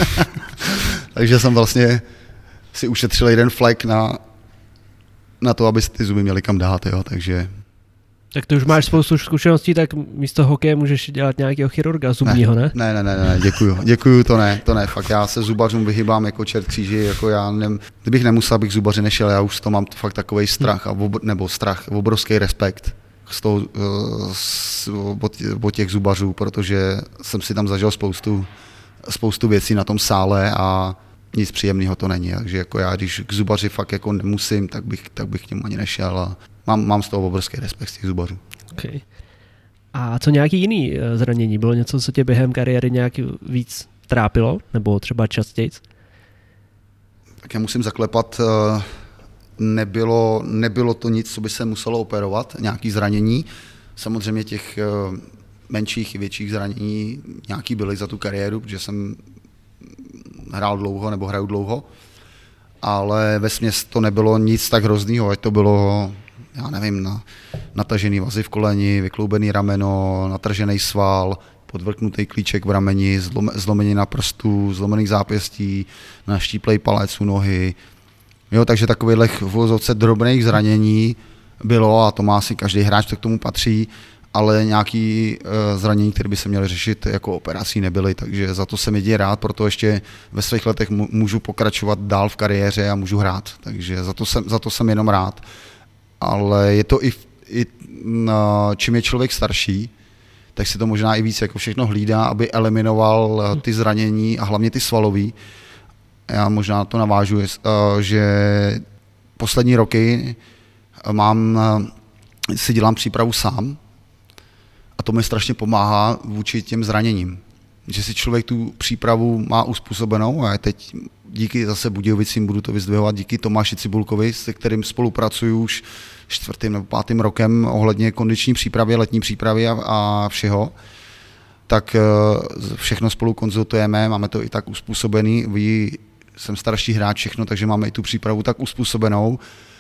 takže jsem vlastně si ušetřil jeden flek na, na to, aby ty zuby měli kam dát, jo, takže... Tak ty už máš spoustu zkušeností, tak místo hokeje můžeš dělat nějakého chirurga zubního, ne? Ne, ne, ne, ne, děkuju, děkuju, to ne, to ne, fakt já se zubařům vyhýbám jako čert kříži, jako já, ne, kdybych nemusel, abych zubaři nešel, já už to mám fakt takovej strach, a ob, nebo strach, obrovský respekt z toho, z, od, od těch zubařů, protože jsem si tam zažil spoustu, spoustu věcí na tom sále a nic příjemného to není, takže jako já, když k zubaři fakt jako nemusím, tak bych, tak bych k němu ani nešel a mám, mám z toho obrovský respekt z těch zubařů. Okay. A co nějaký jiný zranění? Bylo něco, co tě během kariéry nějak víc trápilo, nebo třeba častěji? Tak já musím zaklepat, nebylo, nebylo to nic, co by se muselo operovat, nějaký zranění. Samozřejmě těch menších i větších zranění nějaký byly za tu kariéru, protože jsem hrál dlouho nebo hraju dlouho, ale vesměs to nebylo nic tak hroznýho, ať to bylo, já nevím, na, natažený vazy v koleni, vykloubený rameno, natržený sval, podvrknutý klíček v rameni, zlom, zlomenina prstů, zlomených zápěstí, naštíplej palec u nohy. Jo, takže takovýchhle v uvozovce drobných zranění bylo a to má asi každý hráč, to k tomu patří, ale nějaký uh, zranění, které by se měly řešit jako operací, nebyly, takže za to jsem jedině rád, proto ještě ve svých letech můžu pokračovat dál v kariéře a můžu hrát, takže za to jsem, za to jsem jenom rád. Ale je to i, i na, čím je člověk starší, tak si to možná i víc jako všechno hlídá, aby eliminoval ty zranění a hlavně ty svalový. Já možná to navážu, uh, že poslední roky mám, uh, si dělám přípravu sám, a to mi strašně pomáhá vůči těm zraněním. Že si člověk tu přípravu má uspůsobenou a teď díky zase Budějovicím budu to vyzdvihovat, díky Tomáši Cibulkovi, se kterým spolupracuju už čtvrtým nebo pátým rokem ohledně kondiční přípravy, letní přípravy a, a všeho, tak všechno spolu konzultujeme, máme to i tak uspůsobený, ví, jsem starší hráč, všechno, takže máme i tu přípravu tak uspůsobenou,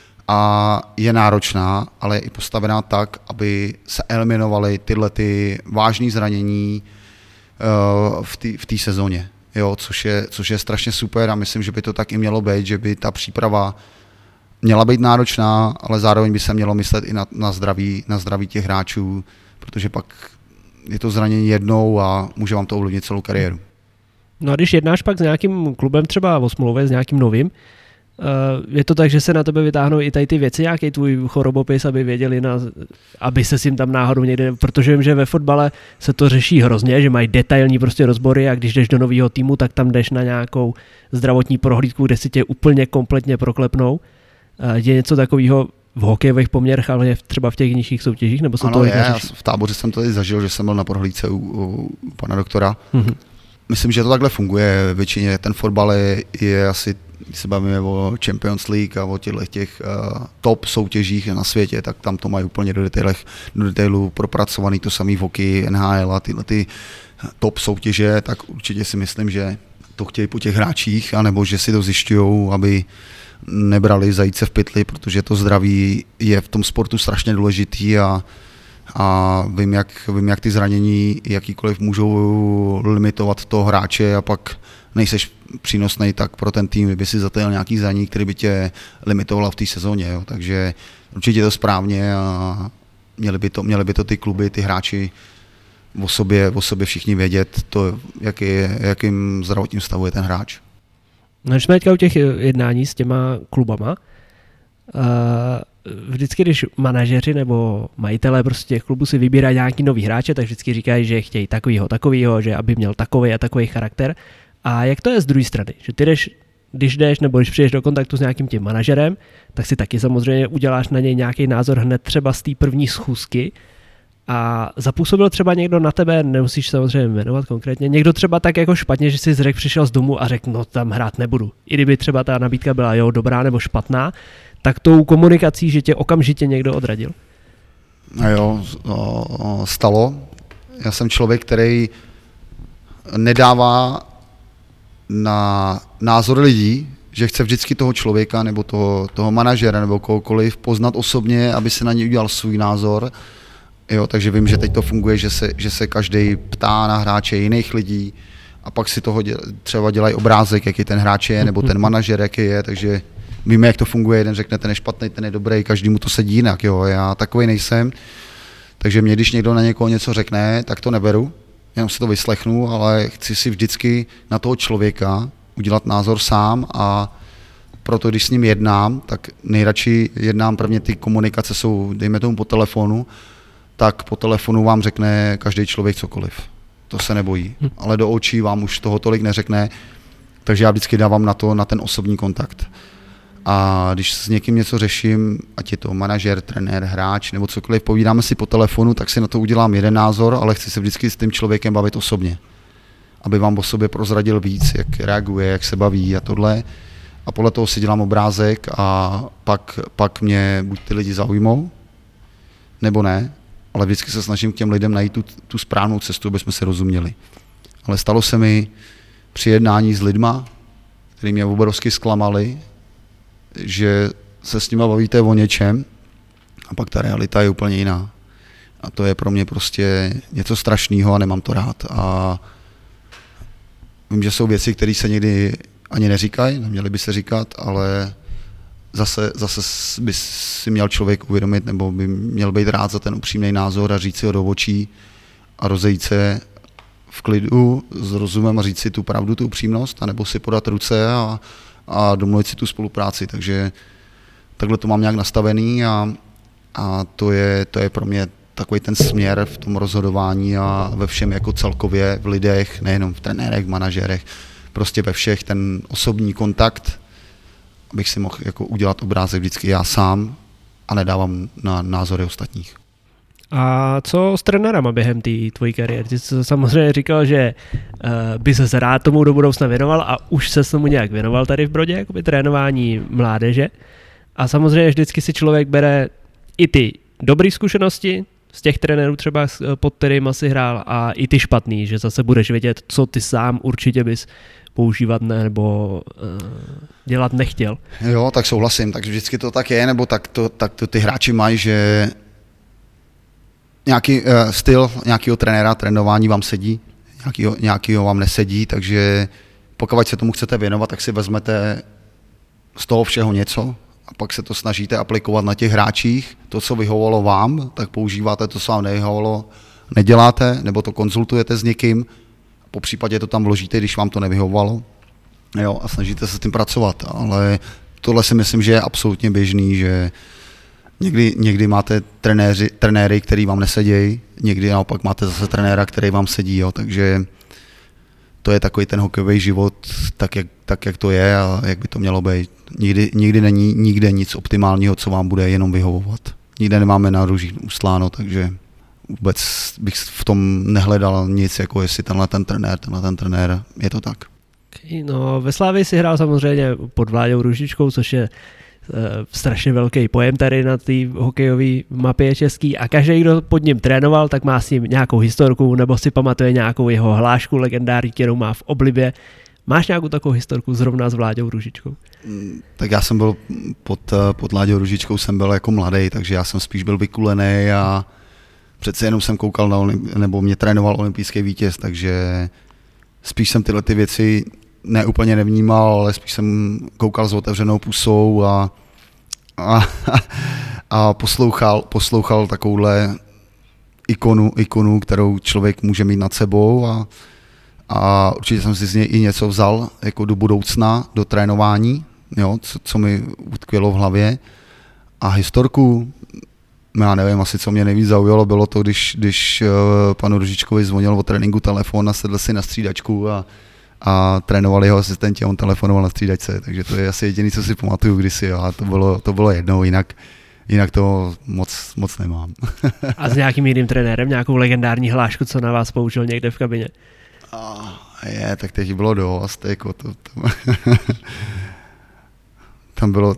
a je náročná, ale je i postavená tak, aby se eliminovaly tyhle ty vážné zranění uh, v té sezóně, jo, což je, což je strašně super a myslím, že by to tak i mělo být, že by ta příprava měla být náročná, ale zároveň by se mělo myslet i na, na, zdraví, na zdraví těch hráčů, protože pak je to zranění jednou a může vám to ovlivnit celou kariéru. No a když jednáš pak s nějakým klubem třeba o smlouvě, s nějakým novým, je to tak, že se na tebe vytáhnou i tady ty věci, nějaký tvůj chorobopis, aby věděli, na, aby se s jim tam náhodou někde, protože vím, že ve fotbale se to řeší hrozně, že mají detailní prostě rozbory a když jdeš do nového týmu, tak tam jdeš na nějakou zdravotní prohlídku, kde si tě úplně kompletně proklepnou. Je něco takového v hokejových poměrech, ale třeba v těch nižších soutěžích, nebo se ano, to je, já v Táboře jsem to i zažil, že jsem byl na prohlídce u, u, u pana doktora. Mm-hmm. Myslím, že to takhle funguje. Většině ten fotbal je, je asi, když se bavíme o Champions League a o těchto těch uh, top soutěžích na světě, tak tam to mají úplně do, detailech, do detailu propracovaný, to samý v hokeji, N H L a tyhle ty top soutěže, tak určitě si myslím, že to chtějí po těch hráčích, anebo že si to zjišťují, aby nebrali zajíce v pytli, protože to zdraví je v tom sportu strašně důležitý a, a vím, jak, vím, jak ty zranění jakýkoliv můžou limitovat toho hráče a pak nejseš přínosnej tak pro ten tým, kdyby si zatajil nějaký zranění, který by tě limitoval v té sezóně. Jo. Takže určitě to správně a měli by to, měli by to ty kluby, ty hráči o sobě, o sobě všichni vědět, to, jaký je, jakým zdravotním stavu je ten hráč. No, jsme teďka u těch jednání s těma klubama. Vždycky, když manažeři nebo majitelé prostě těch klubů si vybírají nějaký nový hráče, tak vždycky říkají, že chtějí takovýho, takovýho, že aby měl takový a takový charakter. A jak to je z druhé strany? Že ty jdeš, když jdeš nebo když přijdeš do kontaktu s nějakým tím manažerem, tak si taky samozřejmě uděláš na něj nějaký názor hned třeba z té první schůzky. A zapůsobil třeba někdo na tebe, nemusíš samozřejmě jmenovat konkrétně, někdo třeba tak jako špatně, že jsi řekl, přišel z domu a řekl, no tam hrát nebudu. I kdyby třeba ta nabídka byla jo, dobrá nebo špatná, tak tou komunikací, že tě okamžitě někdo odradil. A jo, stalo. Já jsem člověk, který nedává na názor lidí, že chce vždycky toho člověka nebo toho, toho manažera nebo kohokoliv poznat osobně, aby se na něj udělal svůj názor. Jo, takže vím, že teď to funguje, že se, že se každý ptá na hráče jiných lidí a pak si toho děl, třeba dělají obrázek, jaký ten hráč je, nebo ten manažer, jaký je, takže víme, jak to funguje, jeden řekne, ten je špatný, ten je dobrý, každému to sedí jinak, jo, já takovej nejsem, takže mě, když někdo na někoho něco řekne, tak to neberu, jenom si to vyslechnu, ale chci si vždycky na toho člověka udělat názor sám a proto, když s ním jednám, tak nejradši jednám, prvně ty komunikace jsou, dejme tomu po telefonu, tak po telefonu vám řekne každý člověk cokoliv. To se nebojí. Hmm. Ale do očí vám už toho tolik neřekne, takže já vždycky dávám na to, na ten osobní kontakt. A když s někým něco řeším, ať je to manažer, trenér, hráč nebo cokoliv, povídáme si po telefonu, tak si na to udělám jeden názor, ale chci se vždycky s tím člověkem bavit osobně. Aby vám o sobě prozradil víc, jak reaguje, jak se baví a tohle. A podle toho si dělám obrázek a pak, pak mě buď ty lidi zaujmou, nebo ne. Ale vždycky se snažím k těm lidem najít tu, tu správnou cestu, aby jsme se rozuměli. Ale stalo se mi při jednání s lidma, kteří mě obrovsky zklamali, že se s nimi bavíte o něčem a pak ta realita je úplně jiná. A to je pro mě prostě něco strašného a nemám to rád. A vím, že jsou věci, které se někdy ani neříkají, neměly by se říkat, ale Zase, zase by si měl člověk uvědomit, nebo by měl být rád za ten upřímný názor a říct si ho do očí a rozejít se v klidu s rozumem a říct si tu pravdu, tu upřímnost, anebo si podat ruce a, a domluvit si tu spolupráci. Takže takhle to mám nějak nastavený a, a to, je, to je pro mě takový ten směr v tom rozhodování a ve všem jako celkově v lidech, nejenom v trenérech, v manažerech, prostě ve všech ten osobní kontakt, abych si mohl jako udělat obrázek vždycky já sám a nedávám na názory ostatních. A co s trenérama během té tvojí kariéry? Ty jsi samozřejmě říkal, že uh, by se rád tomu do budoucna věnoval a už se tomu nějak věnoval tady v Brodě, jakoby trénování mládeže. A samozřejmě vždycky si člověk bere i ty dobré zkušenosti z těch trenérů třeba, pod kterými si hrál, a i ty špatný, že zase budeš vědět, co ty sám určitě bys používat ne, nebo uh, dělat nechtěl. Jo, tak souhlasím, tak vždycky to tak je, nebo tak to, tak to ty hráči mají, že nějaký uh, styl nějakého trenéra, trénování vám sedí, nějakýho, nějakýho vám nesedí, takže pokud se tomu chcete věnovat, tak si vezmete z toho všeho něco a pak se to snažíte aplikovat na těch hráčích, to, co vyhovovalo vám, tak používáte to, co vám nevyhovovalo, neděláte, nebo to konzultujete s někým, po případě to tam vložíte, když vám to nevyhovovalo, jo, a snažíte se s tím pracovat, ale tohle si myslím, že je absolutně běžný, že někdy, někdy máte trenéři, trenéry, který vám nesedějí, někdy naopak máte zase trenéra, který vám sedí, jo, takže to je takový ten hokejový život, tak jak, tak jak to je a jak by to mělo být. Nikdy, nikdy není nikde nic optimálního, co vám bude jenom vyhovovat. Nikde nemáme na ružích ustláno, takže vůbec bych v tom nehledal nic, jako jestli tenhle ten trenér, tenhle ten trenér, je to tak. Okay, no, ve Slavii si hrál samozřejmě pod Vláďou Růžičkou, což je uh, strašně velký pojem tady na té hokejové mapě český a každý, kdo pod ním trénoval, tak má s ním nějakou historku nebo si pamatuje nějakou jeho hlášku legendární, kterou má v oblibě. Máš nějakou takovou historku zrovna s Vláďou Růžičkou? Tak já jsem byl pod, pod Vláďou Růžičkou, jsem byl jako mladý, takže já jsem spíš byl vykulený a přece jenom jsem koukal na olymp- nebo mě trénoval olympijský vítěz, takže spíš jsem tyhle ty věci neúplně nevnímal, ale spíš jsem koukal s otevřenou pusou a, a, a poslouchal, poslouchal takovouhle ikonu, ikonu, kterou člověk může mít nad sebou a, a určitě jsem si z něj i něco vzal jako do budoucna, do trénování, jo, co, co mi utkvělo v hlavě. A historku, já nevím, asi co mě nejvíc zaujalo, bylo to, když, když panu Růžičkovi zvonil o tréninku telefon a sedl si na střídačku a, a trénovali jeho asistenti a on telefonoval na střídačce, takže to je asi jediné, co si pamatuju kdysi, jo, a to bylo, to bylo jednou, jinak, jinak to moc, moc nemám. A s nějakým jiným trenérem, nějakou legendární hlášku, co na vás použil někde v kabině? Oh, je, tak teď bylo dost, jako to, to tam bylo,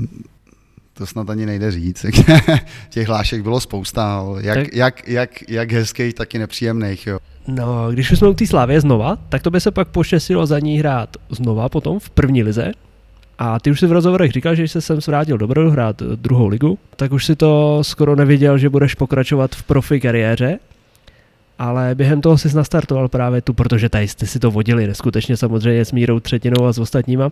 to snad ani nejde říct, těch hlášek bylo spousta, jak, tak... jak, jak, jak hezkých, tak i nepříjemných. Jo. No, když už jsme u té Slavie znova, tak to by se pak poštěstilo za ní hrát znova potom v první lize. A ty už si v rozhovorech říkal, že jsi sem vrátil do Brodu hrát druhou ligu, tak už si to skoro neviděl, že budeš pokračovat v profi kariéře, ale během toho jsi nastartoval právě tu, protože tady jste si to vodili neskutečně samozřejmě s Mírou Třetinou a s ostatníma.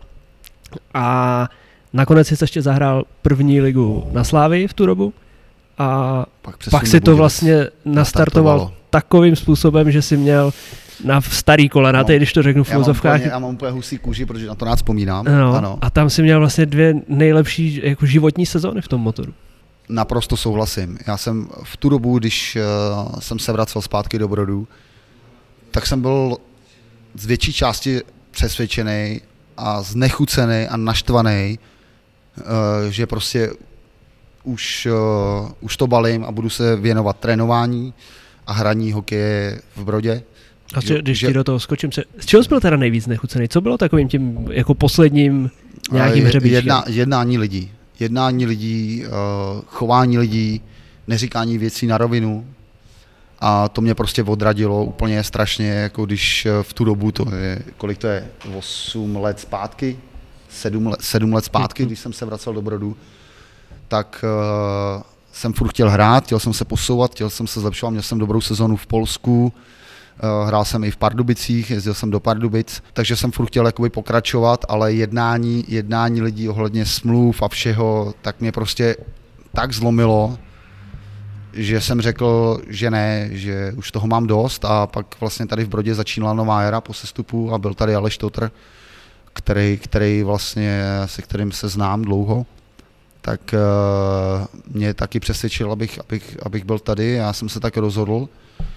A nakonec jsi ještě zahrál první ligu na Slavii v tu dobu a pak, pak si to vlastně nastartoval takovým způsobem, že jsi měl na starý kolena, no, teď když to řeknu v filozofkách. Já mám úplně husí kůži, protože na to rád vzpomínám. No, ano. A tam si měl vlastně dvě nejlepší jako životní sezóny v tom motoru. Naprosto souhlasím. Já jsem v tu dobu, když uh, jsem se vracel zpátky do Brodu, tak jsem byl z větší části přesvědčený a znechucený a naštvaný, uh, že prostě už, uh, už to balím a budu se věnovat trénování a hraní hokeje v Brodě. A co, když že, ti do toho skočím, se, z čeho jsi byl teda nejvíc znechucený? Co bylo takovým tím jako posledním nějakým hřebíčkem? Jedna, jednání lidí. Jednání lidí, uh, chování lidí, neříkání věcí na rovinu. A to mě prostě odradilo úplně strašně, jako když v tu dobu, to je, kolik to je, osm let zpátky, sedm let, sedm let zpátky, když jsem se vracel do Brodu, tak uh, jsem furt chtěl hrát, chtěl jsem se posouvat, chtěl jsem se zlepšovat, měl jsem dobrou sezonu v Polsku, uh, hrál jsem i v Pardubicích, jezdil jsem do Pardubic, takže jsem furt chtěl jakoby pokračovat, ale jednání, jednání lidí ohledně smluv a všeho, tak mě prostě tak zlomilo, že jsem řekl, že ne, že už toho mám dost a pak vlastně tady v Brodě začínala nová éra po sestupu a byl tady Aleš Totr, který, který vlastně, se kterým se znám dlouho, tak uh, mě taky přesvědčil, abych, abych, abych byl tady, já jsem se tak rozhodl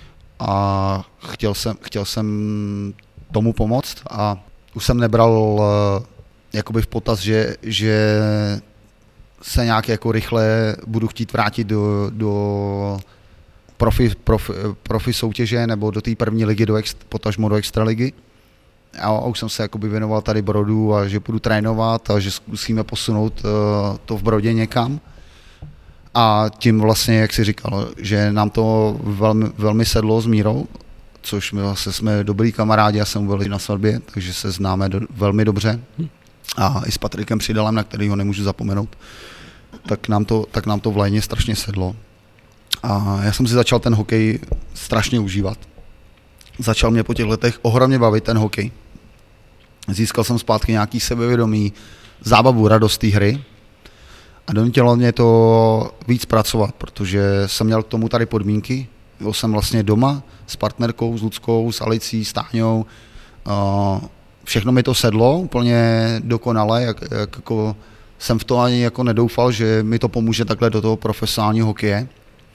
a chtěl jsem, chtěl jsem tomu pomoct a už jsem nebral uh, jakoby v potaz, že, že se nějak jako rychle budu chtít vrátit do, do profi, profi, profi soutěže nebo do té první ligy, do ex, potažmo do extraligy. A už jsem se jakoby věnoval tady Brodu a že budu trénovat a že zkusíme posunout uh, to v Brodě někam. A tím vlastně, jak jsi říkal, že nám to velmi, velmi sedlo s Mírou, což my vlastně jsme dobrý kamarádi, já jsem byl na svatbě, takže se známe do, velmi dobře. A i s Patrikem Přidalem, na kterýho nemůžu zapomenout, tak nám to, tak nám to v léně strašně sedlo. A já jsem si začal ten hokej strašně užívat. Začal mě po těch letech ohromně bavit ten hokej. Získal jsem zpátky nějaký sebevědomí, zábavu, radost té hry. A donutilo mě to víc pracovat, protože jsem měl k tomu tady podmínky. Byl jsem vlastně doma s partnerkou, s Luckou, s Alicí, s Táňou. Všechno mi to sedlo úplně dokonale, jak, jak jako jsem v to ani jako nedoufal, že mi to pomůže takhle do toho profesionálního hokeje.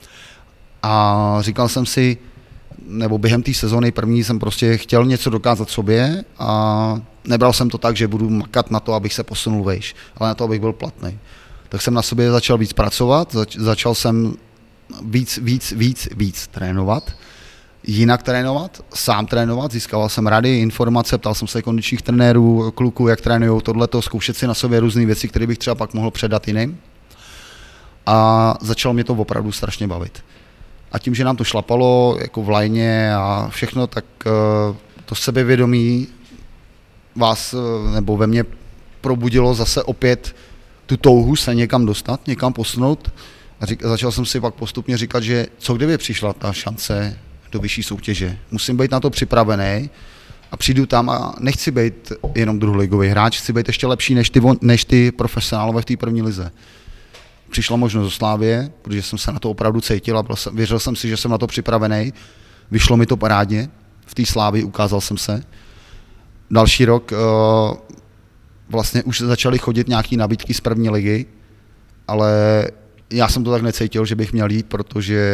A říkal jsem si, nebo během té sezóny první jsem prostě chtěl něco dokázat sobě a nebral jsem to tak, že budu makat na to, abych se posunul vejš, ale na to, abych byl platný. Tak jsem na sobě začal víc pracovat, zač- začal jsem víc, víc, víc, víc trénovat, jinak trénovat, sám trénovat, získával jsem rady, informace, ptal jsem se kondičních trenérů, kluků, jak trénujou tohleto, zkoušet si na sobě různé věci, které bych třeba pak mohl předat jiným. A začalo mě to opravdu strašně bavit. A tím, že nám to šlapalo jako v lajně a všechno, tak to sebevědomí vás nebo ve mně probudilo zase opět tu touhu se někam dostat, někam posunout. A řík, začal jsem si pak postupně říkat, že co kdyby přišla ta šance do vyšší soutěže. Musím být na to připravený a přijdu tam a nechci být jenom druholigový hráč, chci být ještě lepší než ty, než ty profesionálové v té první lize. Přišla možnost do Slávie, protože jsem se na to opravdu cítil a jsem, věřil jsem si, že jsem na to připravený. Vyšlo mi to parádně, v té Slávii ukázal jsem se. Další rok uh, vlastně už začaly chodit nějaké nabídky z první ligy, ale já jsem to tak necítil, že bych měl jít, protože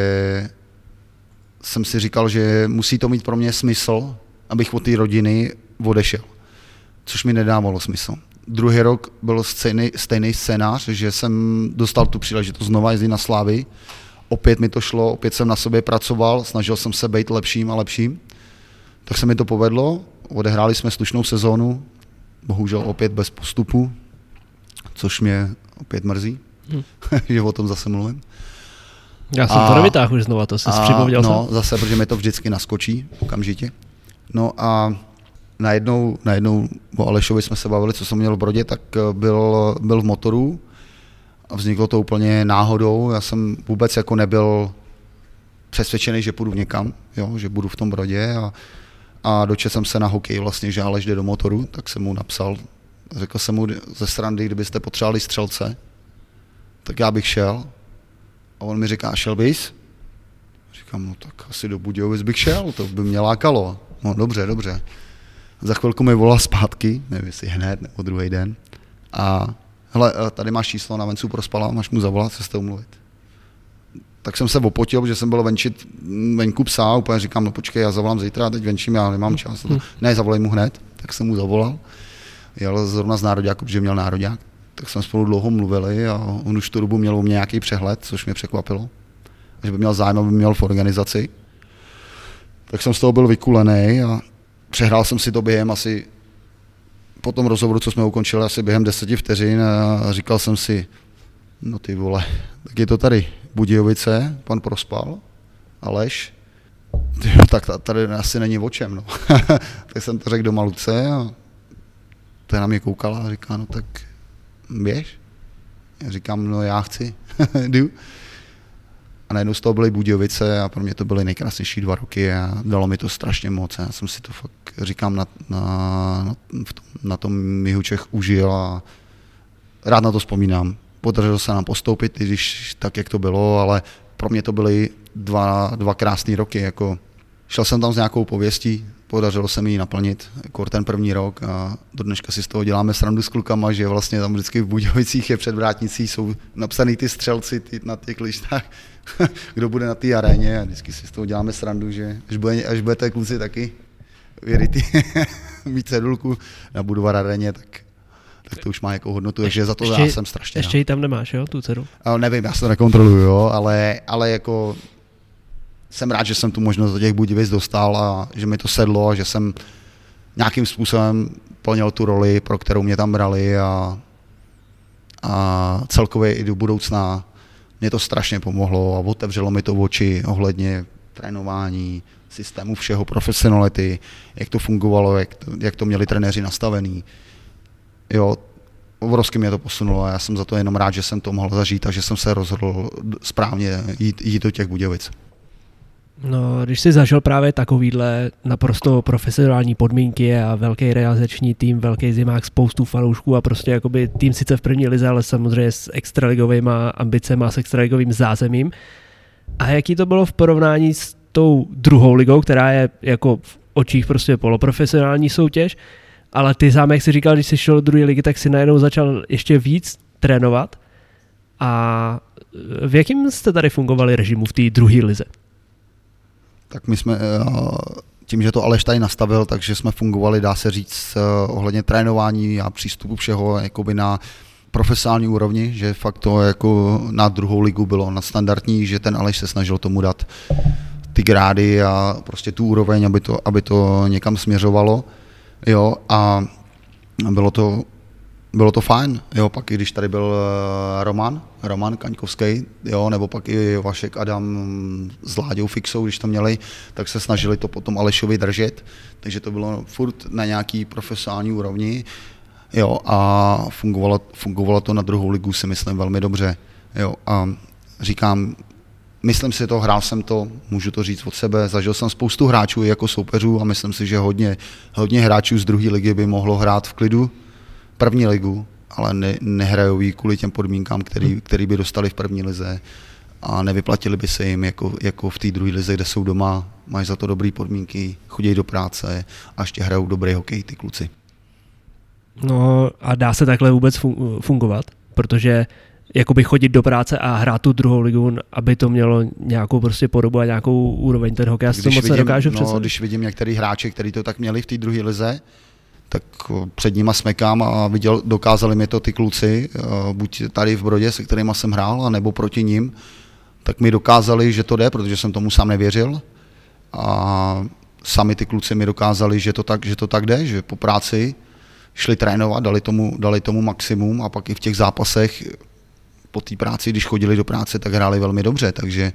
jsem si říkal, že musí to mít pro mě smysl, abych od té rodiny odešel, což mi nedávalo smysl. Druhý rok byl stejný, stejný scénář, že jsem dostal tu příležitost znova jezdit na Slávii. Opět mi to šlo, opět jsem na sobě pracoval, snažil jsem se být lepším a lepším. Tak se mi to povedlo, odehráli jsme slušnou sezónu, bohužel opět bez postupu, což mě opět mrzí, hmm. že o tom zase mluvím. Já jsem a, to nevytáhl už znova, to jsi připomněl. No, jsem. Zase, protože mi to vždycky naskočí okamžitě. No a najednou, najednou o Alešovi jsme se bavili, co jsem měl v Brodě, tak byl, byl v Motoru a vzniklo to úplně náhodou. Já jsem vůbec jako nebyl přesvědčený, že půjdu někam, jo, že budu v tom Brodě a, a dočetl jsem se na hokej vlastně, že Aleš jde do Motoru, tak jsem mu napsal, řekl jsem mu ze srandy, kdybyste potřebovali střelce, tak já bych šel. A on mi říká, šel bys? Říkám, no tak asi do Budějovic bych šel, to by mě lákalo. No dobře, dobře. Za chvilku mi volal zpátky, nevím jestli hned nebo druhý den. A hele, tady máš číslo na Vencu Prospala, máš mu zavolat, se s tou mluvit. Tak jsem se opotil, protože jsem byl venčit venku psa a úplně říkám, no počkej, já zavolám zítra, teď venčím, já nemám čas. Hmm. Ne, zavolej mu hned, tak jsem mu zavolal. Jel zrovna z nároďáku, protože měl nároďák. Tak jsme spolu dlouho mluvili a on už tu dobu měl u mě nějaký přehled, což mě překvapilo. Že by měl zájem, aby měl v organizaci. Tak jsem z toho byl vykulený a přehrál jsem si to během asi po tom rozhovoru, co jsme ukončili, asi během deseti vteřin a říkal jsem si, no ty vole, tak je to tady Budějovice, pan Prospal, Aleš, tyjo, tak tady asi není o čem, no. Tak jsem to řekl do Maluce a ta na mě koukala a říká, no tak běž. Já říkám, no já chci, jdu. A najednou z toho byly Budějovice a pro mě to byly nejkrásnější dva roky a dalo mi to strašně moc. Já jsem si to fakt, říkám, na, na, na, na tom Jihu Čech užil a rád na to vzpomínám. Podařilo se nám postoupit, i když tak, jak to bylo, ale pro mě to byly dva, dva krásné roky. Jako, šel jsem tam s nějakou pověstí, podařilo se mi ji naplnit, jako ten první rok a do dneška si z toho děláme srandu s klukama, že vlastně tam vždycky v Budějovicích je před vrátnicí, jsou napsaný ty střelci ty, na těch lištách, kdo bude na té aréně a vždycky si z toho děláme srandu, že až, bude, až budete kluci taky věrytý mít cedulku na Budvar aréně, tak, tak to už má jako hodnotu, takže za to ještě, já jsem strašně Ještě ji tam nemáš, jo, tu dceru? Ale nevím, já se to nekontroluju, jo, ale, ale jako jsem rád, že jsem tu možnost do těch Budějovic dostal a že mi to sedlo a že jsem nějakým způsobem plnil tu roli, pro kterou mě tam brali a, a celkově i do budoucna mě to strašně pomohlo a otevřelo mi to oči ohledně trénování, systému všeho, profesionality, jak to fungovalo, jak to, jak to měli trenéři nastavený. Jo, obrovsky mě to posunulo a já jsem za to jenom rád, že jsem to mohl zažít a že jsem se rozhodl správně jít, jít do těch Budějovic. No, když jsi zažil právě takovýhle naprosto profesionální podmínky a velký realizační tým, velký zimák, spoustu fanoušků a prostě jakoby tým sice v první lize, ale samozřejmě s extraligovýma ambicemi a s extraligovým zázemím. A jaký to bylo v porovnání s tou druhou ligou, která je jako v očích prostě poloprofesionální soutěž, ale ty sám, jak jsi říkal, když jsi šel do druhé ligy, tak si najednou začal ještě víc trénovat. A v jakém jste tady fungovali režimu v té druhé lize? Tak my jsme, tím, že to Aleš tady nastavil, takže jsme fungovali, dá se říct, ohledně trénování a přístupu všeho jakoby na profesionální úrovni, že fakt to jako na druhou ligu bylo nadstandardní, že ten Aleš se snažil tomu dát ty grády a prostě tu úroveň, aby to, aby to někam směřovalo. Jo, a bylo to, bylo to fajn, jo, pak i když tady byl Roman, Roman Kaňkovský, jo, nebo pak i Vašek Adam s Láďou Fixou, když to měli, tak se snažili to potom Alešovi držet, takže to bylo furt na nějaký profesionální úrovni, jo, a fungovalo, fungovalo to na druhou ligu, si myslím, velmi dobře, jo, a říkám, myslím si to, hrál jsem to, můžu to říct od sebe, zažil jsem spoustu hráčů jako soupeřů a myslím si, že hodně, hodně hráčů z druhé ligy by mohlo hrát v klidu první ligu, ale ne, nehrajou jí kvůli těm podmínkám, který, který by dostali v první lize a nevyplatili by se jim jako, jako v té druhé lize, kde jsou doma, mají za to dobré podmínky, chodí do práce a ještě hrajou dobrý hokej ty kluci. No a dá se takhle vůbec fungovat, protože jakoby chodit do práce a hrát tu druhou ligu, aby to mělo nějakou prostě podobu a nějakou úroveň ten hokej. Já si to moc nedokážu představit. No, když vidím některý hráči, kteří to tak měli v té druhé lize, tak před nima smekám a viděl, dokázali mi to ty kluci, buď tady v Brodě, se kterýma jsem hrál, nebo proti nim, tak mi dokázali, že to jde, protože jsem tomu sám nevěřil. A sami ty kluci mi dokázali, že to tak, že to tak jde, že po práci šli trénovat, dali tomu, dali tomu maximum a pak i v těch zápasech po té práci, když chodili do práce, tak hráli velmi dobře, takže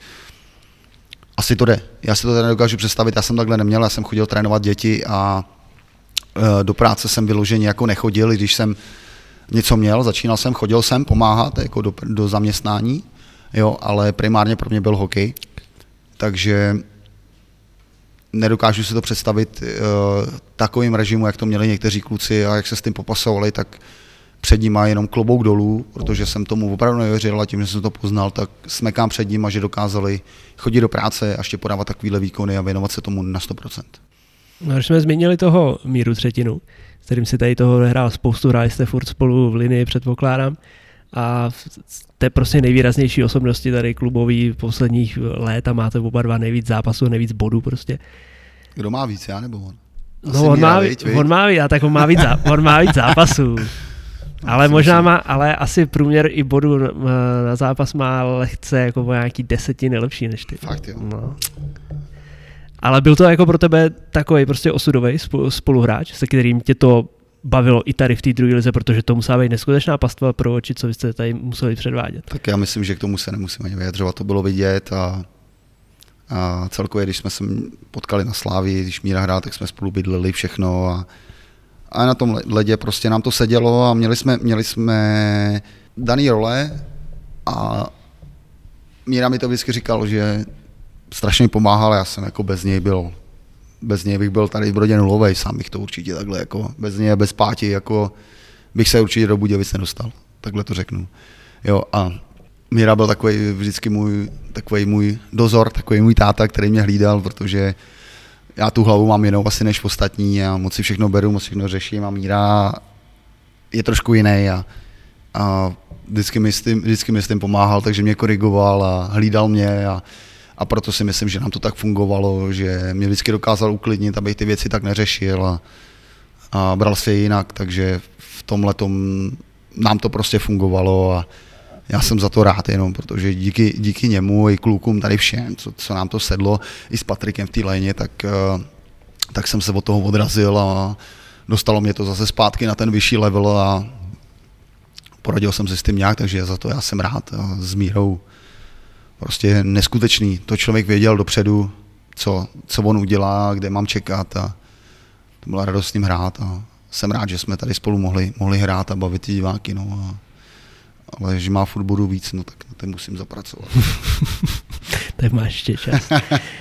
asi to jde. Já si to tady nedokážu představit, já jsem takhle neměl, já jsem chodil trénovat děti a do práce jsem vyloženě jako nechodil, i když jsem něco měl, začínal jsem, chodil jsem pomáhat jako do, do zaměstnání, jo, ale primárně pro mě byl hokej, takže nedokážu si to představit uh, takovým režimu, jak to měli někteří kluci a jak se s tím popasovali, tak před nima jenom klobouk dolů, protože jsem tomu opravdu nevěřil a tím, že jsem to poznal, tak smekám před nima, že dokázali chodit do práce a ještě podávat takovýhle výkony a věnovat se tomu na sto procent. No, když jsme zmínili toho Míru Třetinu, s kterým si tady toho hrál spoustu, hráli jste furt spolu v linii, předpokládám, a jste prostě nejvýraznější osobnosti tady klubový posledních let a máte oba dva nejvíc zápasů, nejvíc bodů prostě. Kdo má víc, já nebo on? Asi no on Míra, má, viď, on má víc, tak on má víc, zá, on má víc zápasů. Ale možná má, ale asi průměr i bodů na zápas má lehce jako nějaký desetiny lepší než ty. Fakt jo. No. Ale byl to jako pro tebe takový prostě osudový spoluhráč, se kterým tě to bavilo i tady v té druhé lize, protože to musela být neskutečná pastva pro oči, co vy jste tady museli předvádět. Tak já myslím, že k tomu se nemusíme ani vyjadřovat, to bylo vidět a, a celkově, když jsme se potkali na Slávii, když Míra hrál, tak jsme spolu bydleli všechno a, a na tom ledě prostě nám to sedělo a měli jsme, měli jsme daný role a Míra mi to vždycky říkal, že strašně pomáhal, já jsem jako bez něj byl, bez něj bych byl tady v Brodě nulovej, sám bych to určitě takhle jako, bez něj a bez Páti, jako bych se určitě do Budějovic nedostal, takhle to řeknu. Jo a Míra byl takový vždycky můj, takový můj dozor, takový můj táta, který mě hlídal, protože já tu hlavu mám jinou asi než ostatní a moc si všechno beru, moc všechno řeším a Míra je trošku jiný a, a vždycky, mi s tím, vždycky mi s tím pomáhal, takže mě korigoval a hlídal mě a A proto si myslím, že nám to tak fungovalo, že mě vždycky dokázal uklidnit, abych ty věci tak neřešil a, a bral si je jinak, takže v tomhletom nám to prostě fungovalo a já jsem za to rád jenom, protože díky, díky němu i klukům tady všem, co, co nám to sedlo, i s Patrikem v té léně, tak, tak jsem se od toho odrazil a dostalo mě to zase zpátky na ten vyšší level a poradil jsem se s tím nějak, takže za to já jsem rád a s Mírou. Prostě neskutečný. To člověk věděl dopředu, co, co on udělá, kde mám čekat a to byla radost s ním hrát a jsem rád, že jsme tady spolu mohli, mohli hrát a bavit ty diváky, no a, ale že má furt budu víc, no tak na ten musím zapracovat. Tak máš ještě čas.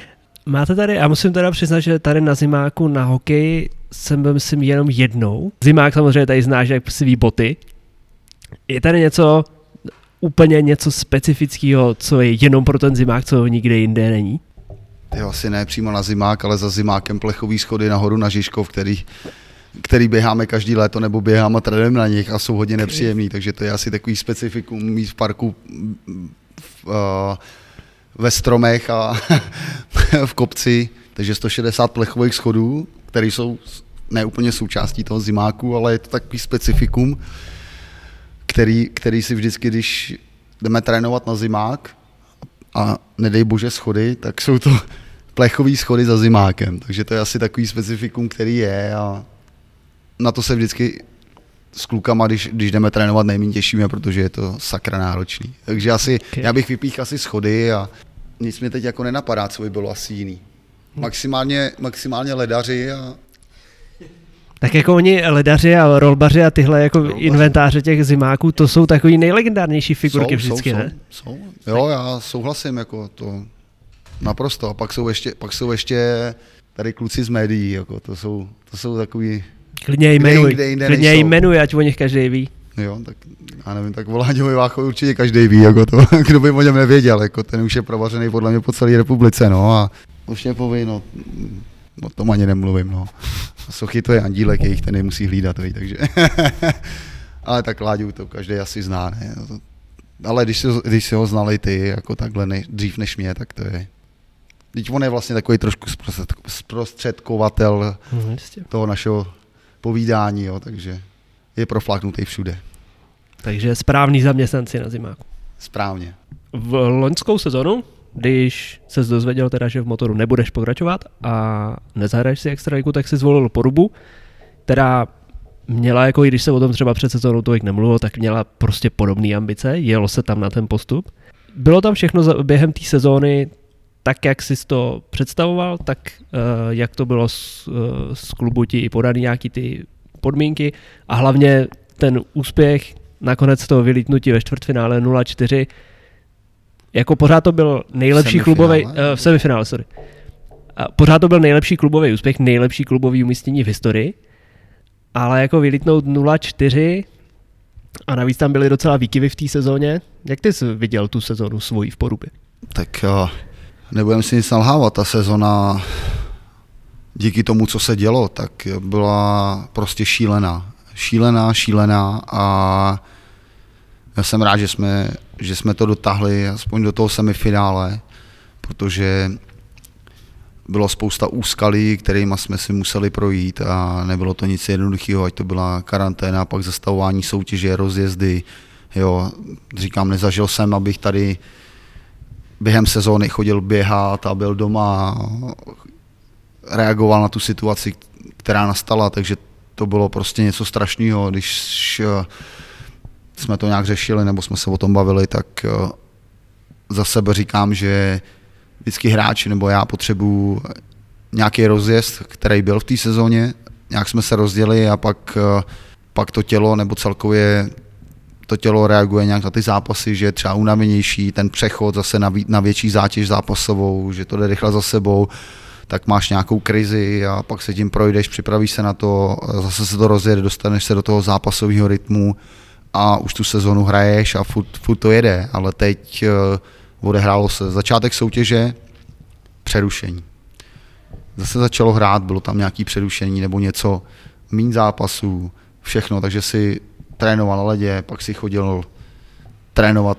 máte tady, já musím teda přiznat, že tady na zimáku na hokej jsem byl, myslím, jenom jednou. Zimák samozřejmě tady znáš, jak svý boty. Je tady něco, úplně něco specifického, co je jenom pro ten zimák, co nikde jinde není? Jo, asi ne přímo na zimák, ale za zimákem plechový schody nahoru na Žižkov, který, který běháme každý léto, nebo běháme trénujeme na nich a jsou hodně nepříjemný, takže to je asi takový specifikum mít v parku v, uh, ve stromech a v kopci, takže sto šedesát plechových schodů, které jsou ne úplně součástí toho zimáku, ale je to takový specifikum, který, který si vždycky, když jdeme trénovat na zimák a nedej bože schody, tak jsou to plechový schody za zimákem, takže to je asi takový specifikum, který je a na to se vždycky s klukama, když, když jdeme trénovat, nejméně těšíme, protože je to sakra náročný. Takže asi, okay. Já bych vypíchl asi schody a nic mě teď jako nenapadá, co by bylo asi jiný. Maximálně, maximálně ledaři a... Tak jako oni ledaři a rolbaři a tyhle jako rolbaři. Inventáře těch zimáků, to jsou takový nejlegendárnější figurky jsou, jsou, vždycky, jsou, ne? Jsou. Jo, já souhlasím, jako to naprosto. A pak jsou ještě, pak jsou ještě tady kluci z médií, jako to jsou, to jsou takový... Klidně jmenuj, klidně jmenuj, ať o nich každý ví. Jo, tak já nevím, tak Voláďovi Váchovi určitě každý ví, jako to, kdo by o něm nevěděl, jako ten už je provařený podle mě po celé republice, no a už mě poví, no, o tom ani nemluvím, no. Sochy to je Andílek, jejich ten nemusí hlídat, ví, takže, ale tak Láďu to každý asi zná, ne, no to, ale když si, když si ho znali ty, jako takhle ne, dřív než mě, tak to je, teď on je vlastně takový trošku zprostředkovatel hmm, toho našeho povídání, jo, takže je profláknutý všude. Takže správný zaměstnanci na zimáku. Správně. V loňskou sezonu, když se dozvěděl teda, že v motoru nebudeš pokračovat a nezahraješ si extraligu, tak si zvolil Porubu, která měla, jako i když se o tom třeba před sezónou tolik nemluvilo, tak měla prostě podobné ambice, jelo se tam na ten postup. Bylo tam všechno za, během té sezóny tak, jak jsi to představoval, tak uh, jak to bylo z, uh, z klubu ti podaný nějaký ty podmínky a hlavně ten úspěch nakonec toho vylítnutí ve čtvrtfinále nula čtyři, jako pořád to byl nejlepší klubový, uh, v semifinále, sorry. A pořád to byl nejlepší klubový úspěch, nejlepší klubový umístění v historii, ale jako vylítnout nula čtyři a navíc tam byly docela výkyvy v té sezóně. Jak ty jsi viděl tu sezónu svoji v Porubě? Tak uh... nebudeme si nic nalhávat, ta sezona díky tomu, co se dělo, tak byla prostě šílená. Šílená, šílená a já jsem rád, že jsme, že jsme to dotáhli aspoň do toho semifinále, protože bylo spousta úskalí, kterými jsme si museli projít a nebylo to nic jednoduchého, ať to byla karanténa, pak zastavování soutěže, rozjezdy. Jo, říkám, nezažil jsem, abych tady během sezóny chodil běhat a byl doma a reagoval na tu situaci, která nastala, takže to bylo prostě něco strašného. Když jsme to nějak řešili nebo jsme se o tom bavili, tak za sebe říkám, že vždycky hráči nebo já potřebuju nějaký rozjezd, který byl v té sezóně, nějak jsme se rozdělili a pak, pak to tělo nebo celkově to tělo reaguje nějak na ty zápasy, že je třeba unavenější, ten přechod zase na, na větší zátěž zápasovou, že to jde rychle za sebou, tak máš nějakou krizi a pak se tím projdeš, připravíš se na to, zase se to rozjede, dostaneš se do toho zápasového rytmu a už tu sezonu hraješ a furt, furt to jede, ale teď uh, odehrálo se začátek soutěže, přerušení. Zase začalo hrát, bylo tam nějaké přerušení nebo něco, míň zápasů, všechno, takže si trénoval na ledě, pak si chodil trénovat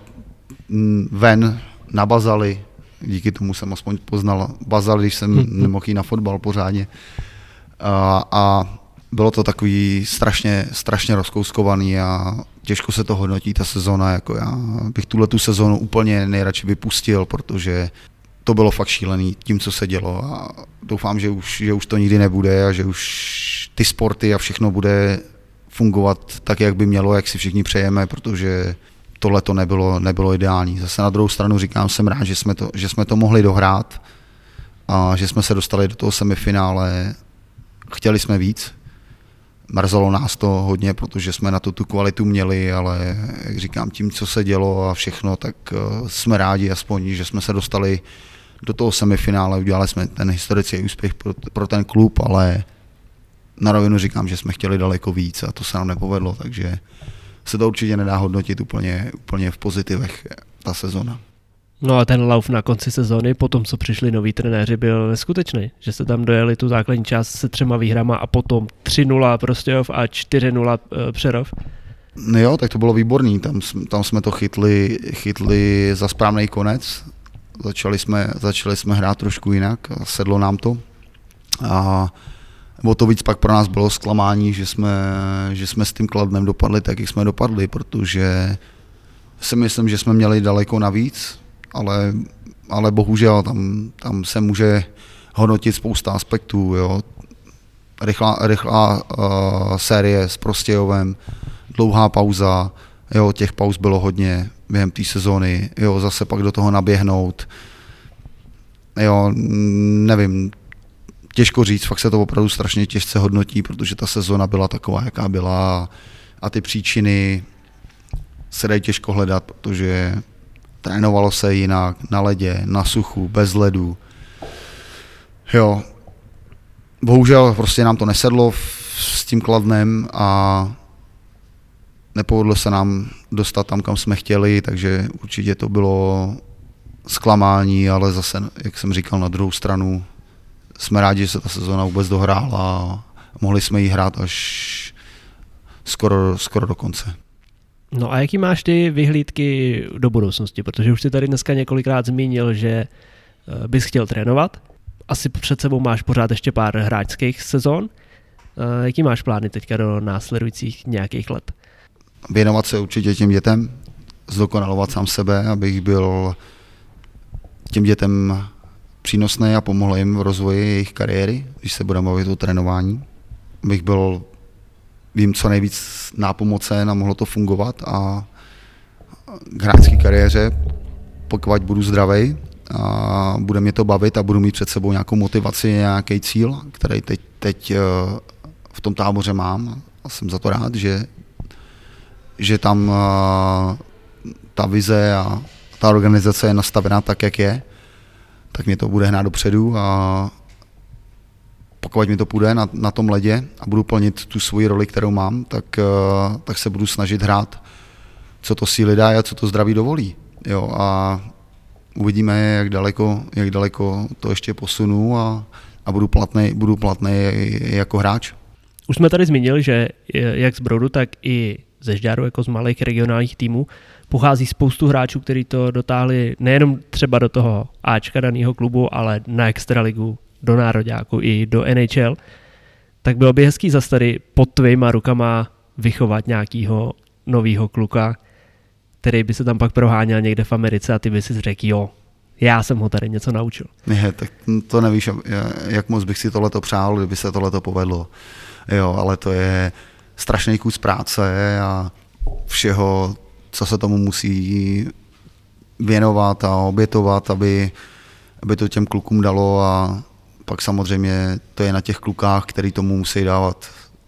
ven na bazaly, díky tomu jsem aspoň poznal bazaly, když jsem nemohl jít na fotbal pořádně. A, a bylo to takový strašně, strašně rozkouskovaný a těžko se to hodnotí ta sezóna, jako já bych tuhle tu sezónu úplně nejradši vypustil, protože to bylo fakt šílený tím, co se dělo a doufám, že už, že už to nikdy nebude a že už ty sporty a všechno bude fungovat tak, jak by mělo, jak si všichni přejeme, protože tohle to nebylo, nebylo ideální. Zase na druhou stranu říkám, jsem rád, že jsme to, že jsme to mohli dohrát a že jsme se dostali do toho semifinále. Chtěli jsme víc, mrzelo nás to hodně, protože jsme na to tu kvalitu měli, ale jak říkám, tím, co se dělo a všechno, tak jsme rádi aspoň, že jsme se dostali do toho semifinále, udělali jsme ten historický úspěch pro, pro ten klub, ale na rovinu říkám, že jsme chtěli daleko víc a to se nám nepovedlo, takže se to určitě nedá hodnotit úplně, úplně v pozitivech ta sezona. No a ten lauf na konci sezóny, potom co přišli noví trenéři, byl neskutečný, že se tam dojeli tu základní část se třema výhrama a potom tři nula Prostějov a čtyři nula Přerov. No jo, tak to bylo výborný, tam, tam jsme to chytli, chytli za správný konec, začali jsme, začali jsme hrát trošku jinak, sedlo nám to a o to víc pak pro nás bylo zklamání, že jsme, že jsme s tím Kladnem dopadli tak, jak jsme dopadli, protože si myslím, že jsme měli daleko navíc, ale, ale bohužel tam, tam se může hodnotit spousta aspektů. Jo. Rychlá, rychlá uh, série s Prostějovem, dlouhá pauza, jo, těch pauz bylo hodně během té sezóny, jo, zase pak do toho naběhnout. Jo, nevím, těžko říct, fakt se to opravdu strašně těžce hodnotí, protože ta sezóna byla taková, jaká byla a ty příčiny se dají těžko hledat, protože trénovalo se jinak, na ledě, na suchu, bez ledu. Jo, bohužel prostě nám to nesedlo s tím Kladnem a nepovedlo se nám dostat tam, kam jsme chtěli, takže určitě to bylo zklamání, ale zase, jak jsem říkal, na druhou stranu jsme rádi, že se ta sezóna vůbec dohrála a mohli jsme ji hrát až skoro, skoro do konce. No a jaký máš ty vyhlídky do budoucnosti? Protože už jsi tady dneska několikrát zmínil, že bys chtěl trénovat. Asi před sebou máš pořád ještě pár hráčských sezon. Jaký máš plány teďka do následujících nějakých let? Věnovat se určitě těm dětem, zdokonalovat sám sebe, abych byl těm dětem přínosný a pomohl jim v rozvoji jejich kariéry, když se budeme bavit o trénování. Abych byl vím co nejvíc nápomocen a mohlo to fungovat a k hráčské kariéře, pokud budu zdravej a bude mě to bavit a budu mít před sebou nějakou motivaci, nějaký cíl, který teď, teď v tom táboře mám a jsem za to rád, že, že tam ta vize a ta organizace je nastavená tak, jak je, tak mě to bude hnát dopředu a pokud mi to půjde na, na tom ledě a budu plnit tu svoji roli, kterou mám, tak, tak se budu snažit hrát, co to síly dá a co to zdraví dovolí. Jo, a uvidíme, jak daleko, jak daleko to ještě posunu a, a budu platnej, budu platnej jako hráč. Už jsme tady zmínili, že jak z Brodu, tak i ze Žďáru, jako z malých regionálních týmů, pochází spoustu hráčů, kteří to dotáhli nejenom třeba do toho Ačka daného klubu, ale na extraligu, do nároďáku i do N H L, tak bylo by hezký zase tady pod tvýma rukama vychovat nějakýho novýho kluka, který by se tam pak proháněl někde v Americe a ty by si řekl, jo, já jsem ho tady něco naučil. Ne, tak to nevíš, jak moc bych si tohleto přál, kdyby se tohleto povedlo. Jo, ale to je strašný kus práce a všeho, co se tomu musí věnovat a obětovat, aby, aby to těm klukům dalo a pak samozřejmě to je na těch klukách, který tomu musí dávat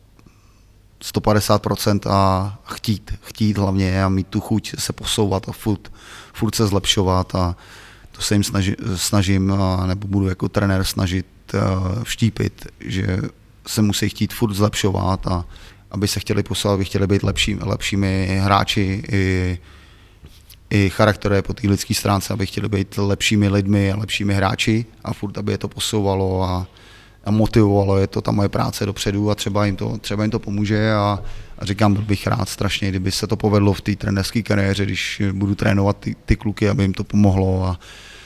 sto padesát procent a chtít, chtít hlavně a mít tu chuť se posouvat a furt, furt se zlepšovat a to se jim snaží, snažím a nebo budu jako trenér snažit vštípit, že se musí chtít furt zlepšovat a aby se chtěli posouvat, aby chtěli být lepší, lepšími hráči i, i charaktery po té lidské stránce, aby chtěli být lepšími lidmi a lepšími hráči a furt, aby je to posouvalo a, a motivovalo je to ta moje práce dopředu a třeba jim to, třeba jim to pomůže a, a říkám, byl bych rád strašně, kdyby se to povedlo v té trenérské kariéře, když budu trénovat ty, ty kluky, aby jim to pomohlo a,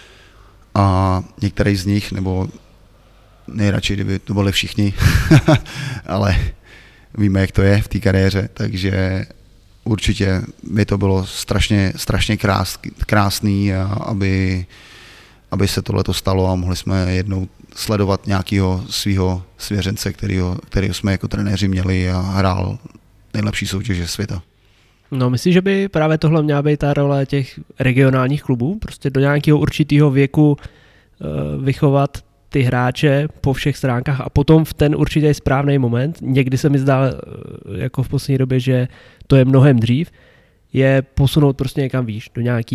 a některý z nich, nebo nejradši, kdyby to byli všichni, ale víme, jak to je v té kariéře, takže určitě by to bylo strašně, strašně krás, krásný, aby, aby se tohleto stalo a mohli jsme jednou sledovat nějakého svého svěřence, kterýho, kterýho jsme jako trenéři měli a hrál nejlepší soutěže světa. No, myslím, že by právě tohle měla být ta role těch regionálních klubů, prostě do nějakého určitého věku uh, vychovat ty hráče po všech stránkách a potom v ten určitě správný moment, někdy se mi zdá jako v poslední době, že to je mnohem dřív, je posunout prostě někam výš, do nějaký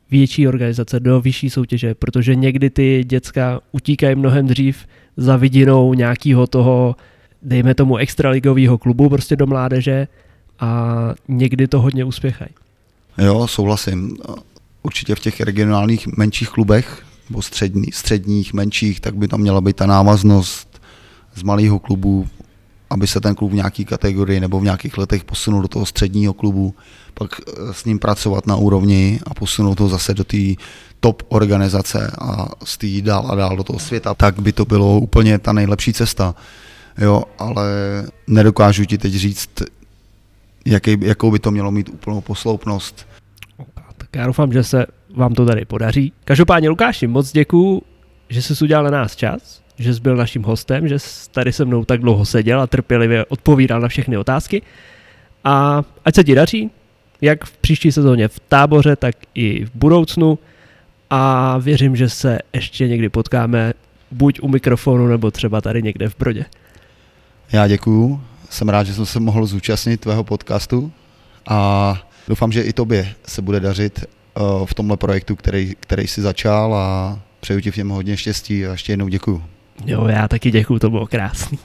větší organizace, do vyšší soutěže, protože někdy ty děcka utíkají mnohem dřív za vidinou nějakého toho, dejme tomu extraligového klubu prostě do mládeže a někdy to hodně uspěchají. Jo, souhlasím. Určitě v těch regionálních menších klubech, nebo střední, středních, menších, tak by tam měla být ta návaznost z malého klubu, aby se ten klub v nějaké kategorii nebo v nějakých letech posunul do toho středního klubu, pak s ním pracovat na úrovni a posunout ho zase do té top organizace a z té dál a dál do toho světa, tak by to bylo úplně ta nejlepší cesta. Jo, ale nedokážu ti teď říct, jaký, jakou by to mělo mít úplnou posloupnost. Tak já doufám, že se vám to tady podaří. Každopádně Lukáši, moc děkuju, že jsi udělal na nás čas, že jsi byl naším hostem, že jsi tady se mnou tak dlouho seděl a trpělivě odpovídal na všechny otázky. A ať se ti daří, jak v příští sezóně v Táboře, tak i v budoucnu. A věřím, že se ještě někdy potkáme, buď u mikrofonu, nebo třeba tady někde v Brodě. Já děkuju, jsem rád, že jsem se mohl zúčastnit tvého podcastu a doufám, že i tobě se bude dařit uh, v tomhle projektu, který, který jsi začal, a přeju ti v něm hodně štěstí a ještě jednou děkuju. Jo, já taky děkuju, to bylo krásný.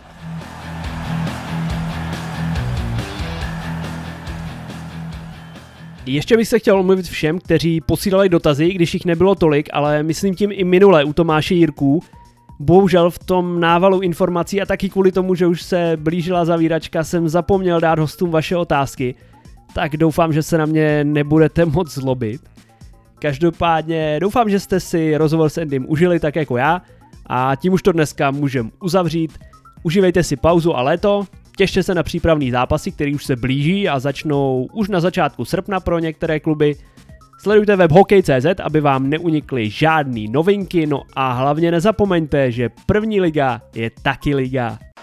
Ještě bych se chtěl omluvit všem, kteří posílali dotazy, když jich nebylo tolik, ale myslím tím i minule u Tomáše Jirků. Bohužel v tom návalu informací a taky kvůli tomu, že už se blížila zavíračka, jsem zapomněl dát hostům vaše otázky, tak doufám, že se na mě nebudete moc zlobit. Každopádně doufám, že jste si rozhovor s Endym užili tak jako já a tím už to dneska můžeme uzavřít. Užívejte si pauzu a léto, těšte se na přípravný zápasy, který už se blíží a začnou už na začátku srpna pro některé kluby. Sledujte web hokej tečka cé zet, aby vám neunikly žádný novinky, no a hlavně nezapomeňte, že první liga je taky liga.